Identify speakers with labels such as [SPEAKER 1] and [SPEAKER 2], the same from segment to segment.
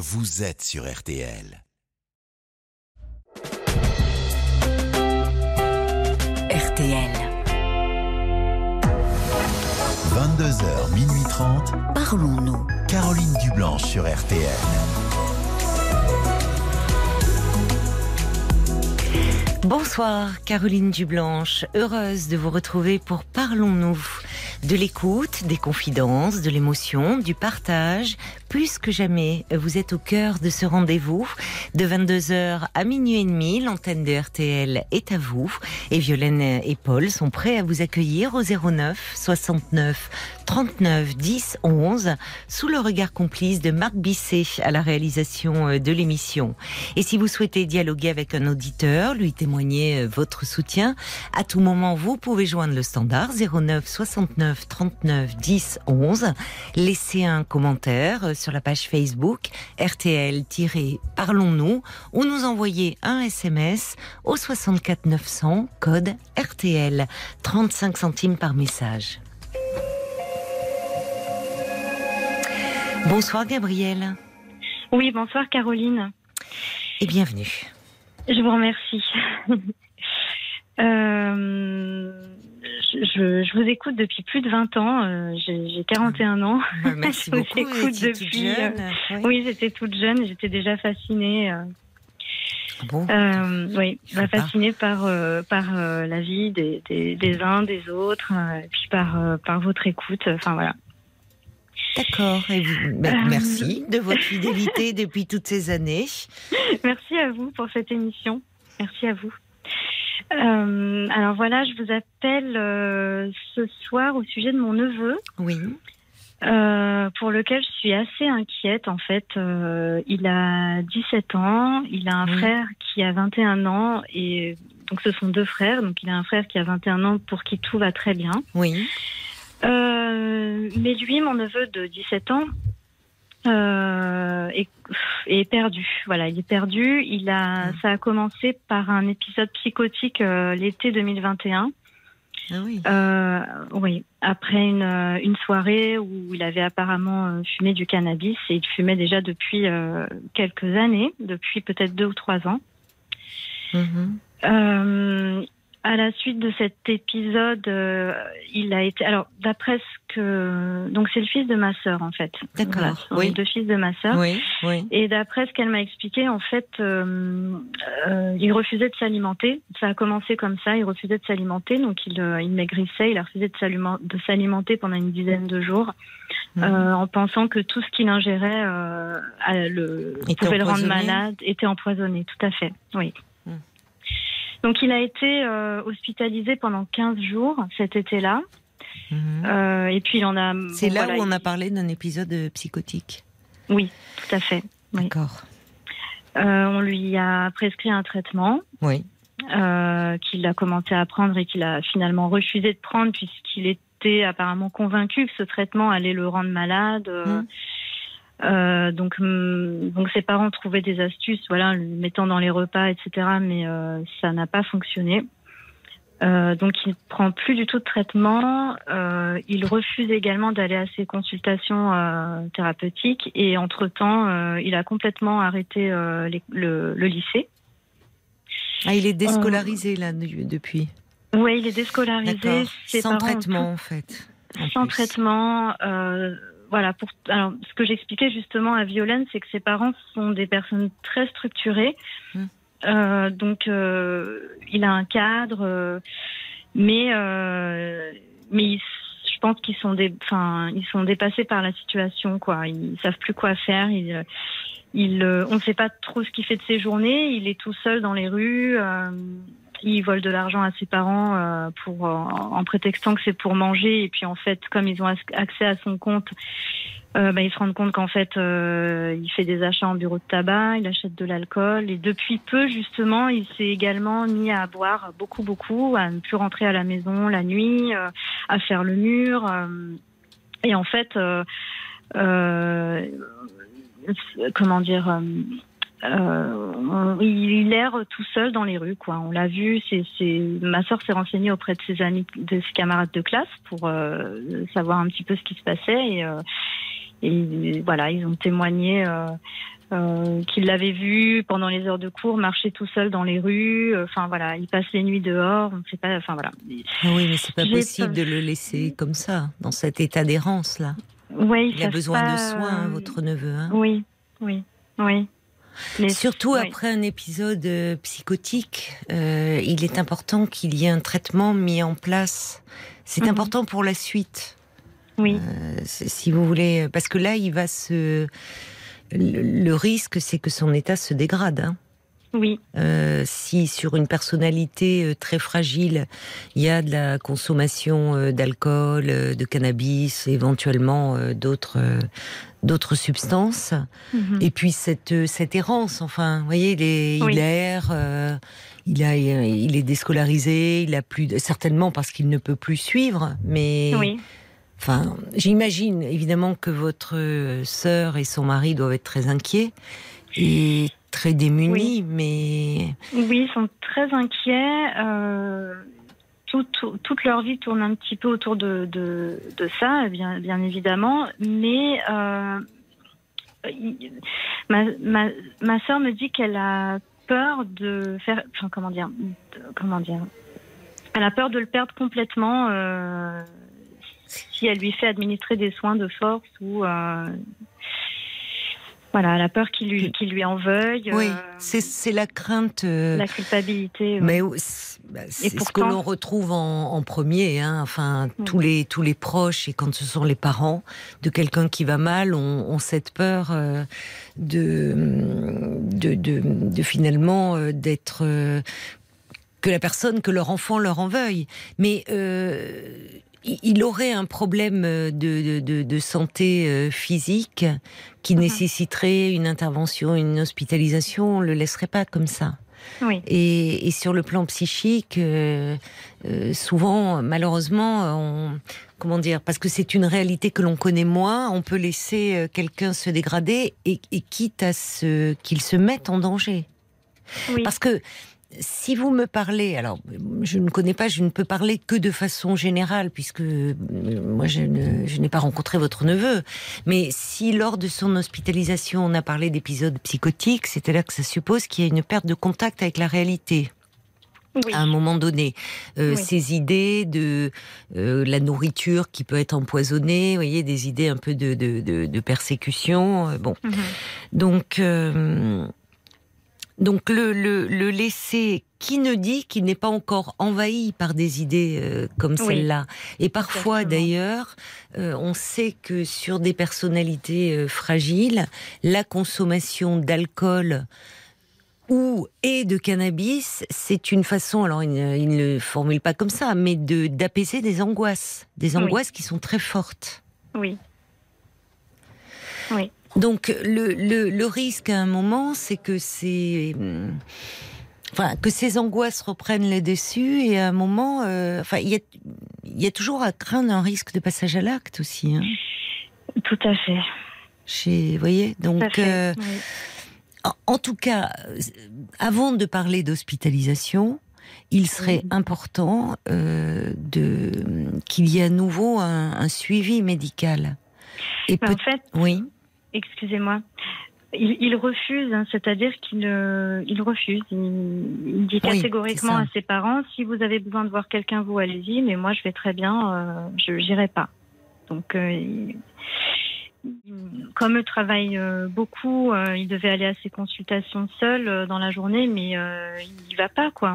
[SPEAKER 1] vous êtes sur RTL.
[SPEAKER 2] RTL.
[SPEAKER 1] 22h, minuit 30.
[SPEAKER 2] Parlons-nous.
[SPEAKER 1] Caroline Dublanche sur RTL.
[SPEAKER 3] Bonsoir Caroline Dublanche, heureuse de vous retrouver pour Parlons-nous. De l'écoute, des confidences, de l'émotion, du partage. Plus que jamais, vous êtes au cœur de ce rendez-vous. De 22h à minuit et demi, l'antenne de RTL est à vous. Et Violaine et Paul sont prêts à vous accueillir au 09 69 39 10 11, sous le regard complice de Marc Bisset à la réalisation de l'émission. Et si vous souhaitez dialoguer avec un auditeur, lui témoigner votre soutien, à tout moment, vous pouvez joindre le standard 09 69 39 10 11. Laissez un commentaire sur la page Facebook RTL-Parlons-nous ou nous envoyer un SMS au 64 900 code RTL, 35 centimes par message. Bonsoir Gabrielle.
[SPEAKER 4] Oui, bonsoir Caroline.
[SPEAKER 3] Et bienvenue.
[SPEAKER 4] Je vous remercie. Je vous écoute depuis plus de 20 ans. J'ai 41 ans.
[SPEAKER 3] Merci beaucoup.
[SPEAKER 4] Je vous écoute depuis. Oui, j'étais toute jeune. J'étais déjà fascinée.
[SPEAKER 3] Bon.
[SPEAKER 4] Oui, fascinée par la vie des uns, des autres, et puis par votre écoute. Enfin voilà.
[SPEAKER 3] D'accord. Et merci de votre fidélité depuis toutes ces années.
[SPEAKER 4] Merci à vous pour cette émission. Merci à vous. Alors voilà, je vous appelle ce soir au sujet de mon neveu.
[SPEAKER 3] Oui.
[SPEAKER 4] Pour lequel je suis assez inquiète en fait. Il a 17 ans, il a un frère qui a 21 ans et donc ce sont deux frères. Donc il a un frère qui a 21 ans pour qui tout va très bien.
[SPEAKER 3] Oui.
[SPEAKER 4] Mais lui, mon neveu de 17 ans, est perdu. Voilà, il est perdu. Ça a commencé par un épisode psychotique l'été 2021.
[SPEAKER 3] Ah oui.
[SPEAKER 4] Oui, après une soirée où il avait apparemment fumé du cannabis et il fumait déjà depuis quelques années, depuis peut-être 2 ou 3 ans. À la suite de cet épisode, il a été... Alors, d'après ce que... Donc, c'est le fils de ma sœur, en fait.
[SPEAKER 3] D'accord.
[SPEAKER 4] Voilà, les deux fils de ma sœur.
[SPEAKER 3] Oui, oui.
[SPEAKER 4] Et d'après ce qu'elle m'a expliqué, en fait, il refusait de s'alimenter. Ça a commencé comme ça, il refusait de s'alimenter. Donc, il maigrissait, il a refusé de s'alimenter pendant une dizaine de jours, en pensant que tout ce qu'il ingérait pouvait le rendre malade, était empoisonné. Tout à fait, oui. Donc, il a été hospitalisé pendant 15 jours cet été-là. Et puis, il en a...
[SPEAKER 3] C'est où on a parlé d'un épisode psychotique.
[SPEAKER 4] Oui, tout à fait. Oui.
[SPEAKER 3] D'accord.
[SPEAKER 4] On lui a prescrit un traitement.
[SPEAKER 3] Oui.
[SPEAKER 4] Qu'il a commencé à prendre et qu'il a finalement refusé de prendre puisqu'il était apparemment convaincu que ce traitement allait le rendre malade. Donc ses parents trouvaient des astuces, voilà, le mettant dans les repas, etc. Mais ça n'a pas fonctionné. Donc il prend plus du tout de traitement. Il refuse également d'aller à ses consultations thérapeutiques et entre-temps, il a complètement arrêté le lycée.
[SPEAKER 3] Ah, il est déscolarisé là depuis.
[SPEAKER 4] Oui, il est déscolarisé.
[SPEAKER 3] D'accord. Sans traitement en fait.
[SPEAKER 4] Sans traitement. Voilà, alors, ce que j'expliquais justement à Violaine, c'est que ses parents sont des personnes très structurées. Donc, il a un cadre, mais je pense qu'ils sont ils sont dépassés par la situation, quoi. Ils savent plus quoi faire. On ne sait pas trop ce qu'il fait de ses journées. Il est tout seul dans les rues. Il vole de l'argent à ses parents en prétextant que c'est pour manger. Et puis en fait, comme ils ont accès à son compte, ils se rendent compte qu'en fait, il fait des achats en bureau de tabac, il achète de l'alcool. Et depuis peu, justement, il s'est également mis à boire beaucoup, à ne plus rentrer à la maison la nuit, à faire le mur. Et en fait, comment dire... il erre tout seul dans les rues, quoi. On l'a vu. Ma sœur s'est renseignée auprès de ses amis, de ses camarades de classe pour savoir un petit peu ce qui se passait et voilà, ils ont témoigné qu'il l'avait vu pendant les heures de cours marcher tout seul dans les rues. Enfin voilà, il passe les nuits dehors. On ne sait pas. Enfin voilà.
[SPEAKER 3] Ah oui, mais c'est pas possible de le laisser comme ça, dans cet état d'errance là.
[SPEAKER 4] Ouais,
[SPEAKER 3] il a besoin de soins, votre neveu. Hein.
[SPEAKER 4] Oui. Mais
[SPEAKER 3] surtout après un épisode psychotique, il est important qu'il y ait un traitement mis en place. C'est important pour la suite.
[SPEAKER 4] Oui.
[SPEAKER 3] Si vous voulez, parce que là, il va le risque, c'est que son état se dégrade. Hein.
[SPEAKER 4] Oui.
[SPEAKER 3] Si sur une personnalité très fragile, il y a de la consommation d'alcool, de cannabis, éventuellement d'autres substances, et puis cette errance. Enfin, vous voyez, il erre. Il est déscolarisé. Il a plus, certainement parce qu'il ne peut plus suivre, mais.
[SPEAKER 4] Oui.
[SPEAKER 3] Enfin, j'imagine évidemment que votre sœur et son mari doivent être très inquiets et très démunis, mais...
[SPEAKER 4] Oui, ils sont très inquiets. Toute leur vie tourne un petit peu autour de ça, bien évidemment. Mais ma sœur me dit qu'elle a peur de faire... Enfin, comment dire elle a peur de le perdre complètement... si elle lui fait administrer des soins de force ou voilà, elle a peur qu'il lui en veuille.
[SPEAKER 3] Oui, c'est la crainte,
[SPEAKER 4] la culpabilité.
[SPEAKER 3] Mais c'est ce que l'on retrouve en premier. Hein, enfin, tous les proches, et quand ce sont les parents de quelqu'un qui va mal, ont cette peur de finalement d'être que leur enfant leur en veuille. Mais il aurait un problème de santé physique qui nécessiterait une intervention, une hospitalisation. On ne le laisserait pas comme ça.
[SPEAKER 4] Oui.
[SPEAKER 3] Et sur le plan psychique, souvent, malheureusement, comment dire, parce que c'est une réalité que l'on connaît moins, on peut laisser quelqu'un se dégrader et quitte à qu'il se mette en danger.
[SPEAKER 4] Oui.
[SPEAKER 3] Parce que si vous me parlez, alors je ne connais pas, je ne peux parler que de façon générale, puisque moi je n'ai pas rencontré votre neveu, mais si lors de son hospitalisation on a parlé d'épisodes psychotiques, c'est-à-dire que ça suppose qu'il y a une perte de contact avec la réalité.
[SPEAKER 4] Oui.
[SPEAKER 3] À un moment donné, ces idées de la nourriture qui peut être empoisonnée, vous voyez, des idées un peu de persécution, bon. Donc le laisser, qui ne dit qu'il n'est pas encore envahi par des idées comme celle-là. Et parfois d'ailleurs, on sait que sur des personnalités fragiles, la consommation d'alcool et de cannabis, c'est une façon, alors il ne le formule pas comme ça, mais d'apaiser des angoisses qui sont très fortes.
[SPEAKER 4] Oui.
[SPEAKER 3] Donc le risque à un moment, c'est que que ces angoisses reprennent le dessus, et à un moment, il y a toujours à craindre un risque de passage à l'acte aussi. Hein.
[SPEAKER 4] Tout à fait.
[SPEAKER 3] Vous voyez, donc en tout cas, avant de parler d'hospitalisation, il serait important qu'il y ait à nouveau un suivi médical. Et
[SPEAKER 4] en fait,
[SPEAKER 3] oui.
[SPEAKER 4] Excusez-moi. Il refuse, hein, c'est-à-dire qu'il refuse. Il dit catégoriquement à ses parents, si vous avez besoin de voir quelqu'un, vous allez-y, mais moi je vais très bien, je n'irai pas. Donc, comme il travaille beaucoup, il devait aller à ses consultations seul dans la journée, mais il n'y va pas, quoi.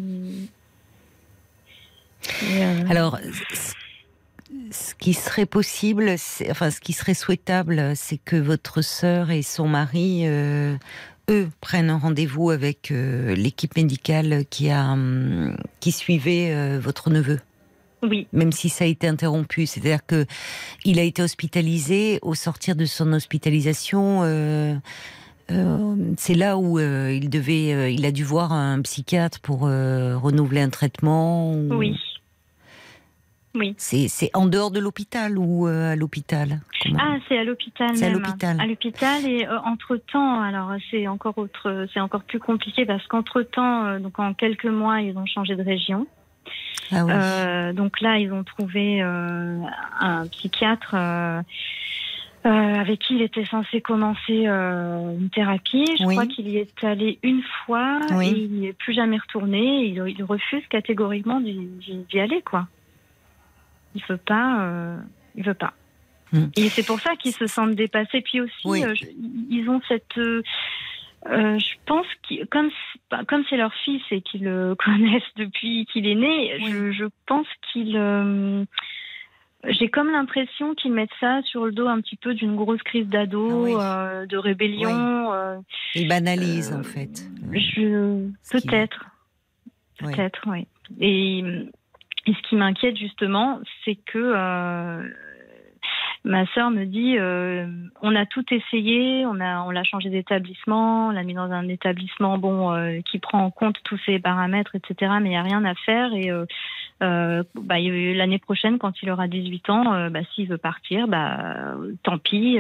[SPEAKER 3] Alors, ce qui serait possible, ce qui serait souhaitable, c'est que votre sœur et son mari, eux, prennent un rendez-vous avec l'équipe médicale qui suivait votre neveu.
[SPEAKER 4] Oui.
[SPEAKER 3] Même si ça a été interrompu. C'est-à-dire que il a été hospitalisé. Au sortir de son hospitalisation, c'est là où il a dû voir un psychiatre pour renouveler un traitement.
[SPEAKER 4] Oui. Oui.
[SPEAKER 3] C'est en dehors de l'hôpital ou à l'hôpital?
[SPEAKER 4] C'est à l'hôpital.
[SPEAKER 3] C'est même. À l'hôpital.
[SPEAKER 4] À l'hôpital, et entre-temps, alors c'est encore plus compliqué, parce qu'entre-temps, donc en quelques mois, ils ont changé de région.
[SPEAKER 3] Ah oui.
[SPEAKER 4] Donc là, ils ont trouvé un psychiatre avec qui il était censé commencer une thérapie. Je crois qu'il y est allé une fois et il n'y est plus jamais retourné. Il refuse catégoriquement d'y aller, quoi. Il veut pas. Et c'est pour ça qu'ils se sentent dépassés. Puis aussi, ils ont cette... je pense que comme c'est leur fils et qu'ils le connaissent depuis qu'il est né, je pense qu'ils... j'ai comme l'impression qu'ils mettent ça sur le dos un petit peu d'une grosse crise d'ado, de rébellion.
[SPEAKER 3] Ils banalisent, en fait.
[SPEAKER 4] Peut-être, oui. Et ce qui m'inquiète, justement, c'est que... ma sœur me dit, on a tout essayé, on l'a changé d'établissement, on l'a mis dans un établissement qui prend en compte tous ces paramètres, etc. Mais il n'y a rien à faire. Et l'année prochaine, quand il aura 18 ans, s'il veut partir, tant pis.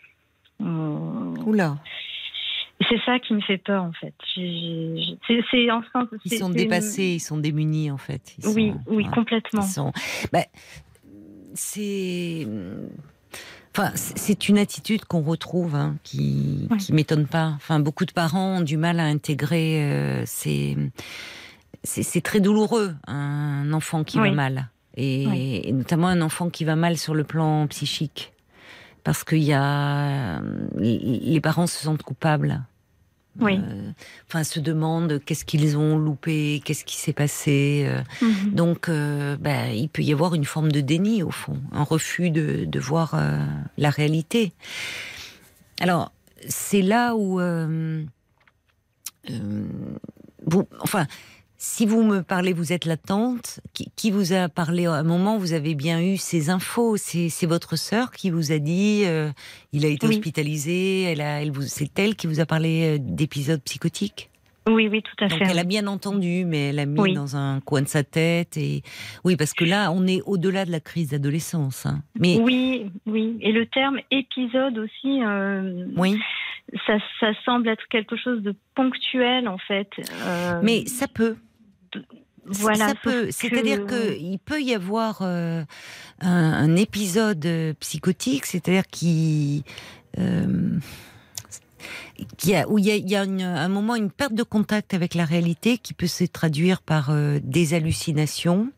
[SPEAKER 3] Oula.
[SPEAKER 4] C'est ça qui me fait peur, en fait.
[SPEAKER 3] Ils sont dépassés, ils sont démunis, en fait.
[SPEAKER 4] Oui, complètement.
[SPEAKER 3] C'est une attitude qu'on retrouve, qui m'étonne pas. Enfin, beaucoup de parents ont du mal à intégrer. C'est très douloureux, un enfant qui va mal, et notamment un enfant qui va mal sur le plan psychique, parce que les parents se sentent coupables. Se demandent qu'est-ce qu'ils ont loupé, qu'est-ce qui s'est passé. Donc, il peut y avoir une forme de déni, au fond, un refus de voir la réalité. Alors, c'est là où... si vous me parlez, vous êtes la tante, qui vous a parlé à un moment, vous avez bien eu ces infos, c'est votre sœur qui vous a dit, il a été hospitalisé, c'est elle qui vous a parlé d'épisodes psychotiques ?
[SPEAKER 4] Oui, tout à fait.
[SPEAKER 3] Donc elle a bien entendu, mais elle a mis dans un coin de sa tête. Oui, parce que là, on est au-delà de la crise d'adolescence. Mais... Oui.
[SPEAKER 4] Et le terme épisode aussi... Ça semble être quelque chose de ponctuel, en fait.
[SPEAKER 3] Mais ça peut.
[SPEAKER 4] Voilà.
[SPEAKER 3] Ça peut. C'est-à-dire qu'il peut y avoir un épisode psychotique, c'est-à-dire où il y a un moment, une perte de contact avec la réalité qui peut se traduire par des hallucinations.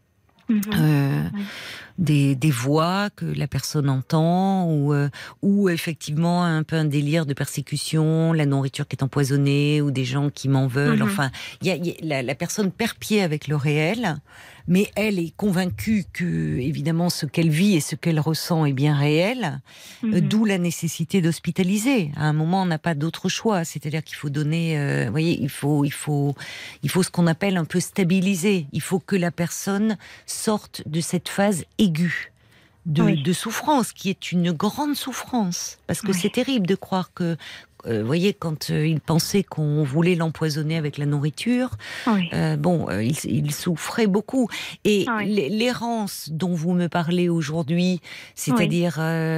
[SPEAKER 3] Des voix que la personne entend, ou effectivement un peu un délire de persécution, la nourriture qui est empoisonnée, ou des gens qui m'en veulent. Enfin, la personne perd pied avec le réel, mais elle est convaincue que, évidemment, ce qu'elle vit et ce qu'elle ressent est bien réel, d'où la nécessité d'hospitaliser. À un moment, on n'a pas d'autre choix, c'est-à-dire qu'il faut donner, vous voyez, il faut ce qu'on appelle un peu stabiliser. Il faut que la personne sorte de cette phase aiguë de souffrance, qui est une grande souffrance, parce que c'est terrible de croire que, vous voyez, quand il pensait qu'on voulait l'empoisonner avec la nourriture, il souffrait beaucoup. Et l'errance dont vous me parlez aujourd'hui, c'est-à-dire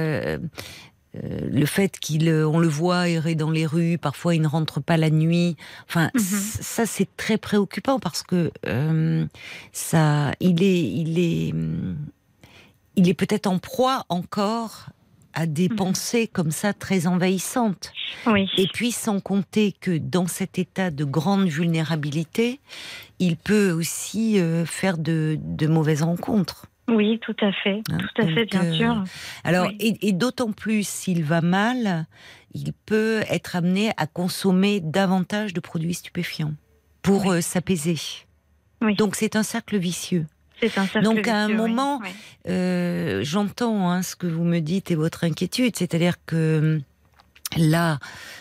[SPEAKER 3] le fait on le voit errer dans les rues, parfois il ne rentre pas la nuit. Enfin, ça c'est très préoccupant, parce que il est peut-être en proie encore à des pensées comme ça très envahissantes. Et puis sans compter que dans cet état de grande vulnérabilité, il peut aussi faire de mauvaises rencontres.
[SPEAKER 4] Oui, tout à fait, bien sûr.
[SPEAKER 3] Alors, et d'autant plus s'il va mal, il peut être amené à consommer davantage de produits stupéfiants pour s'apaiser. Donc c'est un cercle vicieux. Donc à un moment, j'entends ce que vous me dites et votre inquiétude, c'est-à-dire que là,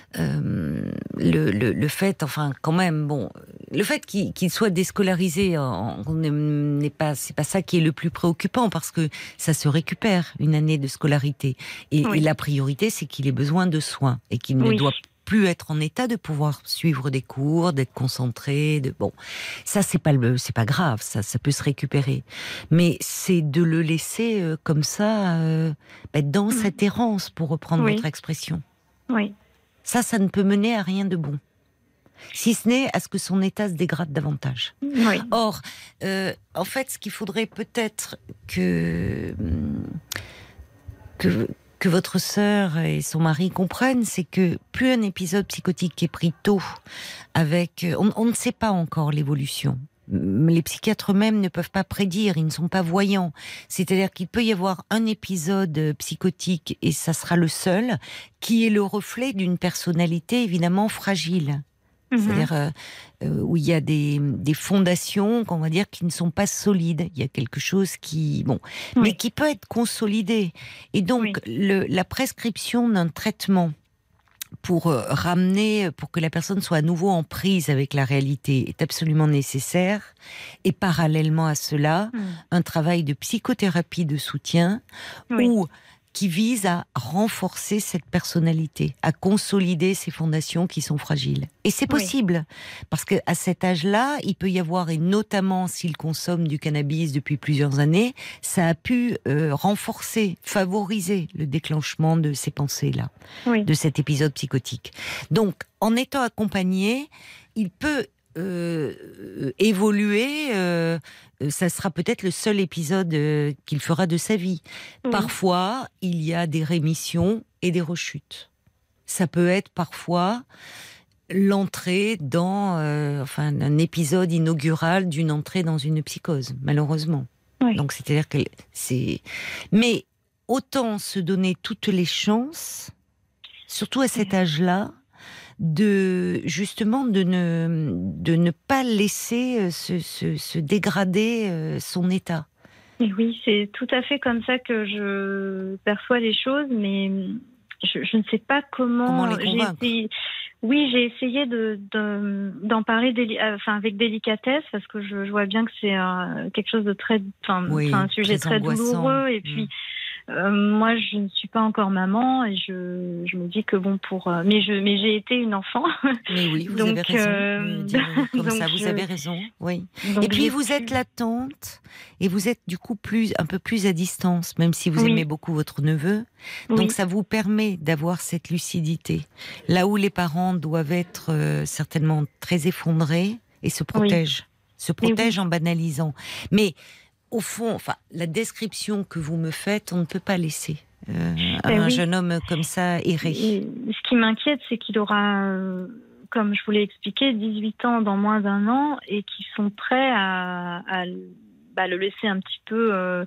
[SPEAKER 3] le fait, quand même, le fait qu'il soit déscolarisé, c'est pas ça qui est le plus préoccupant, parce que ça se récupère une année de scolarité. Et la priorité, c'est qu'il ait besoin de soins et qu'il ne doit plus être en état de pouvoir suivre des cours, d'être concentré. Ça c'est pas grave, ça peut se récupérer. Mais c'est de le laisser comme ça, dans cette errance, pour reprendre votre expression. Ça ne peut mener à rien de bon, si ce n'est à ce que son état se dégrade davantage. Or, en fait, ce qu'il faudrait peut-être que que votre sœur et son mari comprennent, c'est que plus un épisode psychotique est pris tôt, on ne sait pas encore l'évolution. Les psychiatres eux-mêmes ne peuvent pas prédire, ils ne sont pas voyants. C'est-à-dire qu'il peut y avoir un épisode psychotique, et ça sera le seul, qui est le reflet d'une personnalité évidemment fragile. C'est-à-dire où il y a des fondations, qu'on va dire, qui ne sont pas solides. Il y a quelque chose mais qui peut être consolidé. Et donc, la prescription d'un traitement pour que la personne soit à nouveau en prise avec la réalité est absolument nécessaire. Et parallèlement à cela, un travail de psychothérapie de soutien qui vise à renforcer cette personnalité, à consolider ces fondations qui sont fragiles. Et c'est possible, parce qu'à cet âge-là, il peut y avoir, et notamment s'il consomme du cannabis depuis plusieurs années, ça a pu renforcer, favoriser le déclenchement de ces pensées-là, de cet épisode psychotique. Donc, en étant accompagné, il peut évoluer, ça sera peut-être le seul épisode qu'il fera de sa vie. Parfois, il y a des rémissions et des rechutes. Ça peut être parfois l'entrée dans un épisode inaugural d'une entrée dans une psychose, malheureusement. Donc, c'est-à-dire que mais autant se donner toutes les chances, surtout à cet âge-là, de ne pas laisser se dégrader son état.
[SPEAKER 4] Et oui, c'est tout à fait comme ça que je perçois les choses, mais je ne sais pas comment
[SPEAKER 3] les convaincre.
[SPEAKER 4] J'ai essayé d'en parler avec délicatesse, parce que je vois bien que c'est quelque chose de un sujet très douloureux, et puis moi, je ne suis pas encore maman, et je me dis que mais j'ai été une enfant.
[SPEAKER 3] Mais oui, vous avez raison. Vous avez raison. Oui. Et puis vous êtes la tante, et vous êtes du coup un peu plus à distance, même si vous aimez beaucoup votre neveu. Donc ça vous permet d'avoir cette lucidité. Là où les parents doivent être certainement très effondrés et se protègent, en banalisant. Mais au fond, la description que vous me faites, on ne peut pas laisser un jeune homme comme ça errer.
[SPEAKER 4] Et ce qui m'inquiète, c'est qu'il aura, comme je vous l'ai expliqué, 18 ans dans moins d'un an, et qu'ils sont prêts à le laisser un petit peu...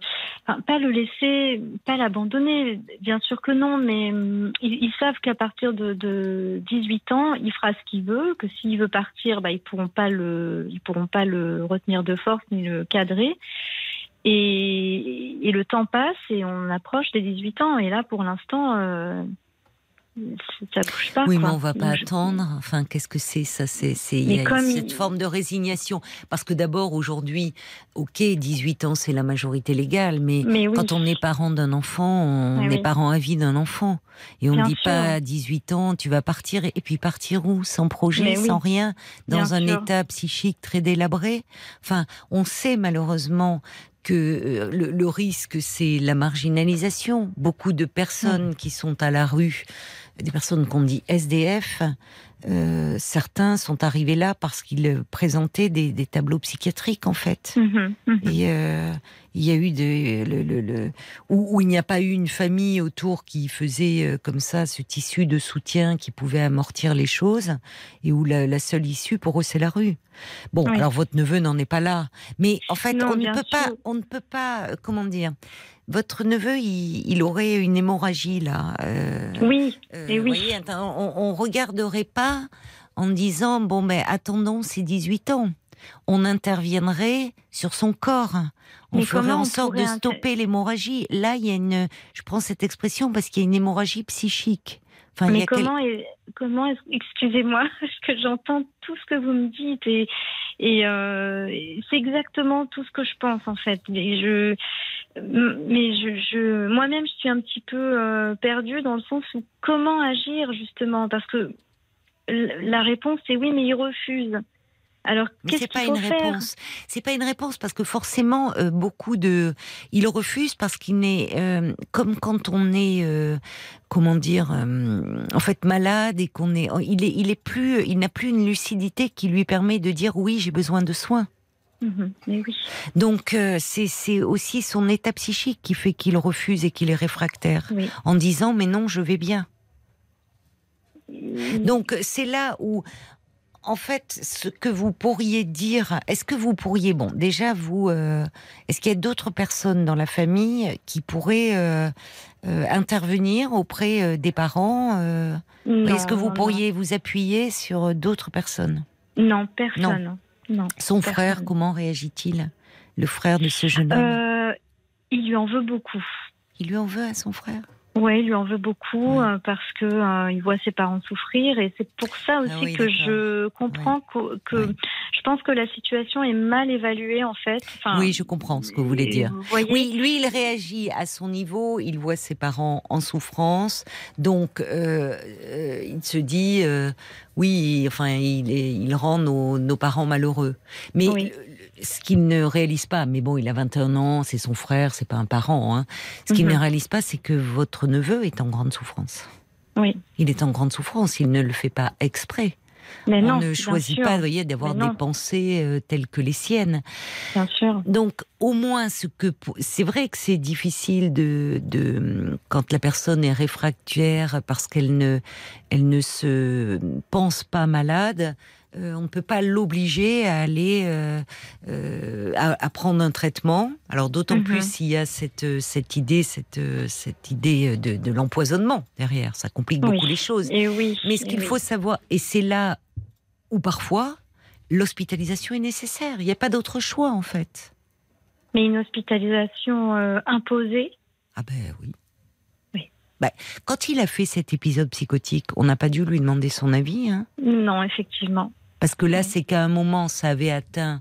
[SPEAKER 4] pas l'abandonner, bien sûr que non, mais ils savent qu'à partir de 18 ans, il fera ce qu'il veut, que s'il veut partir, ils pourront pas le retenir de force ni le cadrer. Et le temps passe, et on approche des 18 ans, et là, pour l'instant, ça bouge pas.
[SPEAKER 3] Oui, mais on va pas attendre. Enfin, qu'est-ce que c'est ça ? Il y a cette forme de résignation. Parce que d'abord, aujourd'hui, 18 ans, c'est la majorité légale, mais quand on est parent d'un enfant, on est parent à vie d'un enfant. Et on ne dit pas à 18 ans, tu vas partir, et puis partir où ? Sans projet, sans rien, dans un état psychique très délabré. Enfin, on sait malheureusement que le risque, c'est la marginalisation. Beaucoup de personnes qui sont à la rue, des personnes qu'on dit SDF, certains sont arrivés là parce qu'ils présentaient des tableaux psychiatriques, en fait. Et il y a eu où il n'y a pas eu une famille autour qui faisait comme ça ce tissu de soutien qui pouvait amortir les choses, et où la seule issue pour eux, c'est la rue. Bon, alors votre neveu n'en est pas là, mais en fait, on ne peut pas, comment dire, votre neveu, il aurait une hémorragie là.
[SPEAKER 4] Oui.
[SPEAKER 3] Voyez, on regarderait pas en disant attendons ses 18 ans. On interviendrait sur son corps. On ferait en sorte de stopper l'hémorragie. Là, je prends cette expression parce qu'il y a une hémorragie psychique. Enfin,
[SPEAKER 4] mais comment excusez-moi, parce que j'entends tout ce que vous me dites, et c'est exactement tout ce que je pense, en fait. Mais moi-même, je suis un petit peu perdue, dans le sens où comment agir, justement, parce que la réponse, c'est oui, mais il refuse. Alors, qu'est-ce qu'il faut faire ?
[SPEAKER 3] C'est pas une réponse, parce que forcément, il refuse parce qu'il n'est comme quand on est en fait malade, et il n'a plus une lucidité qui lui permet de dire oui, j'ai besoin de soins.
[SPEAKER 4] Mais oui.
[SPEAKER 3] Donc c'est aussi son état psychique qui fait qu'il refuse et qu'il est réfractaire,
[SPEAKER 4] Oui.
[SPEAKER 3] en disant mais non, je vais bien. Donc c'est là où, en fait, ce que vous pourriez dire, est-ce que vous pourriez, bon, déjà vous, est-ce qu'il y a d'autres personnes dans la famille qui pourraient intervenir auprès des parents
[SPEAKER 4] Non,
[SPEAKER 3] est-ce que vous pourriez vous appuyer sur d'autres personnes?
[SPEAKER 4] Non, personne. Non,
[SPEAKER 3] Son
[SPEAKER 4] personne.
[SPEAKER 3] frère, comment réagit-il? Le frère de ce jeune homme?
[SPEAKER 4] Il lui en veut beaucoup.
[SPEAKER 3] Il lui en veut à son frère?
[SPEAKER 4] Oui, il lui en veut beaucoup parce que il voit ses parents souffrir et c'est pour ça aussi que je comprends que je pense que la situation est mal évaluée en fait. Enfin,
[SPEAKER 3] oui, je comprends ce que vous voulez dire.
[SPEAKER 4] Vous voyez,
[SPEAKER 3] oui, lui, il réagit à son niveau, il voit ses parents en souffrance, donc il se dit oui, enfin, il rend nos parents malheureux. Mais ce qu'il ne réalise pas, mais bon, il a 21 ans, c'est son frère, c'est pas un parent. Hein. Ce qu'il ne réalise pas, c'est que votre neveu est en grande souffrance.
[SPEAKER 4] Oui.
[SPEAKER 3] Il est en grande souffrance, il ne le fait pas exprès.
[SPEAKER 4] Mais
[SPEAKER 3] on
[SPEAKER 4] non,
[SPEAKER 3] ne choisit pas, vous voyez, d'avoir des pensées telles que les siennes.
[SPEAKER 4] Bien sûr.
[SPEAKER 3] Donc, au moins, c'est vrai que c'est difficile quand la personne est réfractaire parce qu'elle ne se pense pas malade. On ne peut pas l'obliger à aller à prendre un traitement. Alors d'autant plus s'il y a cette idée de l'empoisonnement derrière. Ça complique beaucoup les choses.
[SPEAKER 4] Et oui.
[SPEAKER 3] Mais ce qu'il faut savoir, et c'est là où parfois l'hospitalisation est nécessaire. Il n'y a pas d'autre choix en fait.
[SPEAKER 4] Mais une hospitalisation imposée?
[SPEAKER 3] Ah ben oui. Quand il a fait cet épisode psychotique, on n'a pas dû lui demander son avis. Hein.
[SPEAKER 4] Non, effectivement.
[SPEAKER 3] Parce que là, c'est qu'à un moment, ça avait atteint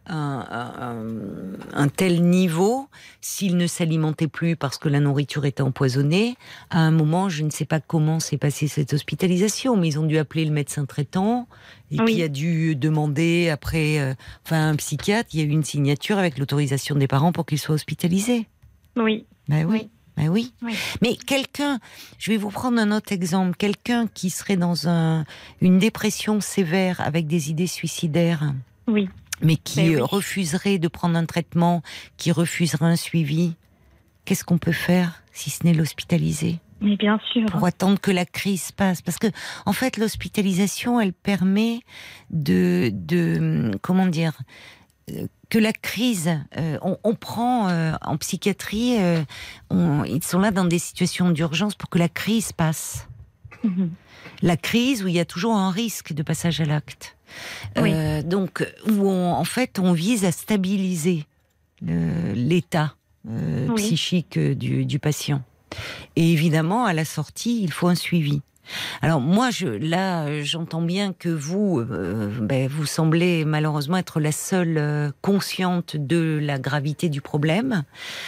[SPEAKER 3] un tel niveau, s'il ne s'alimentait plus parce que la nourriture était empoisonnée, à un moment, je ne sais pas comment s'est passée cette hospitalisation, mais ils ont dû appeler le médecin traitant, et puis a dû demander après, un psychiatre, il y a eu une signature avec l'autorisation des parents pour qu'il soit hospitalisé.
[SPEAKER 4] Oui.
[SPEAKER 3] Ben oui. Ben oui. Mais quelqu'un, je vais vous prendre un autre exemple, quelqu'un qui serait dans une dépression sévère avec des idées suicidaires, mais qui refuserait de prendre un traitement, qui refuserait un suivi, qu'est-ce qu'on peut faire si ce n'est l'hospitaliser?
[SPEAKER 4] Mais bien sûr.
[SPEAKER 3] Pour attendre que la crise passe. Parce que, en fait, l'hospitalisation, elle permet comment dire, que la crise, on prend en psychiatrie, ils sont là dans des situations d'urgence pour que la crise passe. La crise où il y a toujours un risque de passage à l'acte. Donc, où on vise à stabiliser l'état psychique du patient. Et évidemment, à la sortie, il faut un suivi. Alors moi, j'entends bien que vous semblez malheureusement être la seule consciente de la gravité du problème.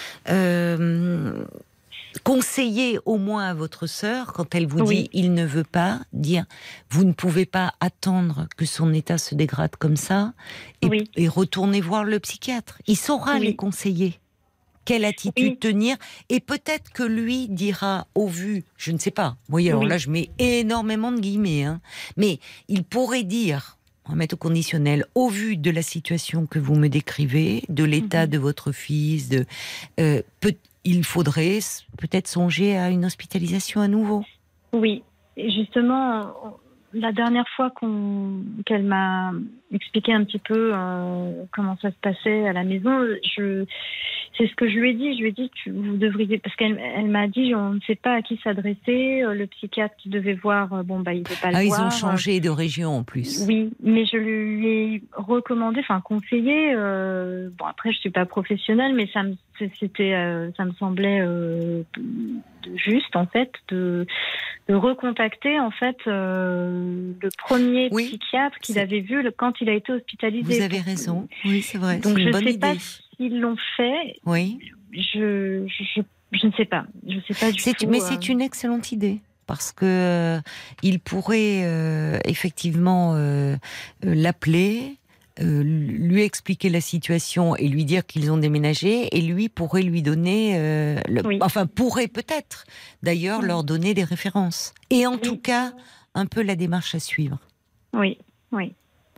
[SPEAKER 3] Conseillez au moins à votre sœur, quand elle vous dit « il ne veut pas », dire « vous ne pouvez pas attendre que son état se dégrade comme ça » et retournez voir le psychiatre. Il saura les conseiller. Quelle attitude tenir, et peut-être que lui dira au vu, je ne sais pas, vous voyez, alors là je mets énormément de guillemets, hein, mais il pourrait dire, on va mettre au conditionnel, au vu de la situation que vous me décrivez, de l'état de votre fils, il faudrait peut-être songer à une hospitalisation à nouveau. Oui,
[SPEAKER 4] et justement, la dernière fois qu'elle m'a expliqué un petit peu comment ça se passait à la maison, c'est ce que je lui ai dit. Je lui ai dit que vous devriez, parce qu'elle m'a dit on ne sait pas à qui s'adresser. Le psychiatre qui devait voir, il ne veut pas le voir.
[SPEAKER 3] Ils ont changé de région en plus.
[SPEAKER 4] Oui, mais je lui ai recommandé, conseillé. Après je suis pas professionnelle, mais ça me semblait juste en fait de recontacter en fait le premier psychiatre qu'il avait vu quand il a été hospitalisé.
[SPEAKER 3] Vous avez raison. Oui, c'est vrai.
[SPEAKER 4] Donc
[SPEAKER 3] c'est une
[SPEAKER 4] je
[SPEAKER 3] bonne
[SPEAKER 4] sais
[SPEAKER 3] idée.
[SPEAKER 4] pas s'ils l'ont fait.
[SPEAKER 3] Oui.
[SPEAKER 4] Je ne sais pas. Je sais pas du tout.
[SPEAKER 3] Mais c'est une excellente idée. Parce que il pourrait effectivement l'appeler, lui expliquer la situation et lui dire qu'ils ont déménagé, et lui pourrait lui donner, pourrait peut-être d'ailleurs leur donner des références. Et en tout cas, un peu la démarche à suivre.
[SPEAKER 4] Oui.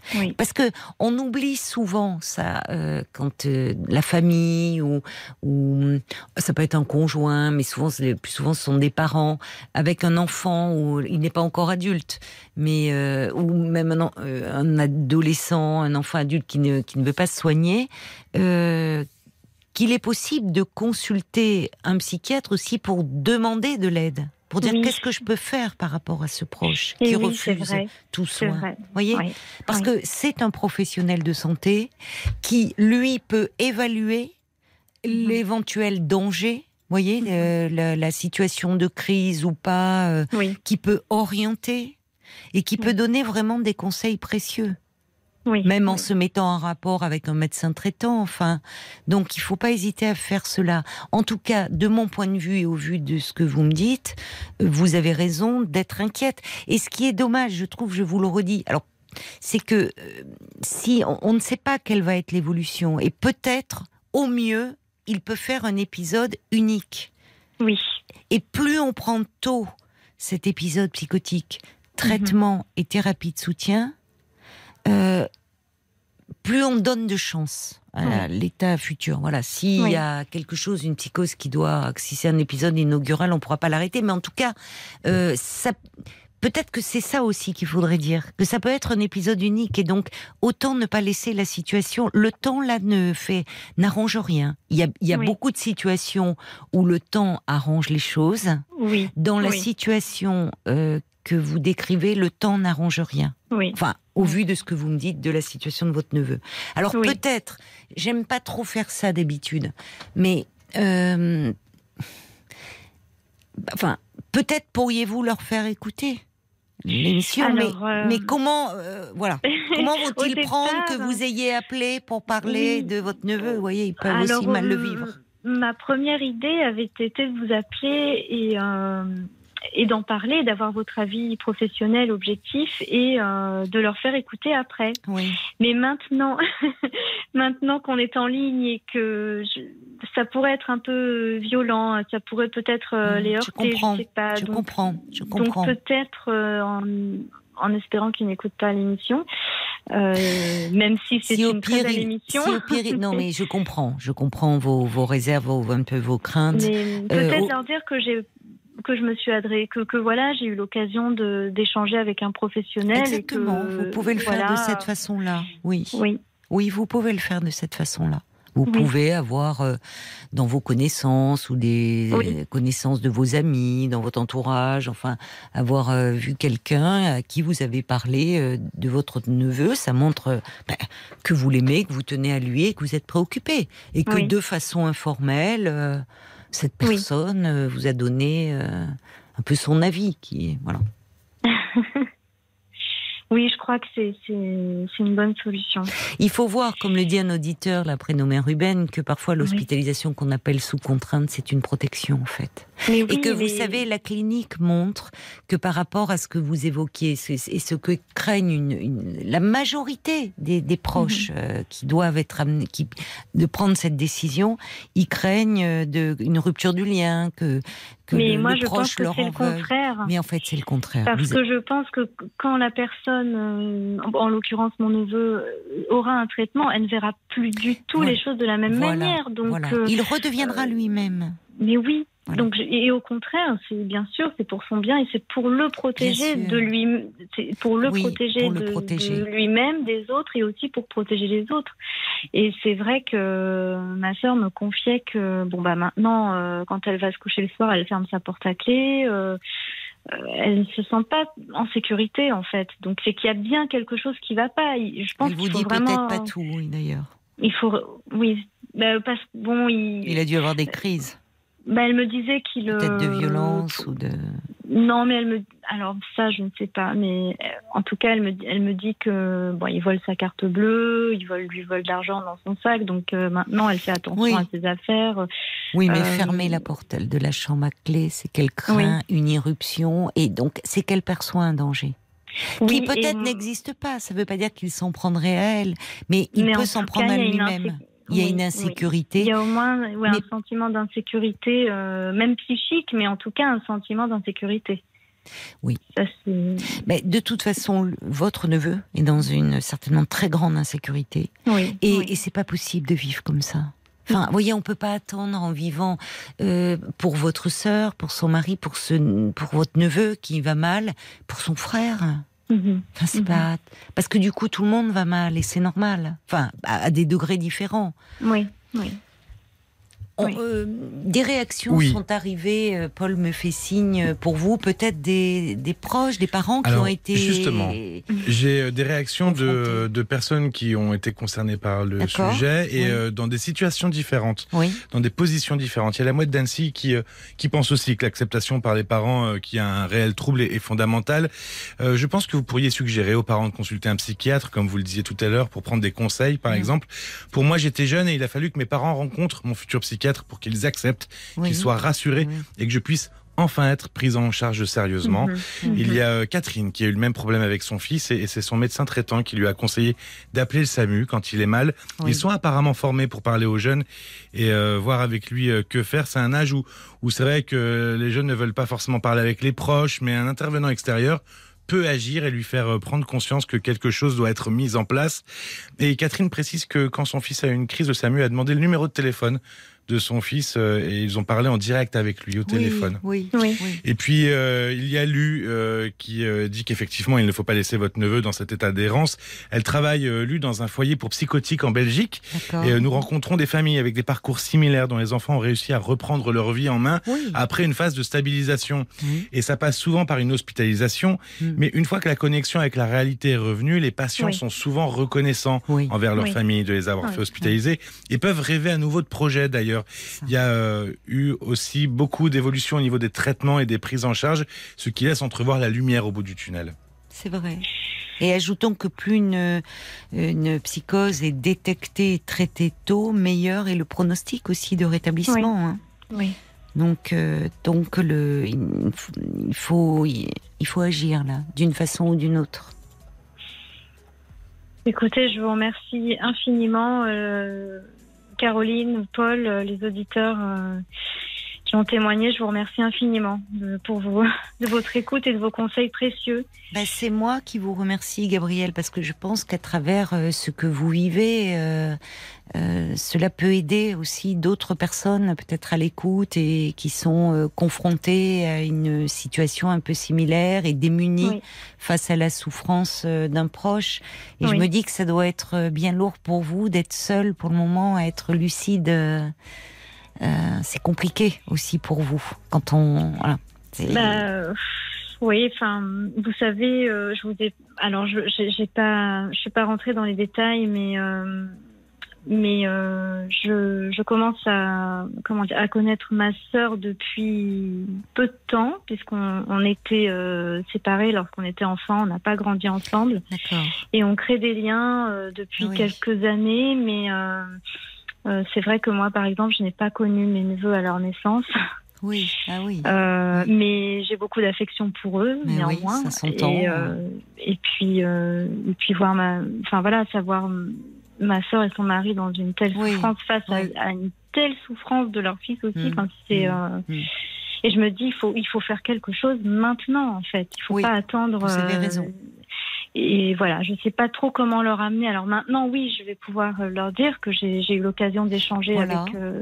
[SPEAKER 4] Oui.
[SPEAKER 3] Parce que on oublie souvent ça quand la famille ou ça peut être un conjoint, mais plus souvent ce sont des parents avec un enfant où il n'est pas encore adulte, mais ou même un adolescent, un enfant adulte qui ne veut pas se soigner. Qu'il est possible de consulter un psychiatre aussi pour demander de l'aide. Pour dire qu'est-ce que je peux faire par rapport à ce proche qui refuse tout soin. Vous voyez ?
[SPEAKER 4] Oui.
[SPEAKER 3] Parce que c'est un professionnel de santé qui, lui, peut évaluer l'éventuel danger, vous voyez, la situation de crise ou pas, qui peut orienter et qui peut donner vraiment des conseils précieux. Même en se mettant en rapport avec un médecin traitant, enfin. Donc, il ne faut pas hésiter à faire cela. En tout cas, de mon point de vue et au vu de ce que vous me dites, vous avez raison d'être inquiète. Et ce qui est dommage, je trouve, je vous le redis, alors, c'est que si on ne sait pas quelle va être l'évolution, et peut-être, au mieux, il peut faire un épisode unique.
[SPEAKER 4] Oui.
[SPEAKER 3] Et plus on prend tôt cet épisode psychotique, traitement et thérapie de soutien, plus on donne de chance à l'état futur. Voilà, s'il y a quelque chose, une psychose si c'est un épisode inaugural, on ne pourra pas l'arrêter. Mais en tout cas, peut-être que c'est ça aussi qu'il faudrait dire, que ça peut être un épisode unique et donc autant ne pas laisser la situation. Le temps là n'arrange rien. Il y a beaucoup de situations où le temps arrange les choses.
[SPEAKER 4] Oui.
[SPEAKER 3] Dans la situation que vous décrivez, le temps n'arrange rien. Enfin, au vu de ce que vous me dites de la situation de votre neveu. Alors peut-être, j'aime pas trop faire ça d'habitude, mais peut-être pourriez-vous leur faire écouter l'émission. Mais comment, comment vont-ils prendre que vous ayez appelé pour parler de votre neveu ? Vous voyez, ils peuvent aussi mal le vivre.
[SPEAKER 4] Ma première idée avait été de vous appeler et d'en parler, d'avoir votre avis professionnel, objectif, et de leur faire écouter après. Mais maintenant, maintenant qu'on est en ligne et que ça pourrait être un peu violent, ça pourrait peut-être les heurter, je sais pas.
[SPEAKER 3] Je comprends.
[SPEAKER 4] Donc peut-être en espérant qu'ils n'écoutent pas l'émission, même si c'est une très belle émission.
[SPEAKER 3] Non, mais je comprends vos réserves, un peu vos craintes.
[SPEAKER 4] Mais peut-être leur dire que je me suis adressée, que voilà, j'ai eu l'occasion d'échanger avec un professionnel.
[SPEAKER 3] Exactement, vous pouvez le faire de cette façon-là. Oui, vous pouvez le faire de cette façon-là. Vous pouvez avoir dans vos connaissances ou des connaissances de vos amis, dans votre entourage, enfin, avoir vu quelqu'un à qui vous avez parlé de votre neveu. Ça montre que vous l'aimez, que vous tenez à lui et que vous êtes préoccupé. Et que de façon informelle, cette personne vous a donné un peu son avis. Voilà.
[SPEAKER 4] Oui, je crois que c'est une bonne solution.
[SPEAKER 3] Il faut voir, comme le dit un auditeur, là, prénommé Ruben, que parfois l'hospitalisation qu'on appelle sous contrainte, c'est une protection en fait. Et que vous savez, la clinique montre que par rapport à ce que vous évoquiez, et ce que craignent la majorité des proches qui doivent être amenés, de prendre cette décision, ils craignent une rupture du lien, que
[SPEAKER 4] mais moi,
[SPEAKER 3] je
[SPEAKER 4] pense que c'est le contraire.
[SPEAKER 3] Mais en fait, c'est le contraire.
[SPEAKER 4] Parce que je pense que quand la personne, en l'occurrence mon neveu, aura un traitement, elle ne verra plus du tout les choses de la même manière. Donc,
[SPEAKER 3] il redeviendra lui-même.
[SPEAKER 4] Mais oui. Voilà. Donc, et au contraire, c'est bien sûr, c'est pour son bien et c'est pour le protéger de lui, pour le protéger de lui-même, des autres et aussi pour protéger les autres. Et c'est vrai que ma sœur me confiait que maintenant, quand elle va se coucher le soir, elle ferme sa porte à clé. Elle ne se sent pas en sécurité en fait. Donc c'est qu'il y a bien quelque chose qui va pas. Je pense
[SPEAKER 3] qu'il faut dit
[SPEAKER 4] vraiment...
[SPEAKER 3] peut-être pas tout, d'ailleurs.
[SPEAKER 4] Il faut, parce que
[SPEAKER 3] il a dû avoir des crises.
[SPEAKER 4] Elle me disait qu'il...
[SPEAKER 3] Peut-être de violence ou de...
[SPEAKER 4] Non, mais alors ça, je ne sais pas. Mais en tout cas, elle me dit que il vole sa carte bleue, il lui vole de l'argent dans son sac. Donc maintenant, elle fait attention à ses affaires.
[SPEAKER 3] Oui, mais fermer la porte de la chambre à clé, c'est qu'elle craint une irruption. Et donc, c'est qu'elle perçoit un danger. Qui peut-être n'existe pas. Ça ne veut pas dire qu'il s'en prendrait à elle. Mais il peut s'en prendre à lui-même. Il y a une insécurité.
[SPEAKER 4] Il y a au moins un sentiment d'insécurité, même psychique, mais en tout cas un sentiment d'insécurité.
[SPEAKER 3] Oui.
[SPEAKER 4] Ça, c'est...
[SPEAKER 3] Mais de toute façon, votre neveu est dans une certainement très grande insécurité.
[SPEAKER 4] Oui.
[SPEAKER 3] Et c'est pas possible de vivre comme ça. Enfin, vous voyez, on peut pas attendre en vivant pour votre sœur, pour son mari, pour votre neveu qui va mal, pour son frère. Enfin, c'est pas... Parce que du coup, tout le monde va mal et c'est normal. Enfin, à des degrés différents.
[SPEAKER 4] Oui.
[SPEAKER 3] Des réactions sont arrivées, Paul me fait signe, pour vous, peut-être des proches, des parents qui ont été...
[SPEAKER 5] Justement, j'ai des réactions de personnes qui ont été concernées par le sujet et dans des situations différentes, dans des positions différentes. Il y a la mouette d'Annecy qui pense aussi que l'acceptation par les parents qui a un réel trouble est fondamentale. Je pense que vous pourriez suggérer aux parents de consulter un psychiatre, comme vous le disiez tout à l'heure, pour prendre des conseils, par exemple. Pour moi, j'étais jeune et il a fallu que mes parents rencontrent mon futur psychiatre pour qu'ils acceptent, qu'ils soient rassurés et que je puisse enfin être prise en charge sérieusement. Il y a Catherine qui a eu le même problème avec son fils et c'est son médecin traitant qui lui a conseillé d'appeler le SAMU quand il est mal. Ils sont apparemment formés pour parler aux jeunes et voir avec lui que faire. C'est un âge où c'est vrai que les jeunes ne veulent pas forcément parler avec les proches, mais un intervenant extérieur peut agir et lui faire prendre conscience que quelque chose doit être mis en place. Et Catherine précise que quand son fils a eu une crise, le SAMU a demandé le numéro de téléphone de son fils et ils ont parlé en direct avec lui au téléphone. Et puis il y a Lu qui dit qu'effectivement il ne faut pas laisser votre neveu dans cet état d'errance. Elle travaille Lu dans un foyer pour psychotiques en Belgique et nous rencontrons des familles avec des parcours similaires dont les enfants ont réussi à reprendre leur vie en main après une phase de stabilisation. Et ça passe souvent par une hospitalisation, mais une fois que la connexion avec la réalité est revenue, les patients sont souvent reconnaissants envers leur famille de les avoir fait hospitaliser et peuvent rêver à nouveau de projets d'ailleurs. Il y a eu aussi beaucoup d'évolutions au niveau des traitements et des prises en charge, ce qui laisse entrevoir la lumière au bout du tunnel.
[SPEAKER 3] C'est vrai. Et ajoutons que plus une psychose est détectée et traitée tôt, meilleur est le pronostic aussi de rétablissement. Donc il faut agir là, d'une façon ou d'une autre.
[SPEAKER 4] Écoutez, je vous remercie infiniment. Caroline, Paul, les auditeurs qui ont témoigné, je vous remercie infiniment de votre écoute et de vos conseils précieux.
[SPEAKER 3] C'est moi qui vous remercie, Gabrielle, parce que je pense qu'à travers ce que vous vivez, cela peut aider aussi d'autres personnes, peut-être à l'écoute, et qui sont confrontées à une situation un peu similaire et démunies face à la souffrance d'un proche. Et je me dis que ça doit être bien lourd pour vous d'être seule pour le moment, à être lucide. C'est compliqué aussi pour vous quand on... Voilà,
[SPEAKER 4] oui, enfin, vous savez, je suis pas rentrée dans les détails, mais je commence à connaître ma sœur depuis peu de temps, puisqu'on était séparés lorsqu'on était enfants, on n'a pas grandi ensemble.
[SPEAKER 3] D'accord.
[SPEAKER 4] Et on crée des liens depuis quelques années, mais c'est vrai que moi, par exemple, je n'ai pas connu mes neveux à leur naissance. Mais j'ai beaucoup d'affection pour eux, néanmoins.
[SPEAKER 3] Ça s'entend.
[SPEAKER 4] Et puis voir savoir ma sœur et son mari dans une telle souffrance face à une telle souffrance de leur fils aussi. Et je me dis, il faut faire quelque chose maintenant, en fait. Il faut pas attendre.
[SPEAKER 3] Vous avez raison.
[SPEAKER 4] Et voilà, je ne sais pas trop comment leur amener. Alors maintenant, je vais pouvoir leur dire que j'ai eu l'occasion d'échanger avec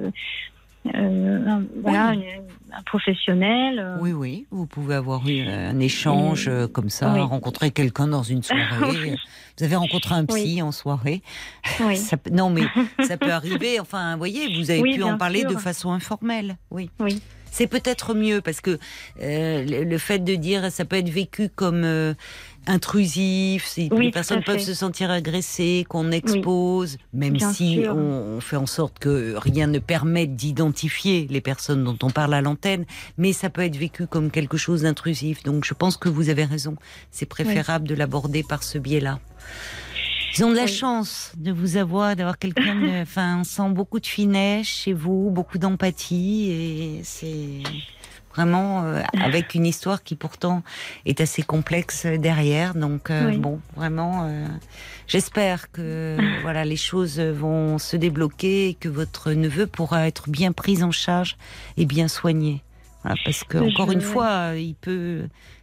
[SPEAKER 4] un professionnel.
[SPEAKER 3] Oui, vous pouvez avoir eu un échange comme ça, rencontrer quelqu'un dans une soirée. Vous avez rencontré un psy en soirée. Ça peut arriver. Enfin, vous voyez, vous avez pu en parler de façon informelle. Oui. C'est peut-être mieux parce que le fait de dire ça peut être vécu comme intrusif, les personnes peuvent se sentir agressées, qu'on expose, même si on fait en sorte que rien ne permette d'identifier les personnes dont on parle à l'antenne, mais ça peut être vécu comme quelque chose d'intrusif. Donc je pense que vous avez raison, c'est préférable de l'aborder par ce biais-là. Ils ont de la chance de vous avoir, d'avoir quelqu'un on sent beaucoup de finesse chez vous, beaucoup d'empathie, et c'est vraiment avec une histoire qui pourtant est assez complexe derrière. Donc vraiment, j'espère que les choses vont se débloquer et que votre neveu pourra être bien pris en charge et bien soigné. Voilà, parce que encore une fois, il peut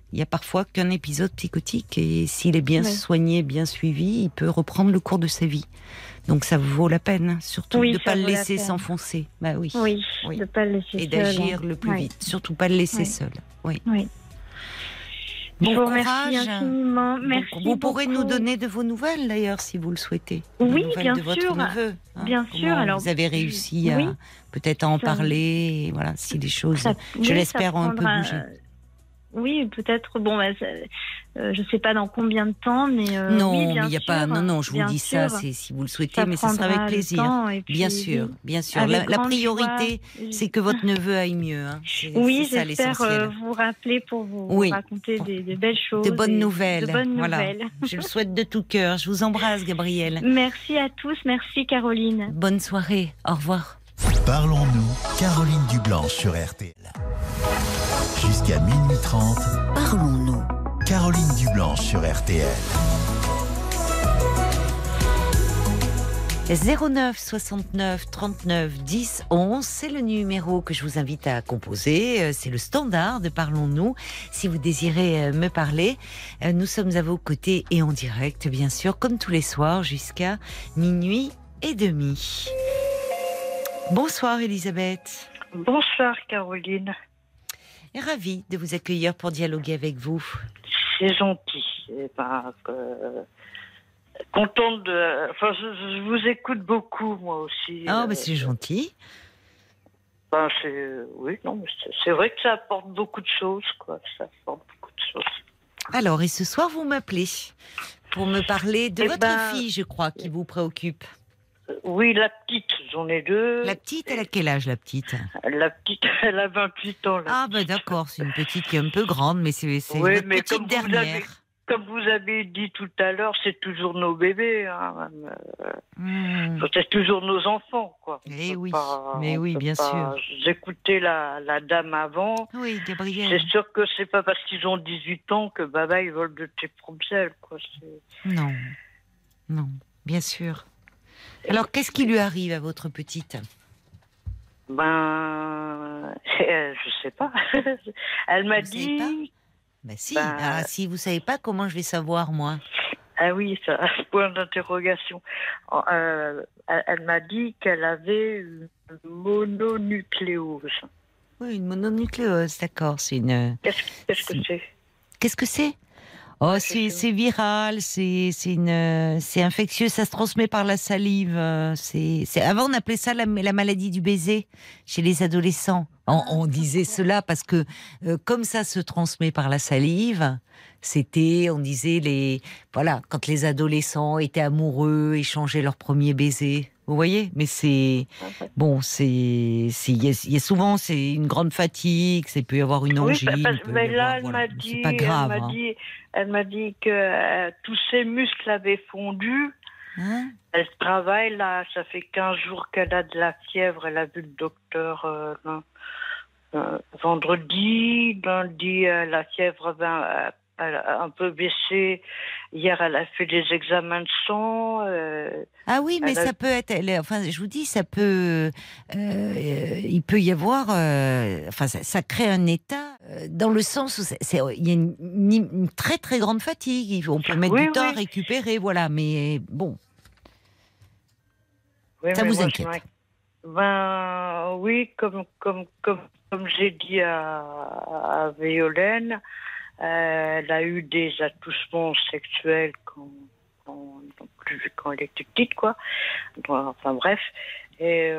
[SPEAKER 3] Il y a parfois qu'un épisode psychotique et s'il est bien soigné, bien suivi, il peut reprendre le cours de sa vie. Donc ça vaut la peine, surtout de ne pas le laisser s'enfoncer. Bah oui.
[SPEAKER 4] Oui, de ne pas le laisser seul.
[SPEAKER 3] Et d'agir le plus vite, surtout pas le laisser seul. Oui. Bon
[SPEAKER 4] je vous
[SPEAKER 3] courage.
[SPEAKER 4] Remercie infiniment. Merci
[SPEAKER 3] vous pourrez nous donner de vos nouvelles d'ailleurs si vous le souhaitez.
[SPEAKER 4] Oui,
[SPEAKER 3] bien
[SPEAKER 4] sûr.
[SPEAKER 3] De votre neveu,
[SPEAKER 4] bien sûr. Alors,
[SPEAKER 3] vous avez réussi à peut-être à en parler. Et voilà, si les choses, je l'espère, ont un peu bougé.
[SPEAKER 4] Oui, peut-être. Bon, je sais pas dans combien de temps, mais
[SPEAKER 3] non,
[SPEAKER 4] oui,
[SPEAKER 3] mais il y a pas. Non, je vous dis ça, c'est si vous le souhaitez, mais ça sera avec plaisir.
[SPEAKER 4] Puis,
[SPEAKER 3] bien sûr. La priorité, c'est que votre neveu aille mieux. Hein.
[SPEAKER 4] J'espère vous rappeler pour vous raconter des belles choses,
[SPEAKER 3] de bonnes nouvelles.
[SPEAKER 4] Voilà.
[SPEAKER 3] Je le souhaite de tout cœur. Je vous embrasse, Gabrielle.
[SPEAKER 4] Merci à tous, merci Caroline.
[SPEAKER 3] Bonne soirée. Au revoir.
[SPEAKER 1] Parlons-nous, Caroline Dublanche sur RTL. Jusqu'à minuit 30.
[SPEAKER 2] Parlons-nous.
[SPEAKER 1] Caroline Dublanche sur RTL.
[SPEAKER 3] 09 69 39 10 11, c'est le numéro que je vous invite à composer. C'est le standard de Parlons-nous. Si vous désirez me parler, nous sommes à vos côtés et en direct, bien sûr, comme tous les soirs, jusqu'à minuit et demi. Bonsoir Elisabeth.
[SPEAKER 6] Bonsoir Caroline.
[SPEAKER 3] Ravie de vous accueillir pour dialoguer avec vous.
[SPEAKER 6] C'est gentil. Contente de... Enfin, je vous écoute beaucoup, moi aussi.
[SPEAKER 3] C'est gentil.
[SPEAKER 6] C'est vrai que ça apporte beaucoup de choses, quoi. Ça apporte beaucoup de choses.
[SPEAKER 3] Alors, et ce soir, vous m'appelez pour me parler de votre fille, je crois, qui vous préoccupe.
[SPEAKER 6] Oui, la petite, j'en ai deux.
[SPEAKER 3] La petite, elle a quel âge, la petite ?
[SPEAKER 6] La petite, elle a 28 ans.
[SPEAKER 3] D'accord, c'est une petite qui est un peu grande, mais c'est votre petite dernière.
[SPEAKER 6] Comme vous avez dit tout à l'heure, c'est toujours nos bébés. Hein. C'est toujours nos enfants, quoi.
[SPEAKER 3] Bien sûr.
[SPEAKER 6] J'écoutais la dame avant.
[SPEAKER 3] Oui, Gabrielle.
[SPEAKER 6] C'est sûr que c'est pas parce qu'ils ont 18 ans que baba, ils volent de tes propres ailes, quoi.
[SPEAKER 3] Non, bien sûr. Alors, qu'est-ce qui lui arrive à votre petite ?
[SPEAKER 6] Je sais pas. Elle m'a dit...
[SPEAKER 3] si vous savez pas, comment je vais savoir, moi ?
[SPEAKER 6] Ah oui, ça, point d'interrogation. Elle m'a dit qu'elle avait une mononucléose.
[SPEAKER 3] Oui, une mononucléose, d'accord. C'est une...
[SPEAKER 6] Qu'est-ce que c'est ?
[SPEAKER 3] Qu'est-ce que c'est ? C'est viral, c'est infectieux, ça se transmet par la salive. Avant, on appelait ça la maladie du baiser chez les adolescents. On disait cela parce que comme ça se transmet par la salive, on disait quand les adolescents étaient amoureux, échangeaient leur premier baiser. Vous voyez, mais il y a souvent c'est une grande fatigue, il peut y avoir une angine.
[SPEAKER 6] Mais là, c'est pas grave. Elle m'a dit que tous ses muscles avaient fondu.
[SPEAKER 3] Hein?
[SPEAKER 6] Elle travaille là, ça fait 15 jours qu'elle a de la fièvre. Elle a vu le docteur vendredi. Lundi, la fièvre elle a un peu baissé. Hier, elle a fait des examens de sang.
[SPEAKER 3] Mais ça peut être... je vous dis, ça peut... il peut y avoir... ça crée un état dans le sens où il y a une très très grande fatigue. On peut mettre du temps à récupérer, voilà. Mais bon... ça vous inquiète ?
[SPEAKER 6] Oui, comme j'ai dit à Violaine... elle a eu des attouchements sexuels quand elle était petite, quoi. Enfin bref. Et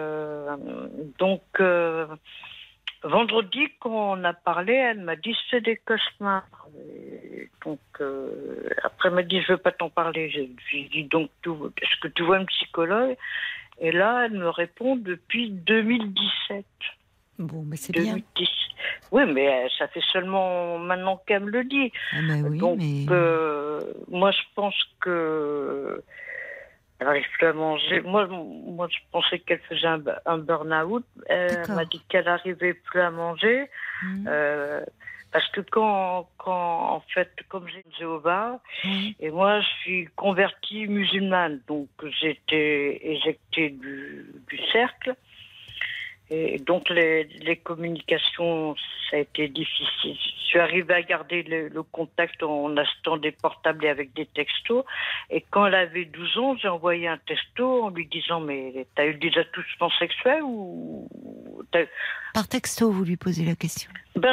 [SPEAKER 6] vendredi, quand on a parlé, elle m'a dit c'est des cauchemars. Et donc après, elle m'a dit je veux pas t'en parler. J'ai dit donc est-ce que tu vois un psychologue ? Et là, elle me répond depuis 2017.
[SPEAKER 3] Bon, mais c'est bien.
[SPEAKER 6] Oui, mais ça fait seulement maintenant qu'elle me le dit. Donc, moi, je pense que elle n'arrive plus à manger. Moi, je pensais qu'elle faisait un burn-out. Elle m'a dit qu'elle n'arrivait plus à manger. Parce que en fait, comme j'ai une Jéhovah, et moi, je suis convertie musulmane. Donc, j'ai été éjectée du cercle. Et donc, les communications, ça a été difficile. Je suis arrivée à garder le contact en achetant des portables et avec des textos. Et quand elle avait 12 ans, j'ai envoyé un texto en lui disant « Mais t'as eu des attouchements sexuels ou... »
[SPEAKER 3] Par texto, vous lui posez la question?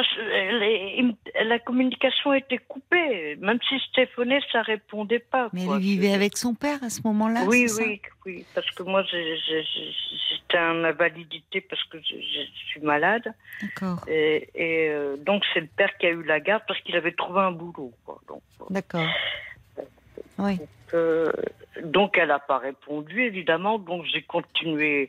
[SPEAKER 6] La communication était coupée. Même si je téléphonais, ça répondait pas.
[SPEAKER 3] Mais elle vivait avec son père à ce moment-là?
[SPEAKER 6] Oui, parce que moi, j'étais en invalidité parce que je suis malade.
[SPEAKER 3] D'accord.
[SPEAKER 6] Et donc, c'est le père qui a eu la garde parce qu'il avait trouvé un boulot.
[SPEAKER 3] D'accord. Oui.
[SPEAKER 6] Donc, elle n'a pas répondu, évidemment. Donc, j'ai continué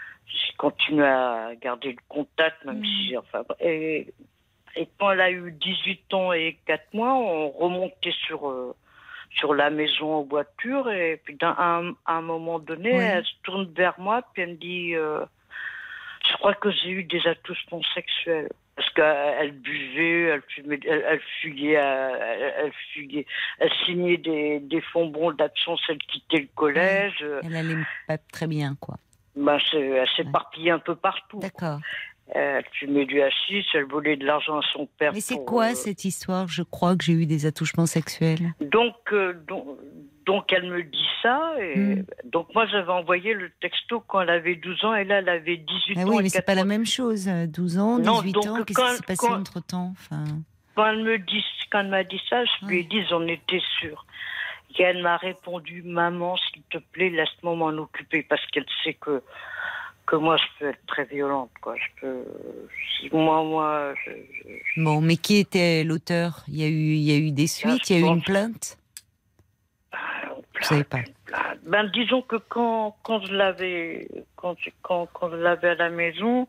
[SPEAKER 6] à garder le contact, même si... Et quand elle a eu 18 ans et 4 mois, on remontait sur la maison en voiture. Et puis, à un moment donné, elle se tourne vers moi, puis elle me dit je crois que j'ai eu des attouchements sexuels. Parce qu'elle buvait, elle fumait, elle fuyait, elle signait des fonds d'absence, elle quittait le collège.
[SPEAKER 3] Elle allait pas très bien, quoi.
[SPEAKER 6] Elle s'éparpillait un peu partout.
[SPEAKER 3] D'accord.
[SPEAKER 6] Elle fumait du hashish, elle volait de l'argent à son père.
[SPEAKER 3] Mais c'est quoi cette histoire? Je crois que j'ai eu des attouchements sexuels.
[SPEAKER 6] Donc elle me dit ça. Et donc moi, j'avais envoyé le texto quand elle avait 12 ans et là, elle avait 18 ans.
[SPEAKER 3] Oui, mais c'est pas la même chose. 12 ans, 18 ans, qu'est-ce qui s'est passé entre-temps?
[SPEAKER 6] Quand elle m'a dit ça, je lui ai dit, j'en étais sûre. Et elle m'a répondu, maman, s'il te plaît, laisse-moi m'en occuper, parce qu'elle sait que moi, je peux être très violente, quoi.
[SPEAKER 3] Bon, mais qui était l'auteur? Il y a eu des suites, il y a eu une plainte? Vous savez pas?
[SPEAKER 6] Disons que quand je l'avais à la maison,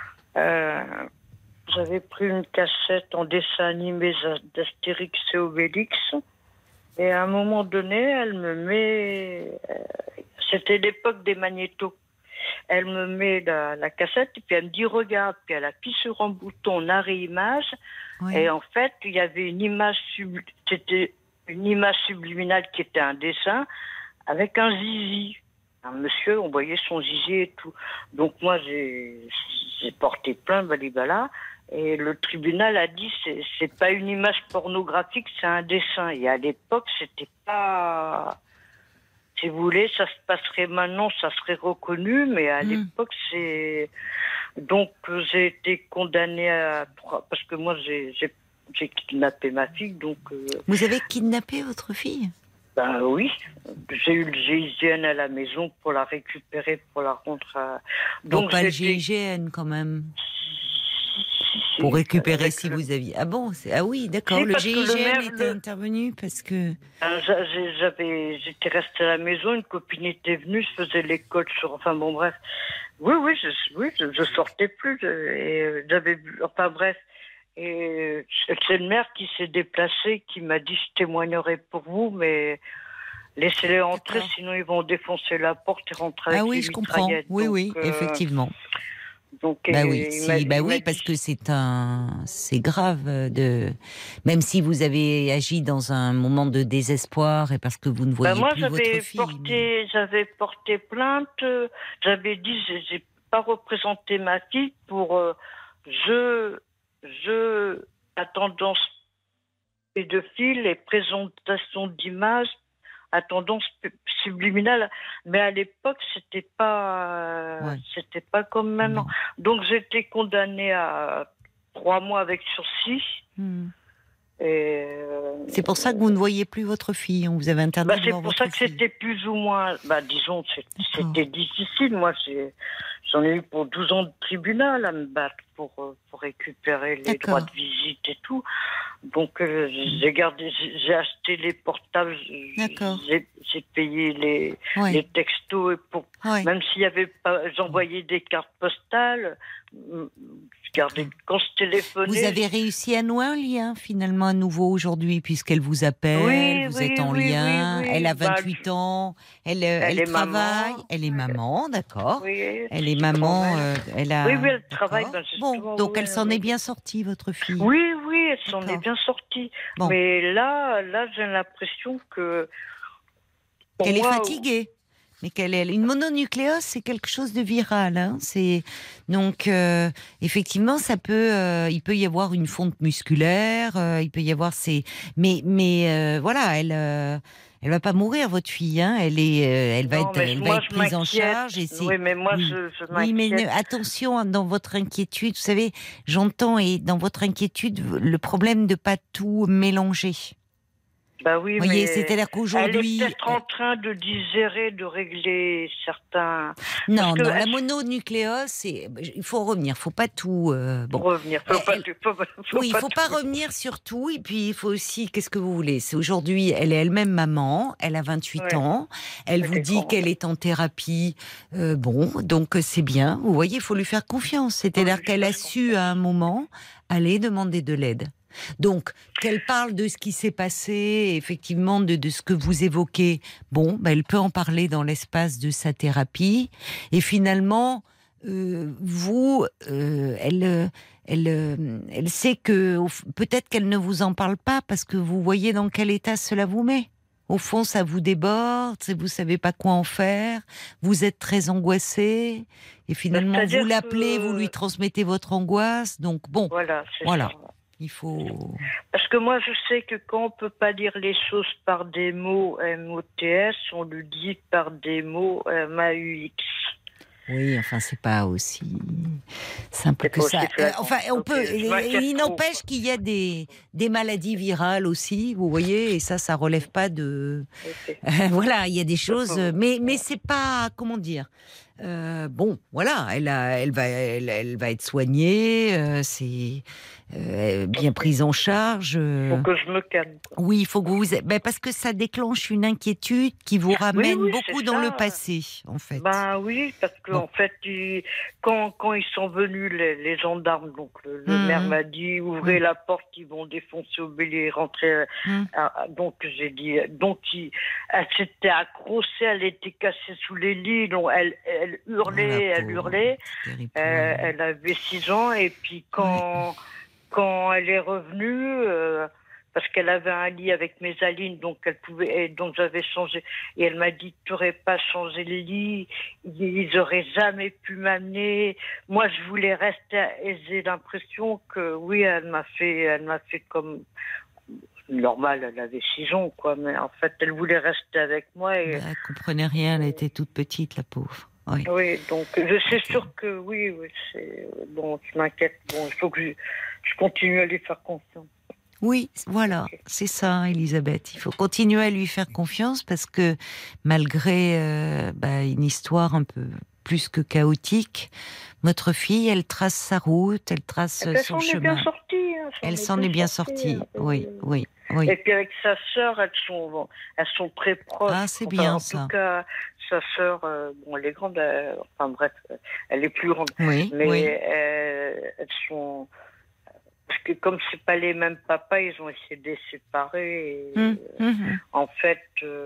[SPEAKER 6] j'avais pris une cassette en dessin animé d'Astérix et Obélix. Et à un moment donné, elle me met... C'était l'époque des magnétos. Elle me met la cassette et puis elle me dit regarde. Puis elle appuie sur un bouton, on image. Oui. Et en fait, il y avait une image subliminale qui était un dessin avec un zizi. Un monsieur, on voyait son zizi et tout. Donc moi, j'ai porté plainte, balibala. Et le tribunal a dit c'est pas une image pornographique, c'est un dessin. Et à l'époque, c'était pas... Si vous voulez, ça se passerait maintenant, ça serait reconnu, mais à l'époque, c'est... Donc, j'ai été condamnée à 3... Parce que moi, j'ai kidnappé ma fille, donc...
[SPEAKER 3] Vous avez kidnappé votre fille?
[SPEAKER 6] Oui. J'ai eu le GIGN à la maison pour la récupérer, pour la rendre à...
[SPEAKER 3] Donc, pas le GIGN, quand même. Pour récupérer si vous aviez... Ah bon, ah oui, d'accord. Le GIGN était intervenu parce que...
[SPEAKER 6] J'étais restée à la maison, une copine était venue, je faisais l'école sur... Enfin bon, bref. Oui, je sortais plus. Et j'avais... Enfin bref. Et c'est le maire qui s'est déplacé, qui m'a dit je témoignerai pour vous, mais laissez-les entrer, sinon ils vont défoncer la porte et rentrer avec les mitraillettes.
[SPEAKER 3] Ah oui, je comprends. Oui, effectivement.
[SPEAKER 6] Donc,
[SPEAKER 3] oui, parce que c'est grave même si vous avez agi dans un moment de désespoir et parce que vous ne voyez plus votre fille.
[SPEAKER 6] J'avais porté plainte, j'avais dit j'ai pas représenté ma fille pour à tendance pédophile et présentation d'images à tendance subliminale, mais à l'époque c'était pas comme maintenant. Donc j'étais condamnée à 3 mois avec sursis. Et
[SPEAKER 3] c'est pour ça que vous ne voyez plus votre fille, on vous avait interdit de voir votre fille.
[SPEAKER 6] C'est pour ça que c'était plus ou moins, disons, c'était difficile. Moi, j'en ai eu pour 12 ans de tribunal à me battre pour récupérer les droits de visite et tout. Donc, j'ai acheté les portables, j'ai payé les textos, et même s'il y avait pas, j'envoyais des cartes postales, quand je téléphonais.
[SPEAKER 3] Vous avez réussi à nouer un lien, finalement, à nouveau aujourd'hui, puisqu'elle vous appelle, vous êtes en lien, elle a 28 ans, elle travaille, elle est maman, d'accord. Elle est maman, elle a...
[SPEAKER 6] Oui, elle travaille.
[SPEAKER 3] Donc elle s'en est bien sortie, votre fille.
[SPEAKER 6] Oui, elle s'en est bien sortie. Bon. Mais là, j'ai l'impression que...
[SPEAKER 3] Qu'elle est fatiguée. Mais une mononucléose, c'est quelque chose de viral. Hein. Donc, effectivement, il peut y avoir une fonte musculaire, il peut y avoir mais voilà, elle va pas mourir, votre fille. Hein. Elle va être prise en charge.
[SPEAKER 6] Oui, mais moi, je m'inquiète.
[SPEAKER 3] Oui, mais attention, dans votre inquiétude, vous savez, j'entends, et dans votre inquiétude, le problème de pas tout mélanger.
[SPEAKER 6] Bah oui,
[SPEAKER 3] voyez,
[SPEAKER 6] mais
[SPEAKER 3] c'est-à-dire qu'aujourd'hui,
[SPEAKER 6] elle est peut-être en train de digérer, de régler certains.
[SPEAKER 3] Non, la mononucléose, il faut revenir, faut pas tout.
[SPEAKER 6] Revenir,
[SPEAKER 3] il faut pas revenir sur tout, et puis il faut aussi, qu'est-ce que vous voulez ? C'est aujourd'hui, elle est elle-même maman, elle a 28 ans, elle vous dit qu'elle est en thérapie, donc c'est bien. Vous voyez, il faut lui faire confiance. C'est-à-dire qu'elle a su à un moment aller demander de l'aide. Donc, qu'elle parle de ce qui s'est passé, effectivement, de ce que vous évoquez, elle peut en parler dans l'espace de sa thérapie. Et finalement, elle sait que peut-être qu'elle ne vous en parle pas parce que vous voyez dans quel état cela vous met. Au fond, ça vous déborde, vous savez pas quoi en faire, vous êtes très angoissé, et finalement, vous l'appelez, vous lui transmettez votre angoisse. Donc,
[SPEAKER 6] voilà.
[SPEAKER 3] Ça. Il faut...
[SPEAKER 6] Parce que moi, je sais que quand on peut pas dire les choses par des mots MOTS, on le dit par des mots MAUX.
[SPEAKER 3] Oui, enfin, c'est pas aussi simple que ça. On peut. Il n'empêche qu'il y a des maladies virales aussi, vous voyez, et ça relève pas de. Voilà, il y a des choses, mais c'est pas, comment dire. Voilà, elle va être soignée, c'est bien prise en charge.
[SPEAKER 6] Faut que je me calme.
[SPEAKER 3] Oui, il faut que vous, parce que ça déclenche une inquiétude qui vous ramène beaucoup dans le passé, en fait.
[SPEAKER 6] Oui, parce que en fait, quand ils sont venus les gendarmes, donc le maire m'a dit ouvrez la porte, ils vont défoncer au bélier, rentrer. Donc j'ai dit, elle s'était accrochée, elle était cassée sous les lits, donc elle hurlait. Elle avait 6 ans, et puis quand elle est revenue, parce qu'elle avait un lit avec mésaline, donc donc j'avais changé, et elle m'a dit tu n'aurais pas changé le lit, ils n'auraient jamais pu m'amener. Moi, je voulais rester, et j'ai l'impression que oui, elle m'a fait comme normal, elle avait 6 ans, quoi, mais en fait, elle voulait rester avec moi. Et...
[SPEAKER 3] elle comprenait rien, elle était toute petite, la pauvre.
[SPEAKER 6] Oui, donc je suis sûre que oui, c'est bon. Je m'inquiète. Il faut que je continue à lui faire confiance.
[SPEAKER 3] Oui, voilà, c'est ça, Elisabeth. Il faut continuer à lui faire confiance parce que malgré une histoire un peu plus que chaotique, votre fille, elle trace sa route, elle trace son chemin. Elle s'en est bien sortie. Oui.
[SPEAKER 6] Et puis avec sa sœur, elles sont très proches.
[SPEAKER 3] Ah, c'est bien ça.
[SPEAKER 6] En tout cas, sa sœur, elle est grande, elle est plus grande.
[SPEAKER 3] Oui,
[SPEAKER 6] mais elles sont... Parce que comme c'est pas les mêmes papas, ils ont essayé de les séparer. Et, en fait...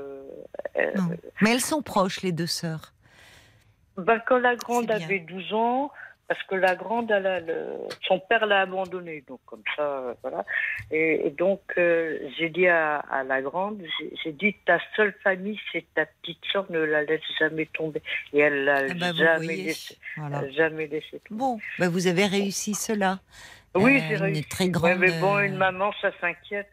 [SPEAKER 3] mais elles sont proches, les deux sœurs.
[SPEAKER 6] Quand la grande avait 12 ans... Parce que la grande, son père l'a abandonnée, donc comme ça, voilà. Et donc, j'ai dit à la grande, j'ai dit, ta seule famille, c'est ta petite sœur, ne la laisse jamais tomber. Et elle l'a jamais laissé. Voilà. Jamais laissé tomber.
[SPEAKER 3] Bon, vous avez réussi cela.
[SPEAKER 6] Oui, j'ai réussi.
[SPEAKER 3] Une très grande...
[SPEAKER 6] mais une maman, ça s'inquiète.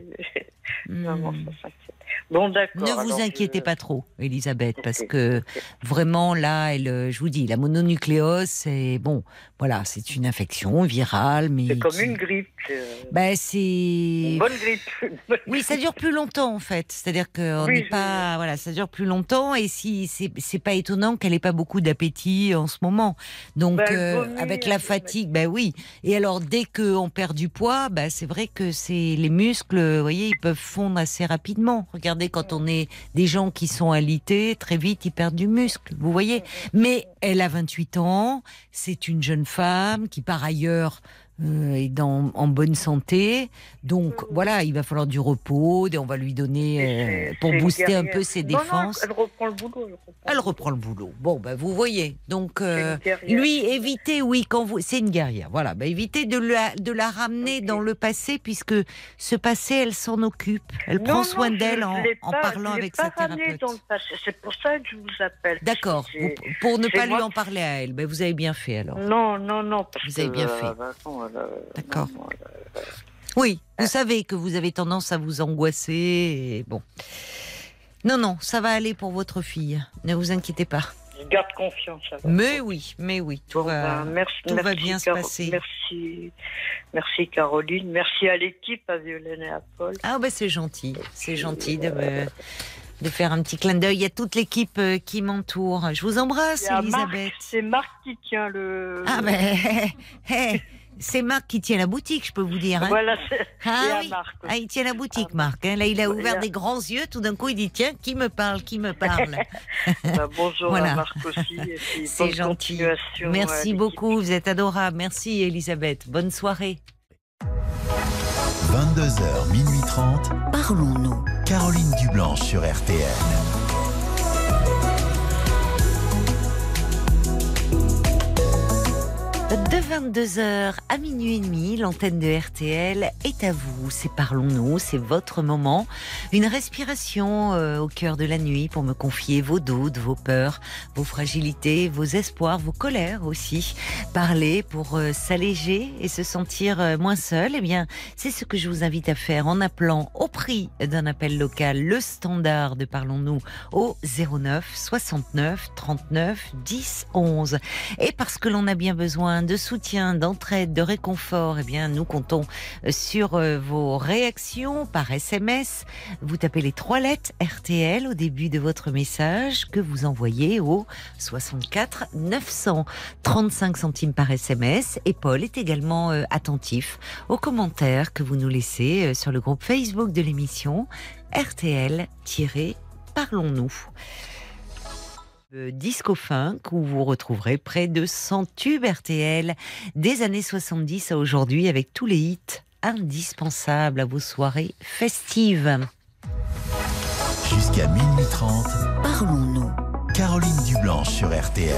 [SPEAKER 6] Maman, ça s'inquiète. Bon, d'accord.
[SPEAKER 3] Ne vous inquiétez pas trop, Elisabeth, parce que vraiment, là, je vous dis, la mononucléose, c'est c'est une infection virale, mais...
[SPEAKER 6] C'est comme une grippe.
[SPEAKER 3] C'est...
[SPEAKER 6] Une bonne grippe.
[SPEAKER 3] Oui, ça dure plus longtemps, en fait. C'est-à-dire que ça dure plus longtemps, et c'est pas étonnant qu'elle ait pas beaucoup d'appétit en ce moment. Donc, avec la fatigue, oui. Et alors, dès qu'on perd du poids, c'est vrai que les muscles, vous voyez, ils peuvent fondre assez rapidement. Regardez, quand on est des gens qui sont alités, très vite, ils perdent du muscle, vous voyez. Mais elle a 28 ans, c'est une jeune femme qui, par ailleurs, est en bonne santé. Donc voilà, il va falloir du repos, et on va lui donner pour booster un peu ses défenses.
[SPEAKER 6] Non, elle reprend le boulot.
[SPEAKER 3] Elle reprend le boulot. Bon, vous voyez. Donc lui, évitez, c'est une guerrière. Voilà, évitez de la ramener dans le passé, puisque ce passé, elle s'en occupe. Elle prend soin d'elle en parlant avec sa thérapeute.
[SPEAKER 6] Dans le passé. C'est pour ça que je vous appelle.
[SPEAKER 3] D'accord. Pour ne pas lui en parler à elle. Vous avez bien fait alors.
[SPEAKER 6] Non.
[SPEAKER 3] Vous avez bien fait. D'accord. Oui, vous savez que vous avez tendance à vous angoisser. Et bon. Non, ça va aller pour votre fille. Ne vous inquiétez pas.
[SPEAKER 6] Je garde confiance.
[SPEAKER 3] Mais oui, tout va bien se passer.
[SPEAKER 6] Merci Caroline. Merci à l'équipe, à Violaine et à Paul.
[SPEAKER 3] Ah c'est gentil. C'est gentil de faire un petit clin d'œil à toute l'équipe qui m'entoure. Je vous embrasse, Elisabeth.
[SPEAKER 6] C'est Marc qui tient le...
[SPEAKER 3] c'est Marc qui tient la boutique, je peux vous dire. Hein.
[SPEAKER 6] Voilà,
[SPEAKER 3] Marc. Il tient la boutique, Marc. Hein. Là, il a ouvert des grands yeux. Tout d'un coup, il dit, tiens, qui me parle
[SPEAKER 6] Bonjour à Marc aussi.
[SPEAKER 3] C'est gentil. Merci beaucoup, vous êtes adorable. Merci, Elisabeth. Bonne soirée.
[SPEAKER 1] 22h, minuit 30.
[SPEAKER 2] Parlons-nous.
[SPEAKER 1] Caroline Dublanche sur RTL.
[SPEAKER 3] De 22h à minuit et demi, l'antenne de RTL est à vous. C'est Parlons-nous, c'est votre moment. Une respiration au cœur de la nuit pour me confier vos doutes, vos peurs, vos fragilités, vos espoirs, vos colères aussi. Parler pour s'alléger et se sentir moins seul. Eh bien, c'est ce que je vous invite à faire en appelant au prix d'un appel local le standard de Parlons-nous au 09 69 39 10 11. Et parce que l'on a bien besoin de soutien, d'entraide, de réconfort, eh bien, nous comptons sur vos réactions par SMS. Vous tapez les 3 lettres RTL au début de votre message que vous envoyez au 64 900, 35 centimes par SMS. Et Paul est également attentif aux commentaires que vous nous laissez sur le groupe Facebook de l'émission RTL-Parlons-nous. Disco Funk, où vous retrouverez près de 100 tubes RTL des années 70 à aujourd'hui, avec tous les hits indispensables à vos soirées festives.
[SPEAKER 1] Jusqu'à minuit 30.
[SPEAKER 2] Parlons-nous.
[SPEAKER 1] Caroline Dublanche sur RTL.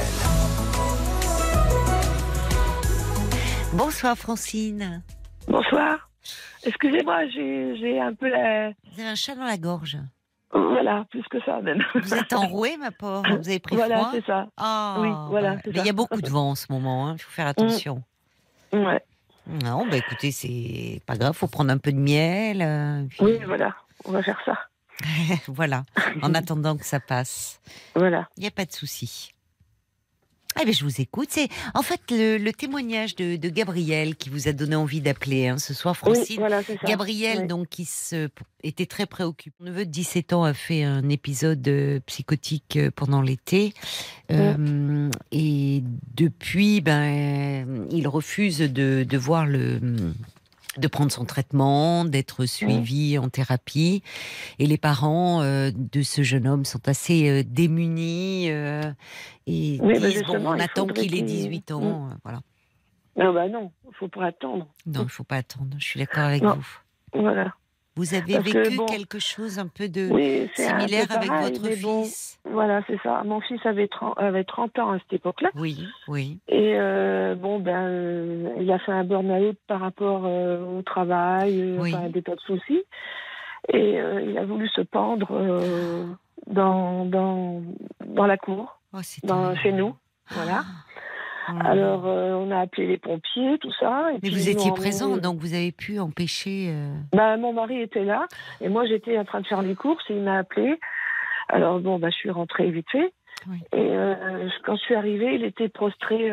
[SPEAKER 3] Bonsoir Francine.
[SPEAKER 7] Bonsoir. Excusez-moi, j'ai un peu la...
[SPEAKER 3] Vous avez un chat dans la gorge.
[SPEAKER 7] Voilà, plus que ça même.
[SPEAKER 3] Vous êtes enrouée, ma pauvre. Vous avez pris froid.
[SPEAKER 7] Voilà, c'est ça.
[SPEAKER 3] Oui, voilà. Il y a beaucoup de vent en ce moment. Il faut faire attention.
[SPEAKER 7] Ouais.
[SPEAKER 3] Non, écoutez, c'est pas grave. Faut prendre un peu de miel.
[SPEAKER 7] Oui, voilà. On va faire ça.
[SPEAKER 3] Voilà. En attendant que ça passe.
[SPEAKER 7] Voilà.
[SPEAKER 3] Il n'y a pas de souci. Je vous écoute. C'est en fait le témoignage de Gabriel qui vous a donné envie d'appeler ce soir, Francine.
[SPEAKER 7] Oui, voilà, c'est ça.
[SPEAKER 3] Gabriel, donc, qui était très préoccupé. Mon neveu de 17 ans a fait un épisode psychotique pendant l'été. Et depuis, il refuse de voir de prendre son traitement, d'être suivi en thérapie. Et les parents de ce jeune homme sont assez démunis et disent, on attend qu'il ait 18 ans. Voilà.
[SPEAKER 7] Non, non, il ne faut pas attendre.
[SPEAKER 3] Non, il ne faut pas attendre, je suis d'accord avec vous.
[SPEAKER 7] Voilà.
[SPEAKER 3] Vous avez vécu quelque chose un peu similaire avec votre fils.
[SPEAKER 7] Voilà, c'est ça. Mon fils avait 30 ans à cette époque-là.
[SPEAKER 3] Oui.
[SPEAKER 7] Et il a fait un burn-out par rapport au travail, des tas de soucis. Et il a voulu se pendre dans la cour, chez nous. Voilà. Alors, on a appelé les pompiers, tout ça. Et
[SPEAKER 3] mais vous étiez présent, donc vous avez pu empêcher...
[SPEAKER 7] mon mari était là, et moi j'étais en train de faire les courses, et il m'a appelé. Alors, je suis rentrée vite fait. Oui. Et quand je suis arrivée, il était prostré,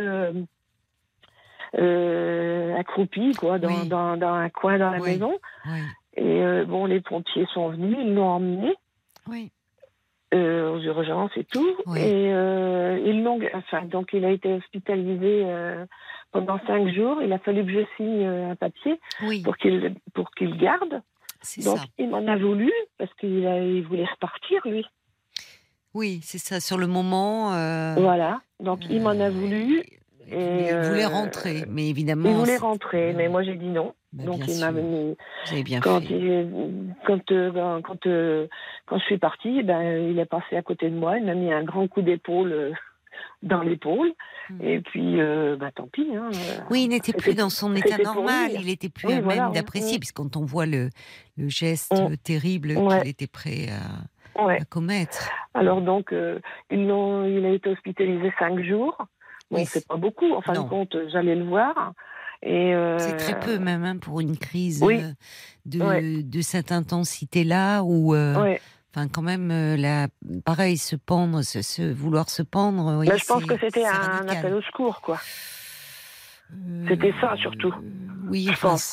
[SPEAKER 7] accroupi, dans un coin dans la maison. Oui. Et les pompiers sont venus, ils l'ont emmené. Oui. Aux urgences et tout. Oui. Et donc il a été hospitalisé pendant 5 jours. Il a fallu que je signe un papier pour qu'il garde. Donc il m'en a voulu parce qu'il voulait repartir lui.
[SPEAKER 3] Oui, c'est ça. Sur le moment.
[SPEAKER 7] Voilà. Donc il m'en a voulu. Et
[SPEAKER 3] il voulait rentrer, mais évidemment.
[SPEAKER 7] Il voulait rentrer, mais moi j'ai dit non. Donc il m'a mis.
[SPEAKER 3] Vous avez bien
[SPEAKER 7] quand
[SPEAKER 3] fait.
[SPEAKER 7] Quand je suis partie, il est passé à côté de moi, il m'a mis un grand coup d'épaule dans l'épaule. Et puis, tant pis. Hein,
[SPEAKER 3] oui, il n'était plus dans son état normal. Il n'était plus à même d'apprécier, puisque quand on voit le geste terrible qu'il était prêt à commettre.
[SPEAKER 7] Alors donc, il a été hospitalisé 5 jours. Bon, c'est pas beaucoup. En fin de compte, j'allais le voir.
[SPEAKER 3] C'est très peu même hein, pour une crise de cette intensité-là où... Enfin, quand même, pareil, se pendre, vouloir se pendre. Oui,
[SPEAKER 7] je pense que c'était un appel au secours, quoi. C'était ça, surtout.
[SPEAKER 3] Oui,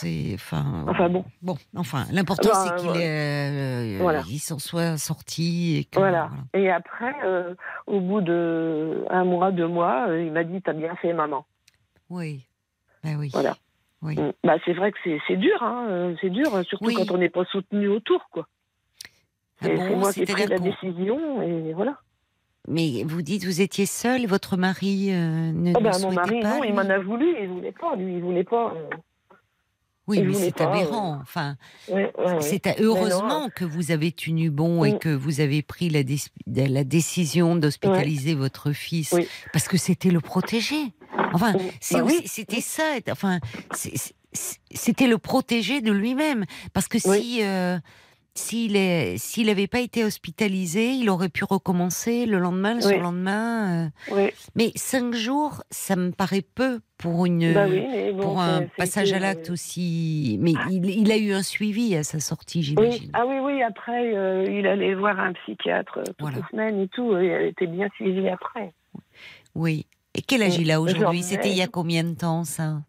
[SPEAKER 3] enfin, l'important, c'est qu'il s'en soit sorti. Et
[SPEAKER 7] voilà. Et après, au bout de 1 mois, 2 mois, il m'a dit, t'as bien fait, maman.
[SPEAKER 3] Oui. Ben oui.
[SPEAKER 7] Voilà.
[SPEAKER 3] Oui.
[SPEAKER 7] C'est vrai que c'est dur, hein. C'est dur, surtout quand on n'est pas soutenu autour, quoi. C'est moi qui ai pris la décision, et voilà.
[SPEAKER 3] Mais vous dites, vous étiez seule, votre mari ne souhaitait
[SPEAKER 7] mon mari,
[SPEAKER 3] pas,
[SPEAKER 7] non, il m'en a voulu, il voulait pas, lui, il voulait pas.
[SPEAKER 3] Oui, mais c'est aberrant. Enfin, c'est heureusement que vous avez tenu bon et que vous avez pris la décision d'hospitaliser votre fils, parce que c'était le protéger. Enfin, c'était ça. Enfin, c'était le protéger de lui-même, parce que s'il n'avait pas été hospitalisé, il aurait pu recommencer le lendemain, le surlendemain. Mais 5 jours, ça me paraît peu pour pour un passage à l'acte aussi. Mais il a eu un suivi à sa sortie, j'imagine.
[SPEAKER 7] Oui. Après, il allait voir un psychiatre toutes les semaines et tout. Et elle était bien suivie après.
[SPEAKER 3] Oui. Et quel âge il a aujourd'hui? C'était il y a combien de temps, ça?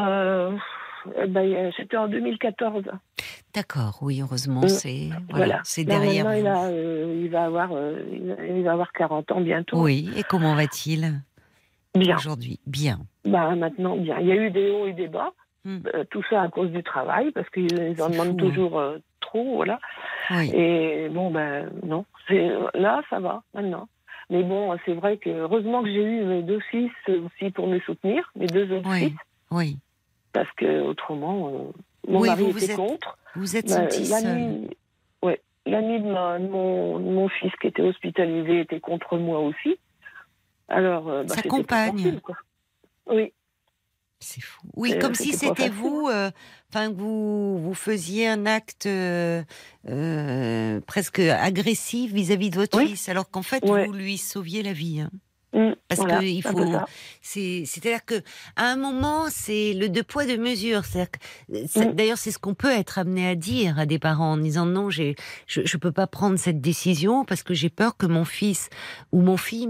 [SPEAKER 7] C'était en 2014.
[SPEAKER 3] D'accord, oui, heureusement, c'est derrière vous.
[SPEAKER 7] Il va avoir 40 ans bientôt.
[SPEAKER 3] Oui, et comment va-t-il
[SPEAKER 7] bien
[SPEAKER 3] aujourd'hui? Bien.
[SPEAKER 7] Maintenant, bien. Il y a eu des hauts et des bas. Tout ça à cause du travail, parce qu'ils en demandent toujours trop, voilà.
[SPEAKER 3] Oui.
[SPEAKER 7] Et bon, non. Là, ça va, maintenant. Mais bon, c'est vrai que, heureusement que j'ai eu mes 2 fils aussi pour me soutenir, mes 2 autres fils.
[SPEAKER 3] Oui.
[SPEAKER 7] Parce que, autrement, mon mari était contre.
[SPEAKER 3] Vous êtes sentie seule.
[SPEAKER 7] L'ami de mon fils qui était hospitalisé était contre moi aussi. Alors,
[SPEAKER 3] sa compagne.
[SPEAKER 7] Oui.
[SPEAKER 3] C'est fou. Oui, comme si c'était vous, que vous faisiez un acte presque agressif vis-à-vis de votre fils, alors qu'en fait, vous lui sauviez la vie. Hein. Parce que il faut. C'est-à-dire que à un moment, c'est le 2 poids 2 mesures. D'ailleurs, c'est ce qu'on peut être amené à dire à des parents en disant non, je peux pas prendre cette décision parce que j'ai peur que mon fils ou ma fille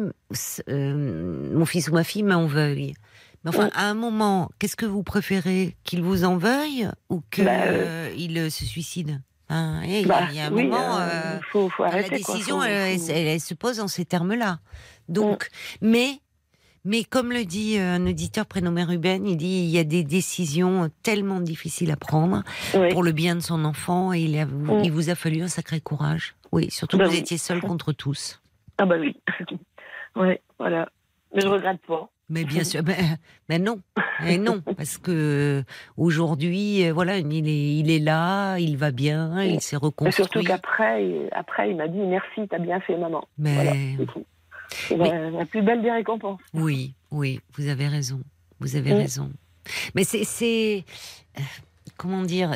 [SPEAKER 3] m'en veuille. Mais enfin, à un moment, qu'est-ce que vous préférez, qu'il vous en veuille ou qu'il se suicide? Il y a un moment,
[SPEAKER 7] faut arrêter,
[SPEAKER 3] la décision, elle se pose en ces termes-là. Donc, mais comme le dit un auditeur prénommé Ruben, il dit il y a des décisions tellement difficiles à prendre pour le bien de son enfant, et il vous a fallu un sacré courage. Oui, surtout que vous étiez seul contre tous.
[SPEAKER 7] Ah bah oui, ouais, voilà. Mais je regrette pas.
[SPEAKER 3] Mais bien sûr, mais non, parce que aujourd'hui, il est là, il va bien, il s'est reconstruit.
[SPEAKER 7] Et surtout qu'après, il m'a dit merci, t'as bien fait, maman.
[SPEAKER 3] Mais
[SPEAKER 7] voilà, c'est tout. C'est la plus belle des récompenses.
[SPEAKER 3] Oui, vous avez raison, Mais c'est comment dire,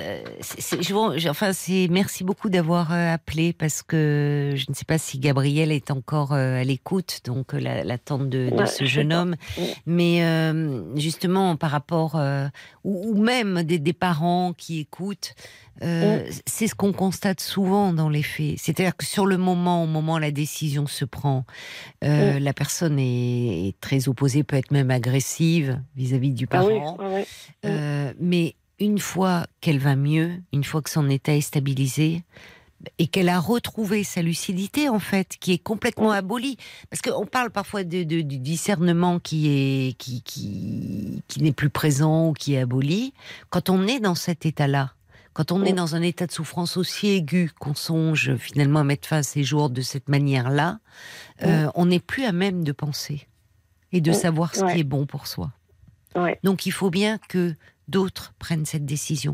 [SPEAKER 3] merci beaucoup d'avoir appelé, parce que je ne sais pas si Gabriel est encore à l'écoute, donc la tante de ce jeune homme, mais justement par rapport ou même des parents qui écoutent, c'est ce qu'on constate souvent dans les faits. C'est-à-dire que sur le moment, au moment où la décision se prend, la personne est très opposée, peut être même agressive vis-à-vis du parent, mais une fois qu'elle va mieux, une fois que son état est stabilisé et qu'elle a retrouvé sa lucidité, en fait, qui est complètement abolie, parce qu'on parle parfois du discernement qui n'est plus présent ou qui est aboli. Quand on est dans cet état-là, quand on est dans un état de souffrance aussi aigu qu'on songe finalement à mettre fin à ses jours de cette manière-là, on n'est plus à même de penser et de savoir ce qui est bon pour soi.
[SPEAKER 7] Ouais.
[SPEAKER 3] Donc il faut bien que d'autres prennent cette décision.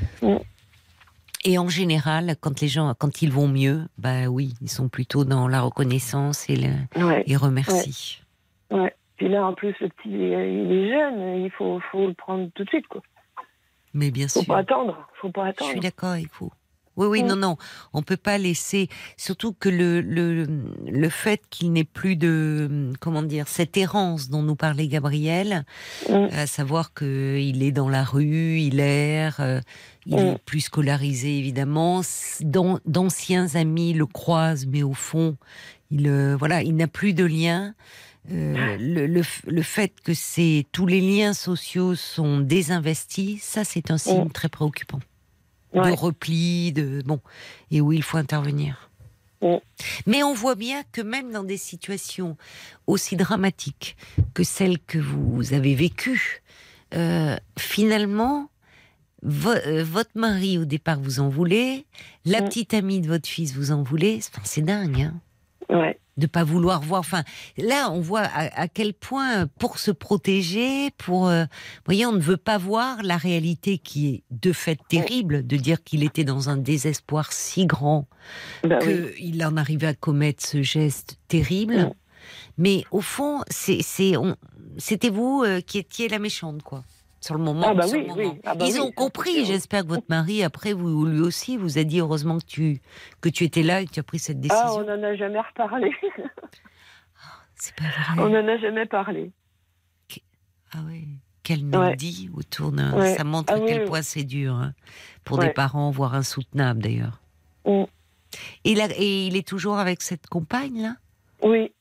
[SPEAKER 3] Et en général, quand ils vont mieux, oui, ils sont plutôt dans la reconnaissance et ils remercient.
[SPEAKER 7] Ouais. Puis là, en plus, le petit, il est jeune, il faut le prendre tout de suite, quoi.
[SPEAKER 3] Mais bien sûr.
[SPEAKER 7] Faut pas attendre.
[SPEAKER 3] Je suis d'accord avec vous. Oui, non, on peut pas laisser. Surtout que le fait qu'il n'ait plus de, cette errance dont nous parlait Gabriel, à savoir qu'il est dans la rue, il erre, il est plus scolarisé évidemment. D'anciens amis le croisent, mais au fond, il n'a plus de lien. Le fait que tous les liens sociaux sont désinvestis, ça c'est un signe très préoccupant. De repli, et où il faut intervenir. Mais on voit bien que même dans des situations aussi dramatiques que celles que vous avez vécues, finalement, votre mari au départ vous en voulait, la petite amie de votre fils vous en voulait, c'est dingue, hein.
[SPEAKER 7] Ouais.
[SPEAKER 3] De pas vouloir voir. Enfin, là, on voit à quel point, pour se protéger, voyez, on ne veut pas voir la réalité qui est de fait terrible, de dire qu'il était dans un désespoir si grand qu'il en arrivait à commettre ce geste terrible. Mais au fond, c'était vous qui étiez la méchante, quoi. Sur le moment. Ils ont compris. J'espère que votre mari, après, lui aussi, vous a dit heureusement que tu étais là et que tu as pris cette décision.
[SPEAKER 7] On n'en a jamais reparlé.
[SPEAKER 3] C'est pas vrai.
[SPEAKER 7] On n'en a jamais parlé.
[SPEAKER 3] Qu'elle nous dit autour d'un. Ça montre à quel point c'est dur pour des parents, voire insoutenable d'ailleurs. Et il est toujours avec cette compagne là.
[SPEAKER 7] Oui.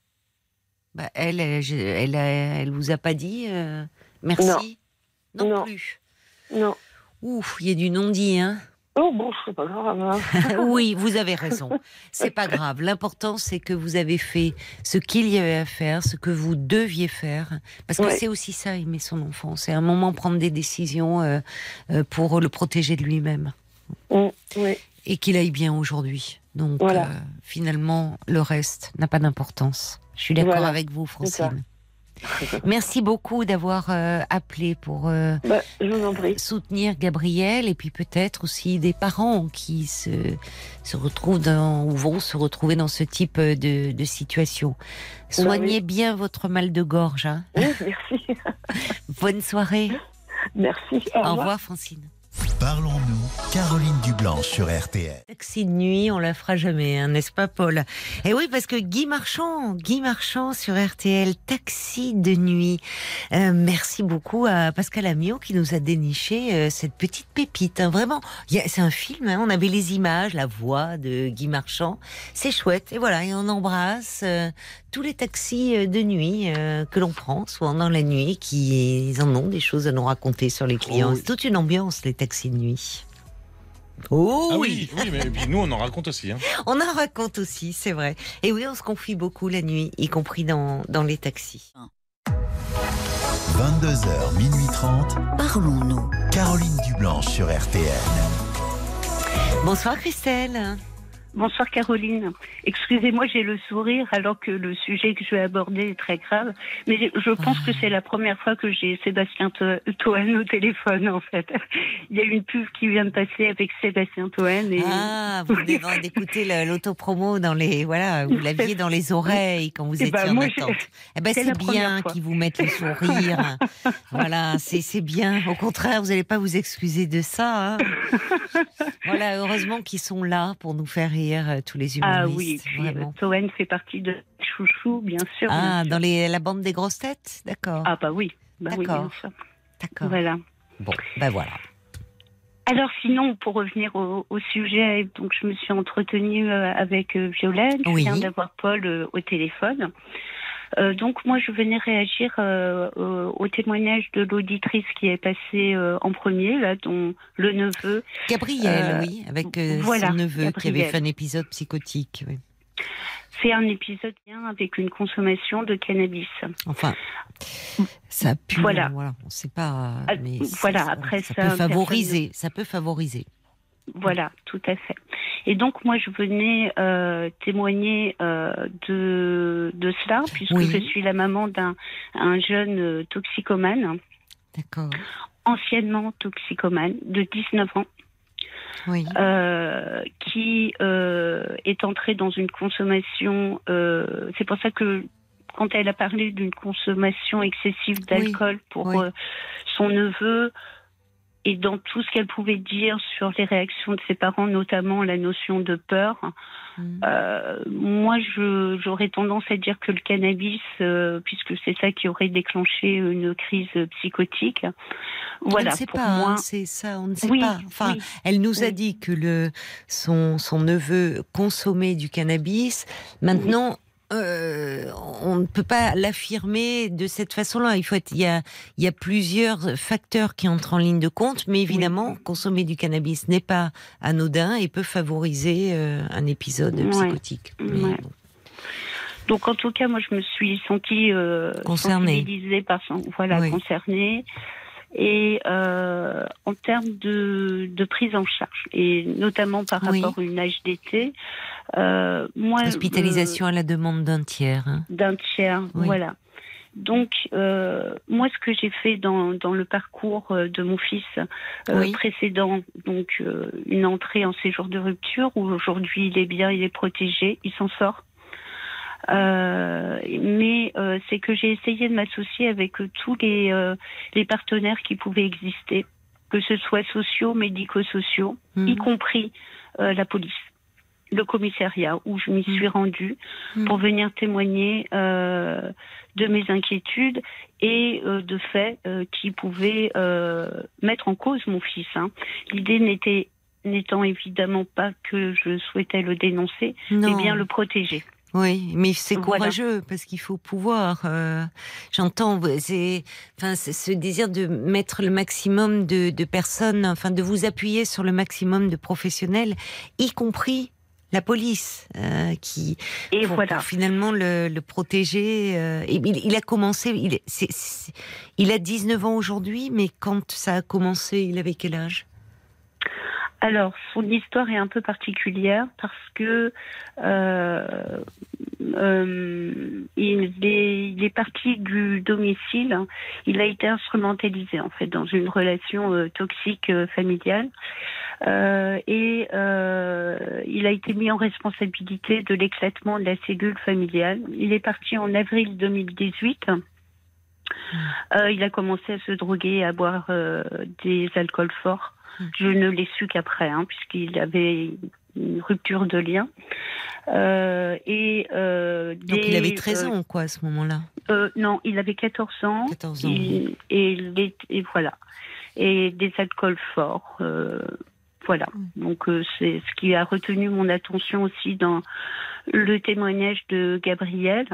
[SPEAKER 3] Elle vous a pas dit merci. Non plus.
[SPEAKER 7] Non.
[SPEAKER 3] Ouf, il y a du non-dit, hein.
[SPEAKER 7] Oh bon, c'est pas grave. Hein.
[SPEAKER 3] Oui, vous avez raison. C'est pas grave. L'important, c'est que vous avez fait ce qu'il y avait à faire, ce que vous deviez faire. Parce que c'est aussi ça, aimer son enfant. C'est à un moment prendre des décisions pour le protéger de lui-même. Et qu'il aille bien aujourd'hui. Donc, finalement, le reste n'a pas d'importance. Je suis d'accord avec vous, Francine. Merci beaucoup d'avoir appelé pour
[SPEAKER 7] je vous en prie.
[SPEAKER 3] Soutenir Gabriel et puis peut-être aussi des parents qui se retrouvent ou vont se retrouver dans ce type de situation. Soignez bien votre mal de gorge. Hein.
[SPEAKER 7] Oui, merci.
[SPEAKER 3] Bonne soirée.
[SPEAKER 7] Merci.
[SPEAKER 3] Au revoir Francine.
[SPEAKER 1] Parlons-nous, Caroline Dublanche sur RTL.
[SPEAKER 3] Taxi de nuit, on la fera jamais, hein, n'est-ce pas Paul? Et oui, parce que Guy Marchand sur RTL, taxi de nuit. Merci beaucoup à Pascal Amiot qui nous a déniché cette petite pépite. Hein, vraiment, c'est un film, hein, on avait les images, la voix de Guy Marchand. C'est chouette, et voilà, et on embrasse tous les taxis de nuit que l'on prend, soit dans la nuit, qui en ont des choses à nous raconter sur les clients. C'est toute une ambiance, les taxis de nuit.
[SPEAKER 5] Oui, mais puis nous on en raconte aussi. Hein.
[SPEAKER 3] On en raconte aussi, c'est vrai. Et oui, on se confie beaucoup la nuit, y compris dans les taxis.
[SPEAKER 1] 22h, minuit 30.
[SPEAKER 2] Parlons-nous.
[SPEAKER 1] Caroline Dublanche sur RTL.
[SPEAKER 3] Bonsoir Christelle.
[SPEAKER 8] Bonsoir Caroline. Excusez-moi, j'ai le sourire alors que le sujet que je vais aborder est très grave. Mais je pense que c'est la première fois que j'ai Sébastien Toen au téléphone en fait. Il y a une pub qui vient de passer avec Sébastien Toen. Et...
[SPEAKER 3] vous venez d'écouter l'autopromo dans les vous l'aviez dans les oreilles quand vous étiez en attente. C'est bien qu'ils vous mettent le sourire. Voilà, c'est bien. Au contraire, vous n'allez pas vous excuser de ça. Hein. Voilà, heureusement qu'ils sont là pour nous faire rire tous les humoristes.
[SPEAKER 8] Ah oui, Toen fait partie de Chouchou, bien sûr.
[SPEAKER 3] Ah, bien sûr. Dans la bande des grosses têtes, d'accord.
[SPEAKER 8] Ah oui, d'accord.
[SPEAKER 3] Oui, bien sûr. D'accord.
[SPEAKER 8] Voilà.
[SPEAKER 3] Bon, voilà.
[SPEAKER 8] Alors sinon, pour revenir au sujet, donc je me suis entretenue avec Violaine, je viens d'avoir Paul au téléphone. Donc moi je venais réagir au témoignage de l'auditrice qui est passée en premier, là, dont le neveu...
[SPEAKER 3] Gabriel, avec son neveu Gabriel, qui avait fait un épisode psychotique. Oui.
[SPEAKER 8] C'est un épisode avec une consommation de cannabis.
[SPEAKER 3] Enfin, ça pue, on ne sait pas... Mais
[SPEAKER 8] après
[SPEAKER 3] ça peut favoriser. Ça peut favoriser.
[SPEAKER 8] Voilà, tout à fait. Et donc moi je venais témoigner de cela puisque je suis la maman d'un jeune toxicomane.
[SPEAKER 3] D'accord.
[SPEAKER 8] Anciennement toxicomane, de 19 ans.
[SPEAKER 3] Oui.
[SPEAKER 8] Qui est entrée dans une consommation... c'est pour ça que quand elle a parlé d'une consommation excessive d'alcool pour son neveu, et dans tout ce qu'elle pouvait dire sur les réactions de ses parents, notamment la notion de peur, moi j'aurais tendance à dire que le cannabis, puisque c'est ça qui aurait déclenché une crise psychotique. Voilà,
[SPEAKER 3] on ne sait
[SPEAKER 8] pour
[SPEAKER 3] pas,
[SPEAKER 8] moi,
[SPEAKER 3] c'est ça, on ne sait pas. Enfin, elle nous a dit que son neveu consommait du cannabis. Maintenant, on ne peut pas l'affirmer de cette façon-là. Il y a plusieurs facteurs qui entrent en ligne de compte, mais évidemment, consommer du cannabis n'est pas anodin et peut favoriser un épisode psychotique. Mais bon.
[SPEAKER 8] Donc, en tout cas, moi, je me suis sentie sensibilisée par concernée. Et en termes de prise en charge, et notamment par rapport à une HDT, moi...
[SPEAKER 3] Hospitalisation à la demande d'un tiers. Hein.
[SPEAKER 8] D'un tiers, voilà. Donc, moi, ce que j'ai fait dans le parcours de mon fils précédent, donc une entrée en séjour de rupture, où aujourd'hui il est bien, il est protégé, il s'en sort. Mais c'est que j'ai essayé de m'associer avec tous les partenaires qui pouvaient exister, que ce soit sociaux, médico-sociaux, y compris la police, le commissariat où je m'y suis rendue pour venir témoigner de mes inquiétudes et de faits qui pouvaient mettre en cause mon fils. Hein. L'idée n'étant évidemment pas que je souhaitais le dénoncer, mais bien le protéger.
[SPEAKER 3] Oui, mais c'est courageux parce qu'il faut pouvoir. J'entends, c'est ce désir de mettre le maximum de personnes, enfin de vous appuyer sur le maximum de professionnels, y compris la police, pour finalement le protéger. Il a commencé, il a 19 ans aujourd'hui, mais quand ça a commencé, il avait quel âge ?
[SPEAKER 8] Alors, son histoire est un peu particulière parce que il est parti du domicile. Il a été instrumentalisé en fait dans une relation toxique familiale et il a été mis en responsabilité de l'éclatement de la cellule familiale. Il est parti en avril 2018. Il a commencé à se droguer et à boire des alcools forts. Je ne l'ai su qu'après, puisqu'il avait une rupture de lien. Donc
[SPEAKER 3] il avait 13 ans, quoi, à ce moment-là.
[SPEAKER 8] Non, il avait 14 ans.
[SPEAKER 3] 14 ans.
[SPEAKER 8] Et voilà. Et des alcools forts. Voilà. Donc c'est ce qui a retenu mon attention aussi dans le témoignage de Gabriel.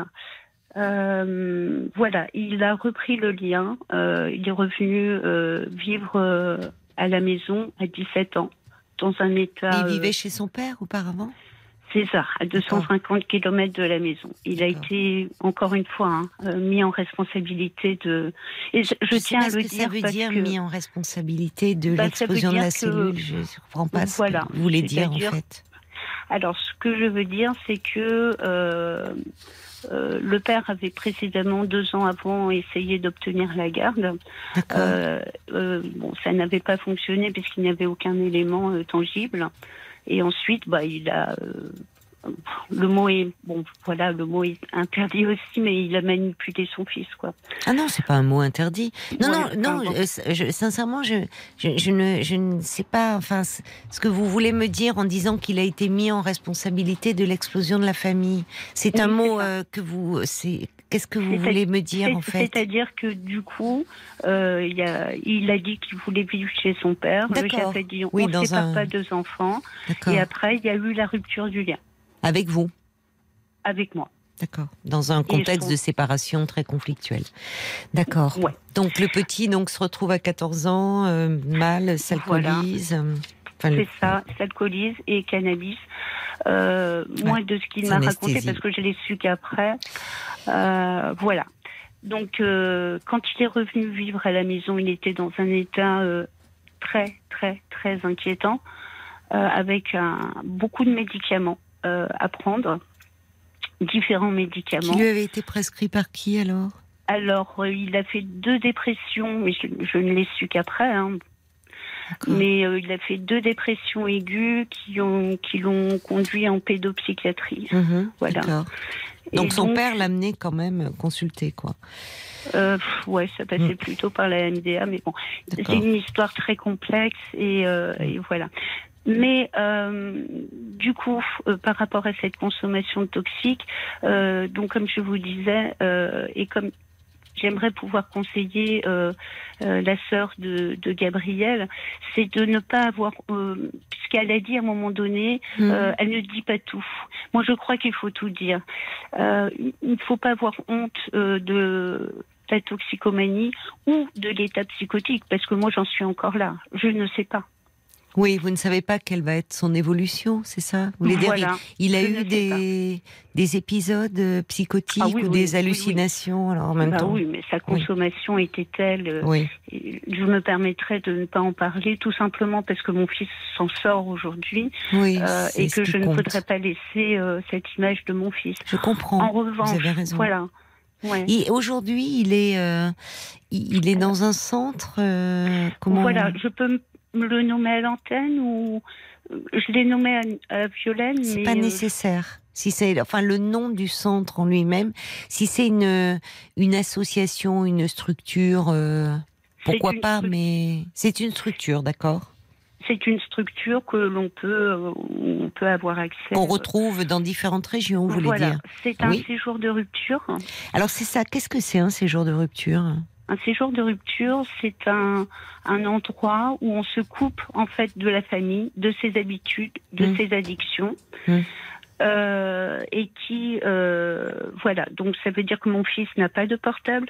[SPEAKER 8] Voilà, il a repris le lien. Il est revenu vivre à la maison à 17 ans, dans un état...
[SPEAKER 3] Il vivait chez son père auparavant ?
[SPEAKER 8] C'est ça, à 250 km de la maison. Il a été, encore une fois, mis en responsabilité de... Et je tiens à le dire
[SPEAKER 3] ça veut dire mis en responsabilité de l'explosion de la cellule. Je ne comprends pas ce que vous voulez dire, en fait.
[SPEAKER 8] Alors, ce que je veux dire, c'est que... le père avait précédemment, 2 ans avant, essayé d'obtenir la garde. Ça n'avait pas fonctionné puisqu'il n'y avait aucun élément tangible. Et ensuite, il a... le mot est interdit aussi, mais il a manipulé son fils, quoi.
[SPEAKER 3] Ah non, c'est pas un mot interdit. Sincèrement, je ne sais pas. Enfin, ce que vous voulez me dire en disant qu'il a été mis en responsabilité de l'explosion de la famille, c'est un mot que vous. Qu'est-ce que vous voulez me dire en fait ?
[SPEAKER 8] C'est-à-dire que du coup, il a dit qu'il voulait vivre chez son père. Le chef a dit on ne sépare pas 2 enfants. Et après, il y a eu la rupture du lien.
[SPEAKER 3] Avec vous ?
[SPEAKER 8] Avec moi.
[SPEAKER 3] D'accord. Dans un contexte de séparation très conflictuel. D'accord.
[SPEAKER 8] Ouais.
[SPEAKER 3] Donc le petit se retrouve à 14 ans, mal, s'alcoolise.
[SPEAKER 8] C'est ça, s'alcoolise et cannabis. Moi, de ce qu'il m'a raconté, parce que je l'ai su qu'après. Voilà. Donc, quand il est revenu vivre à la maison, il était dans un état très, très, très inquiétant, avec beaucoup de médicaments à prendre, différents médicaments.
[SPEAKER 3] Qui lui avait été prescrit par qui alors ?
[SPEAKER 8] Alors, il a fait 2 dépressions, mais je ne l'ai su qu'après. Hein. Mais il a fait 2 dépressions aiguës qui l'ont conduit en pédopsychiatrie. Voilà.
[SPEAKER 3] Donc son père l'a amené quand même consulter, quoi.
[SPEAKER 8] Ouais, ça passait plutôt par la MDA, mais bon, c'est une histoire très complexe et voilà. Mais du coup, par rapport à cette consommation toxique, donc comme je vous disais, et comme j'aimerais pouvoir conseiller la sœur de Gabriel, c'est de ne pas avoir, puisqu'elle a dit à un moment donné, elle ne dit pas tout. Moi, je crois qu'il faut tout dire. Il ne faut pas avoir honte de la toxicomanie ou de l'état psychotique, parce que moi, j'en suis encore là. Je ne sais pas.
[SPEAKER 3] Oui, vous ne savez pas quelle va être son évolution, c'est ça? Vous voulez dire, il a eu des épisodes psychotiques ou des hallucinations alors en même temps?
[SPEAKER 8] Oui, mais sa consommation était telle. Je me permettrais de ne pas en parler, tout simplement parce que mon fils s'en sort aujourd'hui et que je ne voudrais pas laisser cette image de mon fils.
[SPEAKER 3] Je comprends.
[SPEAKER 8] En revanche,
[SPEAKER 3] vous avez raison.
[SPEAKER 8] Voilà. Ouais.
[SPEAKER 3] Et aujourd'hui, il est dans un centre. Comment...
[SPEAKER 8] Voilà, je peux me le nommer à l'antenne ou je l'ai nommé à Violaine.
[SPEAKER 3] C'est pas nécessaire. Si c'est, enfin, le nom du centre en lui-même, si c'est une association, une structure, pourquoi pas, mais c'est une structure, d'accord.
[SPEAKER 8] C'est une structure que l'on peut avoir accès.
[SPEAKER 3] On retrouve dans différentes régions, vous voulez dire.
[SPEAKER 8] C'est un séjour de rupture.
[SPEAKER 3] Alors c'est ça, qu'est-ce que c'est un séjour de rupture ?
[SPEAKER 8] Un séjour de rupture, c'est un endroit où on se coupe en fait de la famille, de ses habitudes, de ses addictions. Et qui, voilà, donc ça veut dire que mon fils n'a pas de portable.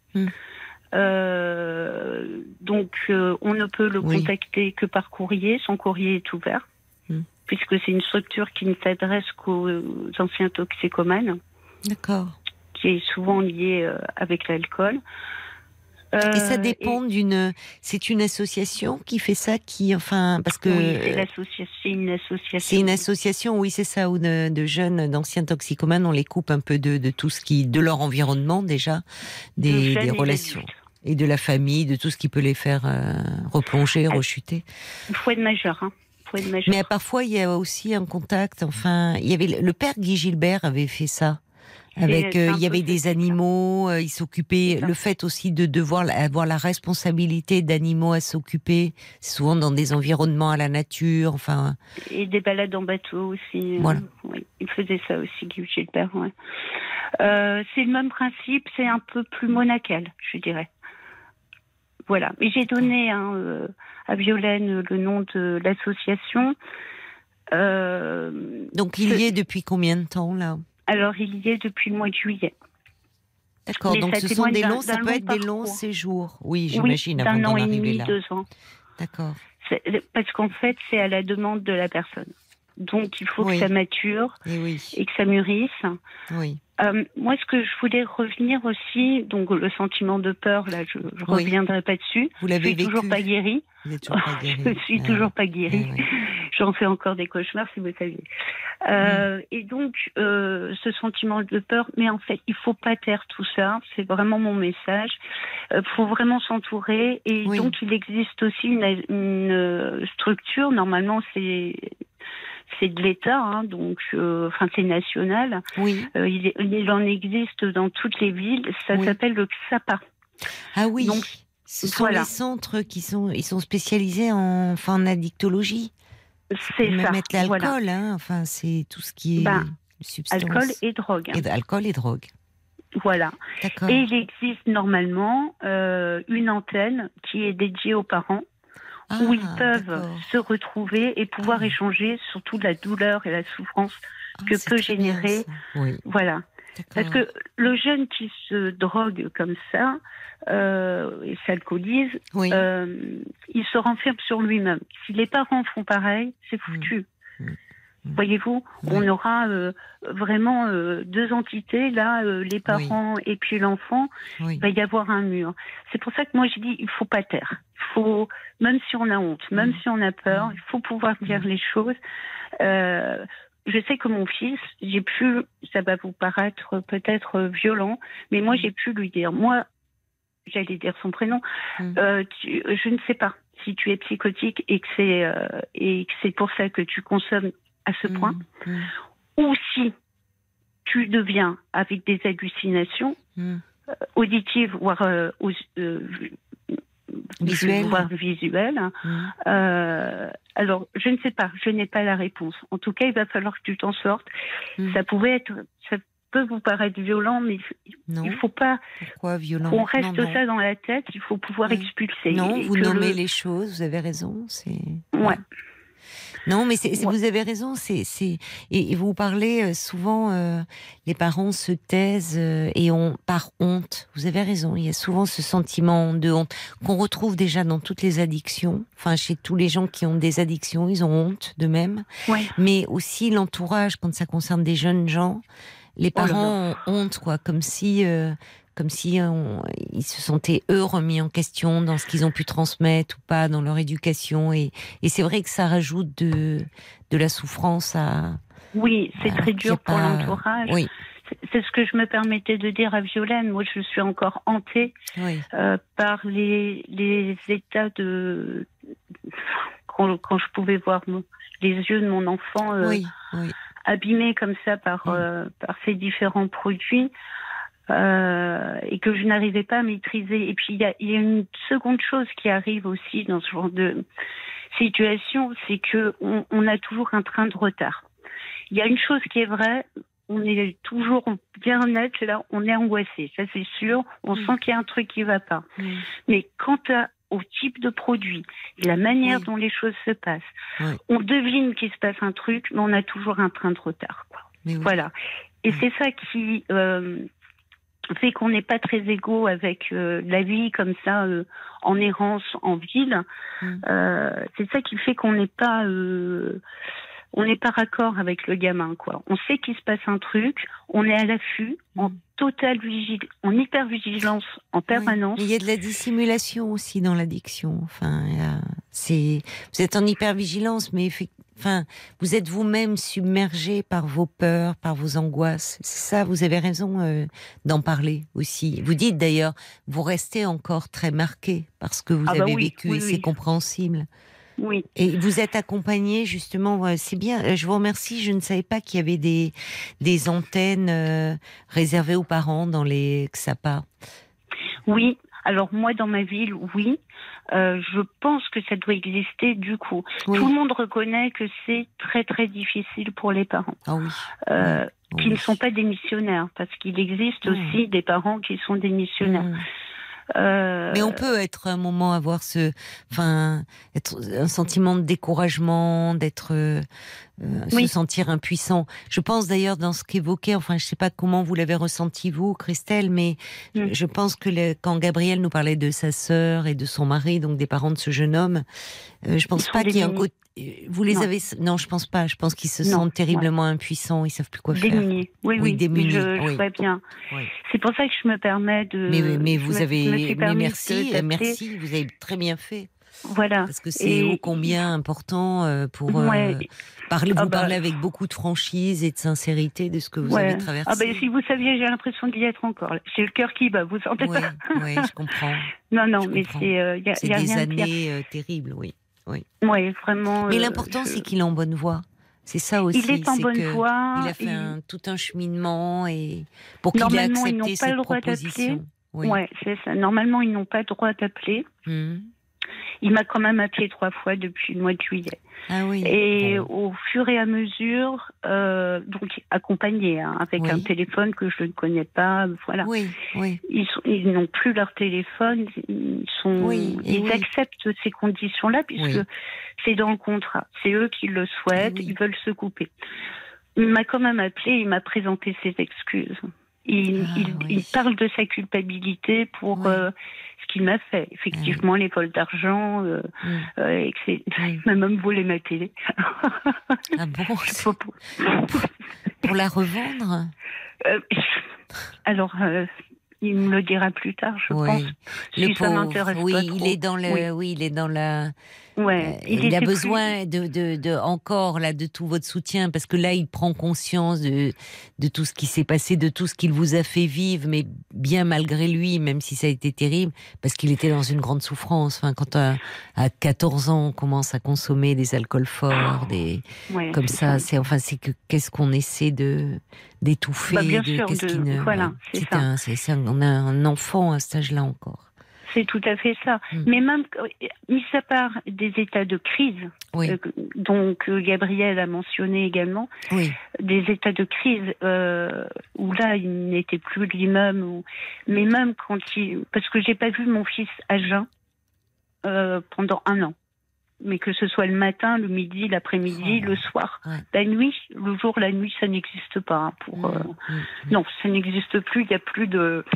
[SPEAKER 8] Donc on ne peut le contacter que par courrier, son courrier est ouvert, puisque c'est une structure qui ne s'adresse qu'aux anciens toxicomanes.
[SPEAKER 3] D'accord.
[SPEAKER 8] Qui est souvent liée avec l'alcool.
[SPEAKER 3] Et ça dépend c'est une association qui fait ça, parce que...
[SPEAKER 8] Oui, c'est une association.
[SPEAKER 3] C'est une association, oui, c'est ça, où de jeunes, d'anciens toxicomanes, on les coupe un peu de tout ce qui... de leur environnement, déjà, des relations. Et de la famille, de tout ce qui peut les faire replonger, rechuter.
[SPEAKER 8] Il faut être majeur, hein.
[SPEAKER 3] Mais parfois, il y a aussi un contact, il y avait... Le père Guy Gilbert avait fait ça. Avec, il y avait des animaux, il s'occupait, le fait aussi de devoir avoir la responsabilité d'animaux à s'occuper, souvent dans des environnements à la nature, enfin.
[SPEAKER 8] Et des balades en bateau aussi.
[SPEAKER 3] Voilà.
[SPEAKER 8] Oui, il faisait ça aussi, Guy Gilbert, ouais. C'est le même principe, c'est un peu plus monacal, je dirais. Voilà. Mais j'ai donné à Violaine le nom de l'association.
[SPEAKER 3] Donc il y est depuis combien de temps, là ?
[SPEAKER 8] Alors, il y est depuis le mois de juillet.
[SPEAKER 3] D'accord, donc ce sont ça peut être des longs séjours. Oui, j'imagine, avant d'en arriver là.
[SPEAKER 8] 2 ans.
[SPEAKER 3] D'accord.
[SPEAKER 8] Parce qu'en fait, c'est à la demande de la personne. Donc, il faut que ça mature et que ça mûrisse.
[SPEAKER 3] Oui.
[SPEAKER 8] Moi, ce que je voulais revenir aussi, donc le sentiment de peur, là, je reviendrai pas dessus.
[SPEAKER 3] Vous l'avez vécu.
[SPEAKER 8] Toujours pas guérie.
[SPEAKER 3] Vous n'êtes toujours pas guérie.
[SPEAKER 8] Je suis toujours pas guérie. J'en fais encore des cauchemars, si vous saviez. Et donc, ce sentiment de peur, mais en fait, il faut pas taire tout ça. C'est vraiment mon message. Faut vraiment s'entourer. Et donc, il existe aussi une structure. Normalement, c'est de l'État, hein, donc, c'est national.
[SPEAKER 3] Oui.
[SPEAKER 8] Il en existe dans toutes les villes. Ça s'appelle le XAPA.
[SPEAKER 3] Ah oui. Donc, ce sont les centres ils sont spécialisés en addictologie.
[SPEAKER 8] C'est ça.
[SPEAKER 3] Mettre l'alcool, enfin, c'est tout ce qui est substance.
[SPEAKER 8] Alcool et drogue.
[SPEAKER 3] Alcool et drogue.
[SPEAKER 8] Voilà.
[SPEAKER 3] D'accord.
[SPEAKER 8] Et il existe normalement une antenne qui est dédiée aux parents. Où ils peuvent se retrouver et pouvoir échanger sur toute la douleur et la souffrance que peut générer. Voilà. Parce que le jeune qui se drogue comme ça et s'alcoolise, il se renferme sur lui-même. Si les parents font pareil, c'est foutu. Voyez-vous, on aura vraiment 2 entités, là, les parents et puis l'enfant, il va y avoir un mur. C'est pour ça que moi je dis, il faut pas taire. Il faut, même si on a honte, même si on a peur, il faut pouvoir dire les choses. je sais que mon fils, ça va vous paraître peut-être violent, mais moi j'ai pu lui dire, j'allais dire son prénom, je ne sais pas si tu es psychotique et que c'est pour ça que tu consommes à ce point, ou si tu deviens avec des hallucinations auditives, voire visuelles. Alors, je ne sais pas, je n'ai pas la réponse. En tout cas, il va falloir que tu t'en sortes. Ça peut vous paraître violent, mais il ne faut pas qu'on reste ça dans la tête. Il faut pouvoir expulser.
[SPEAKER 3] Non, vous nommez les choses, vous avez raison.
[SPEAKER 8] Ouais.
[SPEAKER 3] Non, mais vous avez raison. Et vous parlez souvent, les parents se taisent et par honte. Vous avez raison. Il y a souvent ce sentiment de honte qu'on retrouve déjà dans toutes les addictions. Enfin, chez tous les gens qui ont des addictions, ils ont honte d'eux-mêmes. Ouais. Mais aussi l'entourage, quand ça concerne des jeunes gens, les parents ont honte, quoi, comme si ils se sentaient eux remis en question dans ce qu'ils ont pu transmettre ou pas dans leur éducation, et c'est vrai que ça rajoute de la souffrance à.
[SPEAKER 8] Oui, c'est très dur pour l'entourage. Oui. C'est ce que je me permettais de dire à Violaine. Moi, je suis encore hantée par les états de quand je pouvais voir les yeux de mon enfant abîmés comme ça par ces différents produits. Et que je n'arrivais pas à maîtriser. Et puis il y a une seconde chose qui arrive aussi dans ce genre de situation, c'est que on a toujours un train de retard. Il y a une chose qui est vraie, on est toujours bien honnête, là, on est angoissé, ça c'est sûr, on sent qu'il y a un truc qui va pas. Mais quant au type de produit, la manière dont les choses se passent, on devine qu'il se passe un truc, mais on a toujours un train de retard, quoi. Voilà. Et c'est ça qui fait qu'on n'est pas très égaux avec la vie comme ça, en errance en ville. C'est ça qui fait qu'on n'est pas raccord avec le gamin, quoi. On sait qu'il se passe un truc, on est à l'affût, en hyper-vigilance en permanence.
[SPEAKER 3] Il y a de la dissimulation aussi dans l'addiction. Enfin, vous êtes en hyper-vigilance, mais vous êtes vous-même submergé par vos peurs, par vos angoisses. C'est ça, vous avez raison d'en parler aussi. Vous dites d'ailleurs, vous restez encore très marqué par ce que vous avez vécu, et c'est compréhensible.
[SPEAKER 8] Oui.
[SPEAKER 3] Et vous êtes accompagné, justement, c'est bien, je vous remercie, je ne savais pas qu'il y avait des antennes réservées aux parents dans les XAPA.
[SPEAKER 8] Oui, alors moi dans ma ville, oui, je pense que ça doit exister du coup. Oui. Tout le monde reconnaît que c'est très très difficile pour les parents. Qui ne sont pas démissionnaires, parce qu'il existe aussi des parents qui sont démissionnaires.
[SPEAKER 3] Mais on peut être un moment avoir être un sentiment de découragement, se sentir impuissant. Je pense d'ailleurs dans ce qu'évoquait, je sais pas comment vous l'avez ressenti vous, Christelle, mais je pense que quand Gabriel nous parlait de sa sœur et de son mari, donc des parents de ce jeune homme, je pense pas qu'il y ait un côté. Vous les avez. Non, je pense pas. Je pense qu'ils se sentent terriblement impuissants. Ils savent plus quoi faire.
[SPEAKER 8] Démunis. Oui,
[SPEAKER 3] démunis.
[SPEAKER 8] Je vois bien. Oui. C'est pour ça que je me permets de.
[SPEAKER 3] Mais vous avez. Mais merci. Vous avez très bien fait.
[SPEAKER 8] Voilà.
[SPEAKER 3] Parce que c'est ô combien important pour parler. Vous parlez avec beaucoup de franchise et de sincérité de ce que vous avez traversé.
[SPEAKER 8] Si vous saviez, j'ai l'impression d'y être encore. J'ai le cœur qui bat. Vous sentez pas?
[SPEAKER 3] Oui, je comprends.
[SPEAKER 8] Mais c'est
[SPEAKER 3] des années terribles, oui. Oui,
[SPEAKER 8] vraiment.
[SPEAKER 3] Mais l'important, c'est qu'il est en bonne voie. C'est ça aussi.
[SPEAKER 8] Il est en bonne voie.
[SPEAKER 3] Il a fait tout un cheminement pour qu'il ait accepté cette proposition.
[SPEAKER 8] Oui, c'est ça. Normalement, ils n'ont pas le droit d'appeler. Il m'a quand même appelé 3 fois depuis le mois de juillet.
[SPEAKER 3] Ah oui.
[SPEAKER 8] Et au fur et à mesure, donc accompagné avec un téléphone que je ne connais pas, voilà.
[SPEAKER 3] Oui.
[SPEAKER 8] Ils n'ont plus leur téléphone. Ils acceptent ces conditions-là puisque c'est dans le contrat. C'est eux qui le souhaitent. Ils veulent se couper. Il m'a quand même appelé. Il m'a présenté ses excuses. Il parle de sa culpabilité pour ce qu'il m'a fait. Effectivement, les vols d'argent, il m'a même volé ma télé.
[SPEAKER 3] Ah bon? Pour la revendre?
[SPEAKER 8] Alors, il me le dira plus tard, je pense.
[SPEAKER 3] Le
[SPEAKER 8] si ça m'intéresse pas trop.
[SPEAKER 3] Il est dans il est dans il a besoin encore là de tout votre soutien, parce que là il prend conscience de tout ce qui s'est passé, de tout ce qu'il vous a fait vivre, mais bien malgré lui, même si ça a été terrible, parce qu'il était dans une grande souffrance. Enfin, quand à 14 ans on commence à consommer des alcools forts, comme ça, qu'est-ce qu'on essaie d'étouffer, on a un enfant à cet âge-là encore.
[SPEAKER 8] C'est tout à fait ça. Mais même, mis à part des états de crise, donc Gabriel a mentionné également, des états de crise où là, il n'était plus lui-même. Mais même quand parce que j'ai pas vu mon fils à jeun pendant 1 an. Mais que ce soit le matin, le midi, l'après-midi, le soir. La nuit, le jour, la nuit, ça n'existe pas. Non, ça n'existe plus, il n'y a plus de...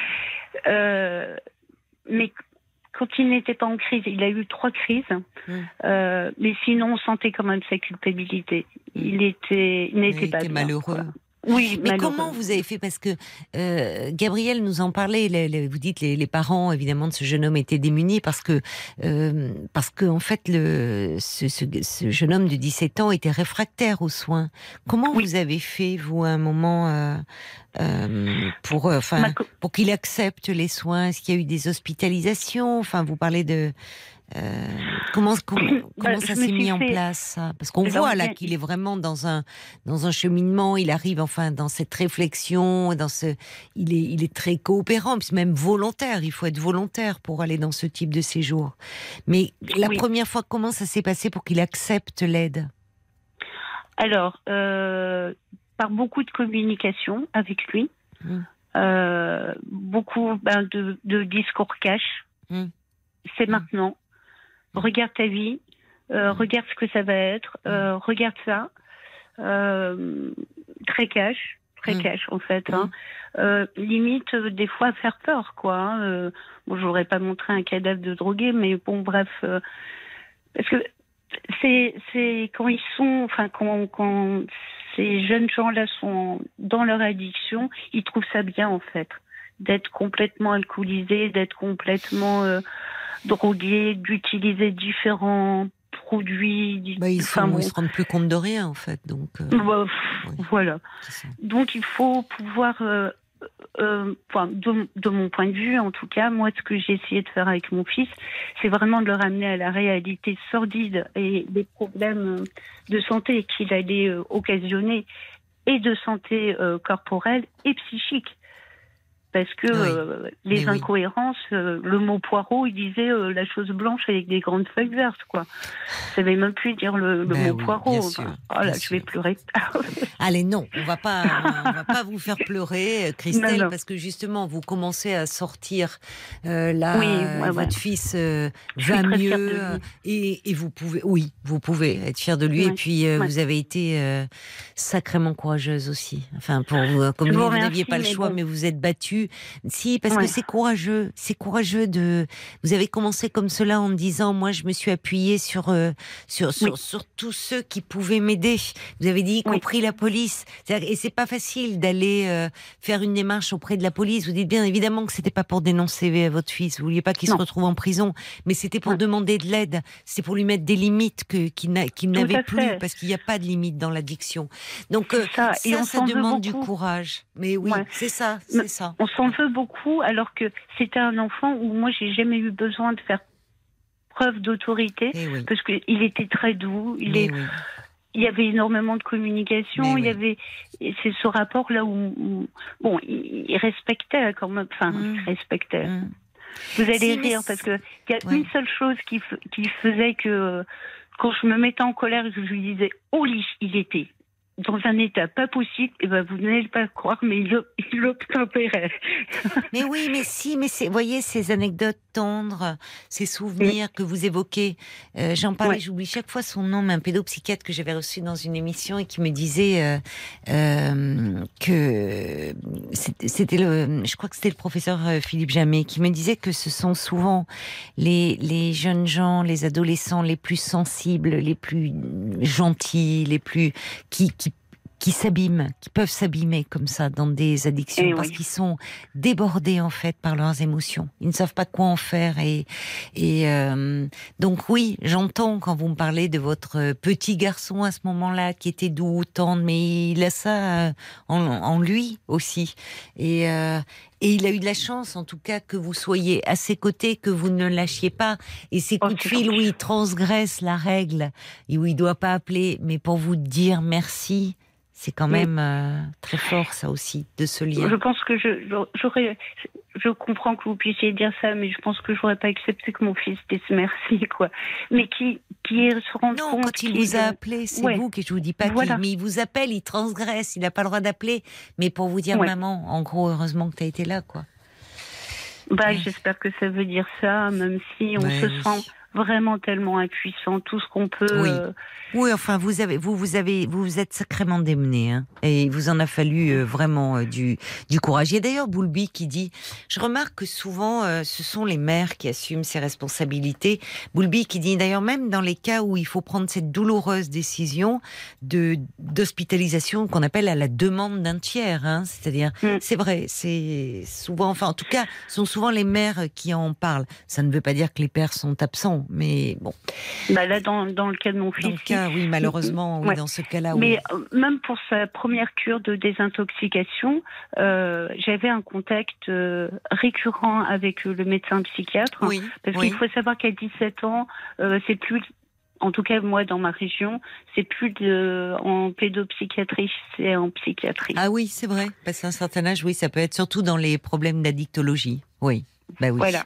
[SPEAKER 8] mais quand il n'était pas en crise, il a eu 3 crises, mais sinon on sentait quand même sa culpabilité. Il n'était pas bien,
[SPEAKER 3] malheureux.
[SPEAKER 8] Quoi. Oui,
[SPEAKER 3] mais comment vous avez fait? Parce que Gabriel nous en parlait. Vous dites les parents évidemment de ce jeune homme étaient démunis parce que en fait ce jeune homme de 17 ans était réfractaire aux soins. Comment vous avez fait vous à un moment pour qu'il accepte les soins? Est-ce qu'il y a eu des hospitalisations? Enfin, vous parlez de comment ça s'est mis en place, ça? Parce qu'on voit là qu'il est vraiment dans un cheminement. Il arrive enfin dans cette réflexion, il est très coopérant, puis même volontaire. Il faut être volontaire pour aller dans ce type de séjour. Mais la première fois, comment ça s'est passé pour qu'il accepte l'aide?
[SPEAKER 8] Alors, par beaucoup de communication avec lui, beaucoup de discours cash. C'est maintenant. Regarde ta vie, regarde ce que ça va être, regarde ça. Très cash en fait. Limite, des fois, faire peur, quoi. Bon, j'aurais pas montré un cadavre de drogué, mais bon, bref. Parce que c'est quand ils sont, enfin, quand ces jeunes gens-là sont dans leur addiction, ils trouvent ça bien, en fait. D'être complètement alcoolisés, d'être complètement drogués, d'utiliser différents produits.
[SPEAKER 3] Ils se rendent plus compte de rien, en fait. Donc,
[SPEAKER 8] voilà. Donc il faut pouvoir, de mon point de vue, en tout cas, moi, ce que j'ai essayé de faire avec mon fils, c'est vraiment de le ramener à la réalité sordide et des problèmes de santé qu'il allait occasionner, et de santé corporelle et psychique. Parce que les incohérences, le mot poireau, il disait la chose blanche avec des grandes feuilles vertes, quoi. Je savais même plus dire le mot poireau. Je vais pleurer.
[SPEAKER 3] Allez, non, on va pas vous faire pleurer, Christelle, non. Parce que justement, vous commencez à sortir votre fils va mieux, et vous pouvez être fière de lui, et puis vous avez été sacrément courageuse aussi. Enfin, pour vous, comme vous n'aviez pas le choix, mais vous êtes battue. Si, parce que c'est courageux vous avez commencé comme cela en me disant, moi je me suis appuyée sur tous ceux qui pouvaient m'aider. Vous avez dit, y compris la police. Et c'est pas facile d'aller faire une démarche auprès de la police. Vous dites bien évidemment que c'était pas pour dénoncer votre fils. Vous vouliez pas qu'il se retrouve en prison, mais c'était pour demander de l'aide. C'est pour lui mettre des limites qu'il n'avait plus, parce qu'il n'y a pas de limite dans l'addiction. Donc ça demande du courage. Mais c'est ça.
[SPEAKER 8] On s'en veut beaucoup, alors que c'était un enfant où moi j'ai jamais eu besoin de faire preuve d'autorité, parce qu'il était très doux, il y avait énormément de communication, c'est ce rapport là où il respectait quand même, il respectait. Vous allez rire, parce que il y a une seule chose qui faisait que quand je me mettais en colère, je lui disais au lit, il était dans un état pas possible, et vous n'allez pas croire, mais il obtempérait.
[SPEAKER 3] Mais vous voyez ces anecdotes tendres, ces souvenirs que vous évoquez. J'en parlais, j'oublie chaque fois son nom, mais un pédopsychiatre que j'avais reçu dans une émission et qui me disait que je crois que c'était le professeur Philippe Jamet, qui me disait que ce sont souvent les jeunes gens, les adolescents les plus sensibles, les plus gentils, les plus qui qui s'abîment, qui peuvent s'abîmer comme ça dans des addictions, parce qu'ils sont débordés en fait par leurs émotions. Ils ne savent pas quoi en faire donc oui, j'entends quand vous me parlez de votre petit garçon à ce moment-là qui était doux, tendre, mais il a ça en lui aussi. Et il a eu de la chance, en tout cas, que vous soyez à ses côtés, que vous ne lâchiez pas. Et ces coups de fil où il transgresse la règle, et où il ne doit pas appeler, mais pour vous dire merci, c'est quand même très fort, ça aussi, de ce lien.
[SPEAKER 8] Je pense que je comprends que vous puissiez dire ça, mais je pense que j'aurais pas accepté que mon fils dise merci, quoi. Mais qui se rend compte...
[SPEAKER 3] Non, quand il vous a appelé, c'est vous, que je vous dis pas mais il vous appelle, il transgresse, il n'a pas le droit d'appeler, mais pour vous dire, maman, en gros, heureusement que tu as été là, quoi.
[SPEAKER 8] J'espère que ça veut dire ça, même si on se sent vraiment tellement impuissant, tout ce qu'on peut...
[SPEAKER 3] Oui, enfin, vous êtes sacrément démené, hein, et il vous en a fallu vraiment du courage. Il y a d'ailleurs Boulby qui dit, je remarque que souvent, ce sont les mères qui assument ces responsabilités. Boulby qui dit d'ailleurs, même dans les cas où il faut prendre cette douloureuse décision d'hospitalisation qu'on appelle à la demande d'un tiers, hein, c'est-à-dire, c'est vrai, c'est souvent, enfin, en tout cas, ce sont souvent les mères qui en parlent. Ça ne veut pas dire que les pères sont absents, mais bon.
[SPEAKER 8] Là, dans le cas de mon fils,
[SPEAKER 3] oui, malheureusement, dans ce cas-là.
[SPEAKER 8] Mais même pour sa première cure de désintoxication, j'avais un contact récurrent avec le médecin psychiatre. Parce qu'il faut savoir qu'à 17 ans, c'est plus... En tout cas, moi, dans ma région, c'est plus en pédopsychiatrie, c'est en psychiatrie.
[SPEAKER 3] Ah oui, c'est vrai. Passé un certain âge, oui, ça peut être surtout dans les problèmes d'addictologie. Oui. Oui.
[SPEAKER 8] Voilà.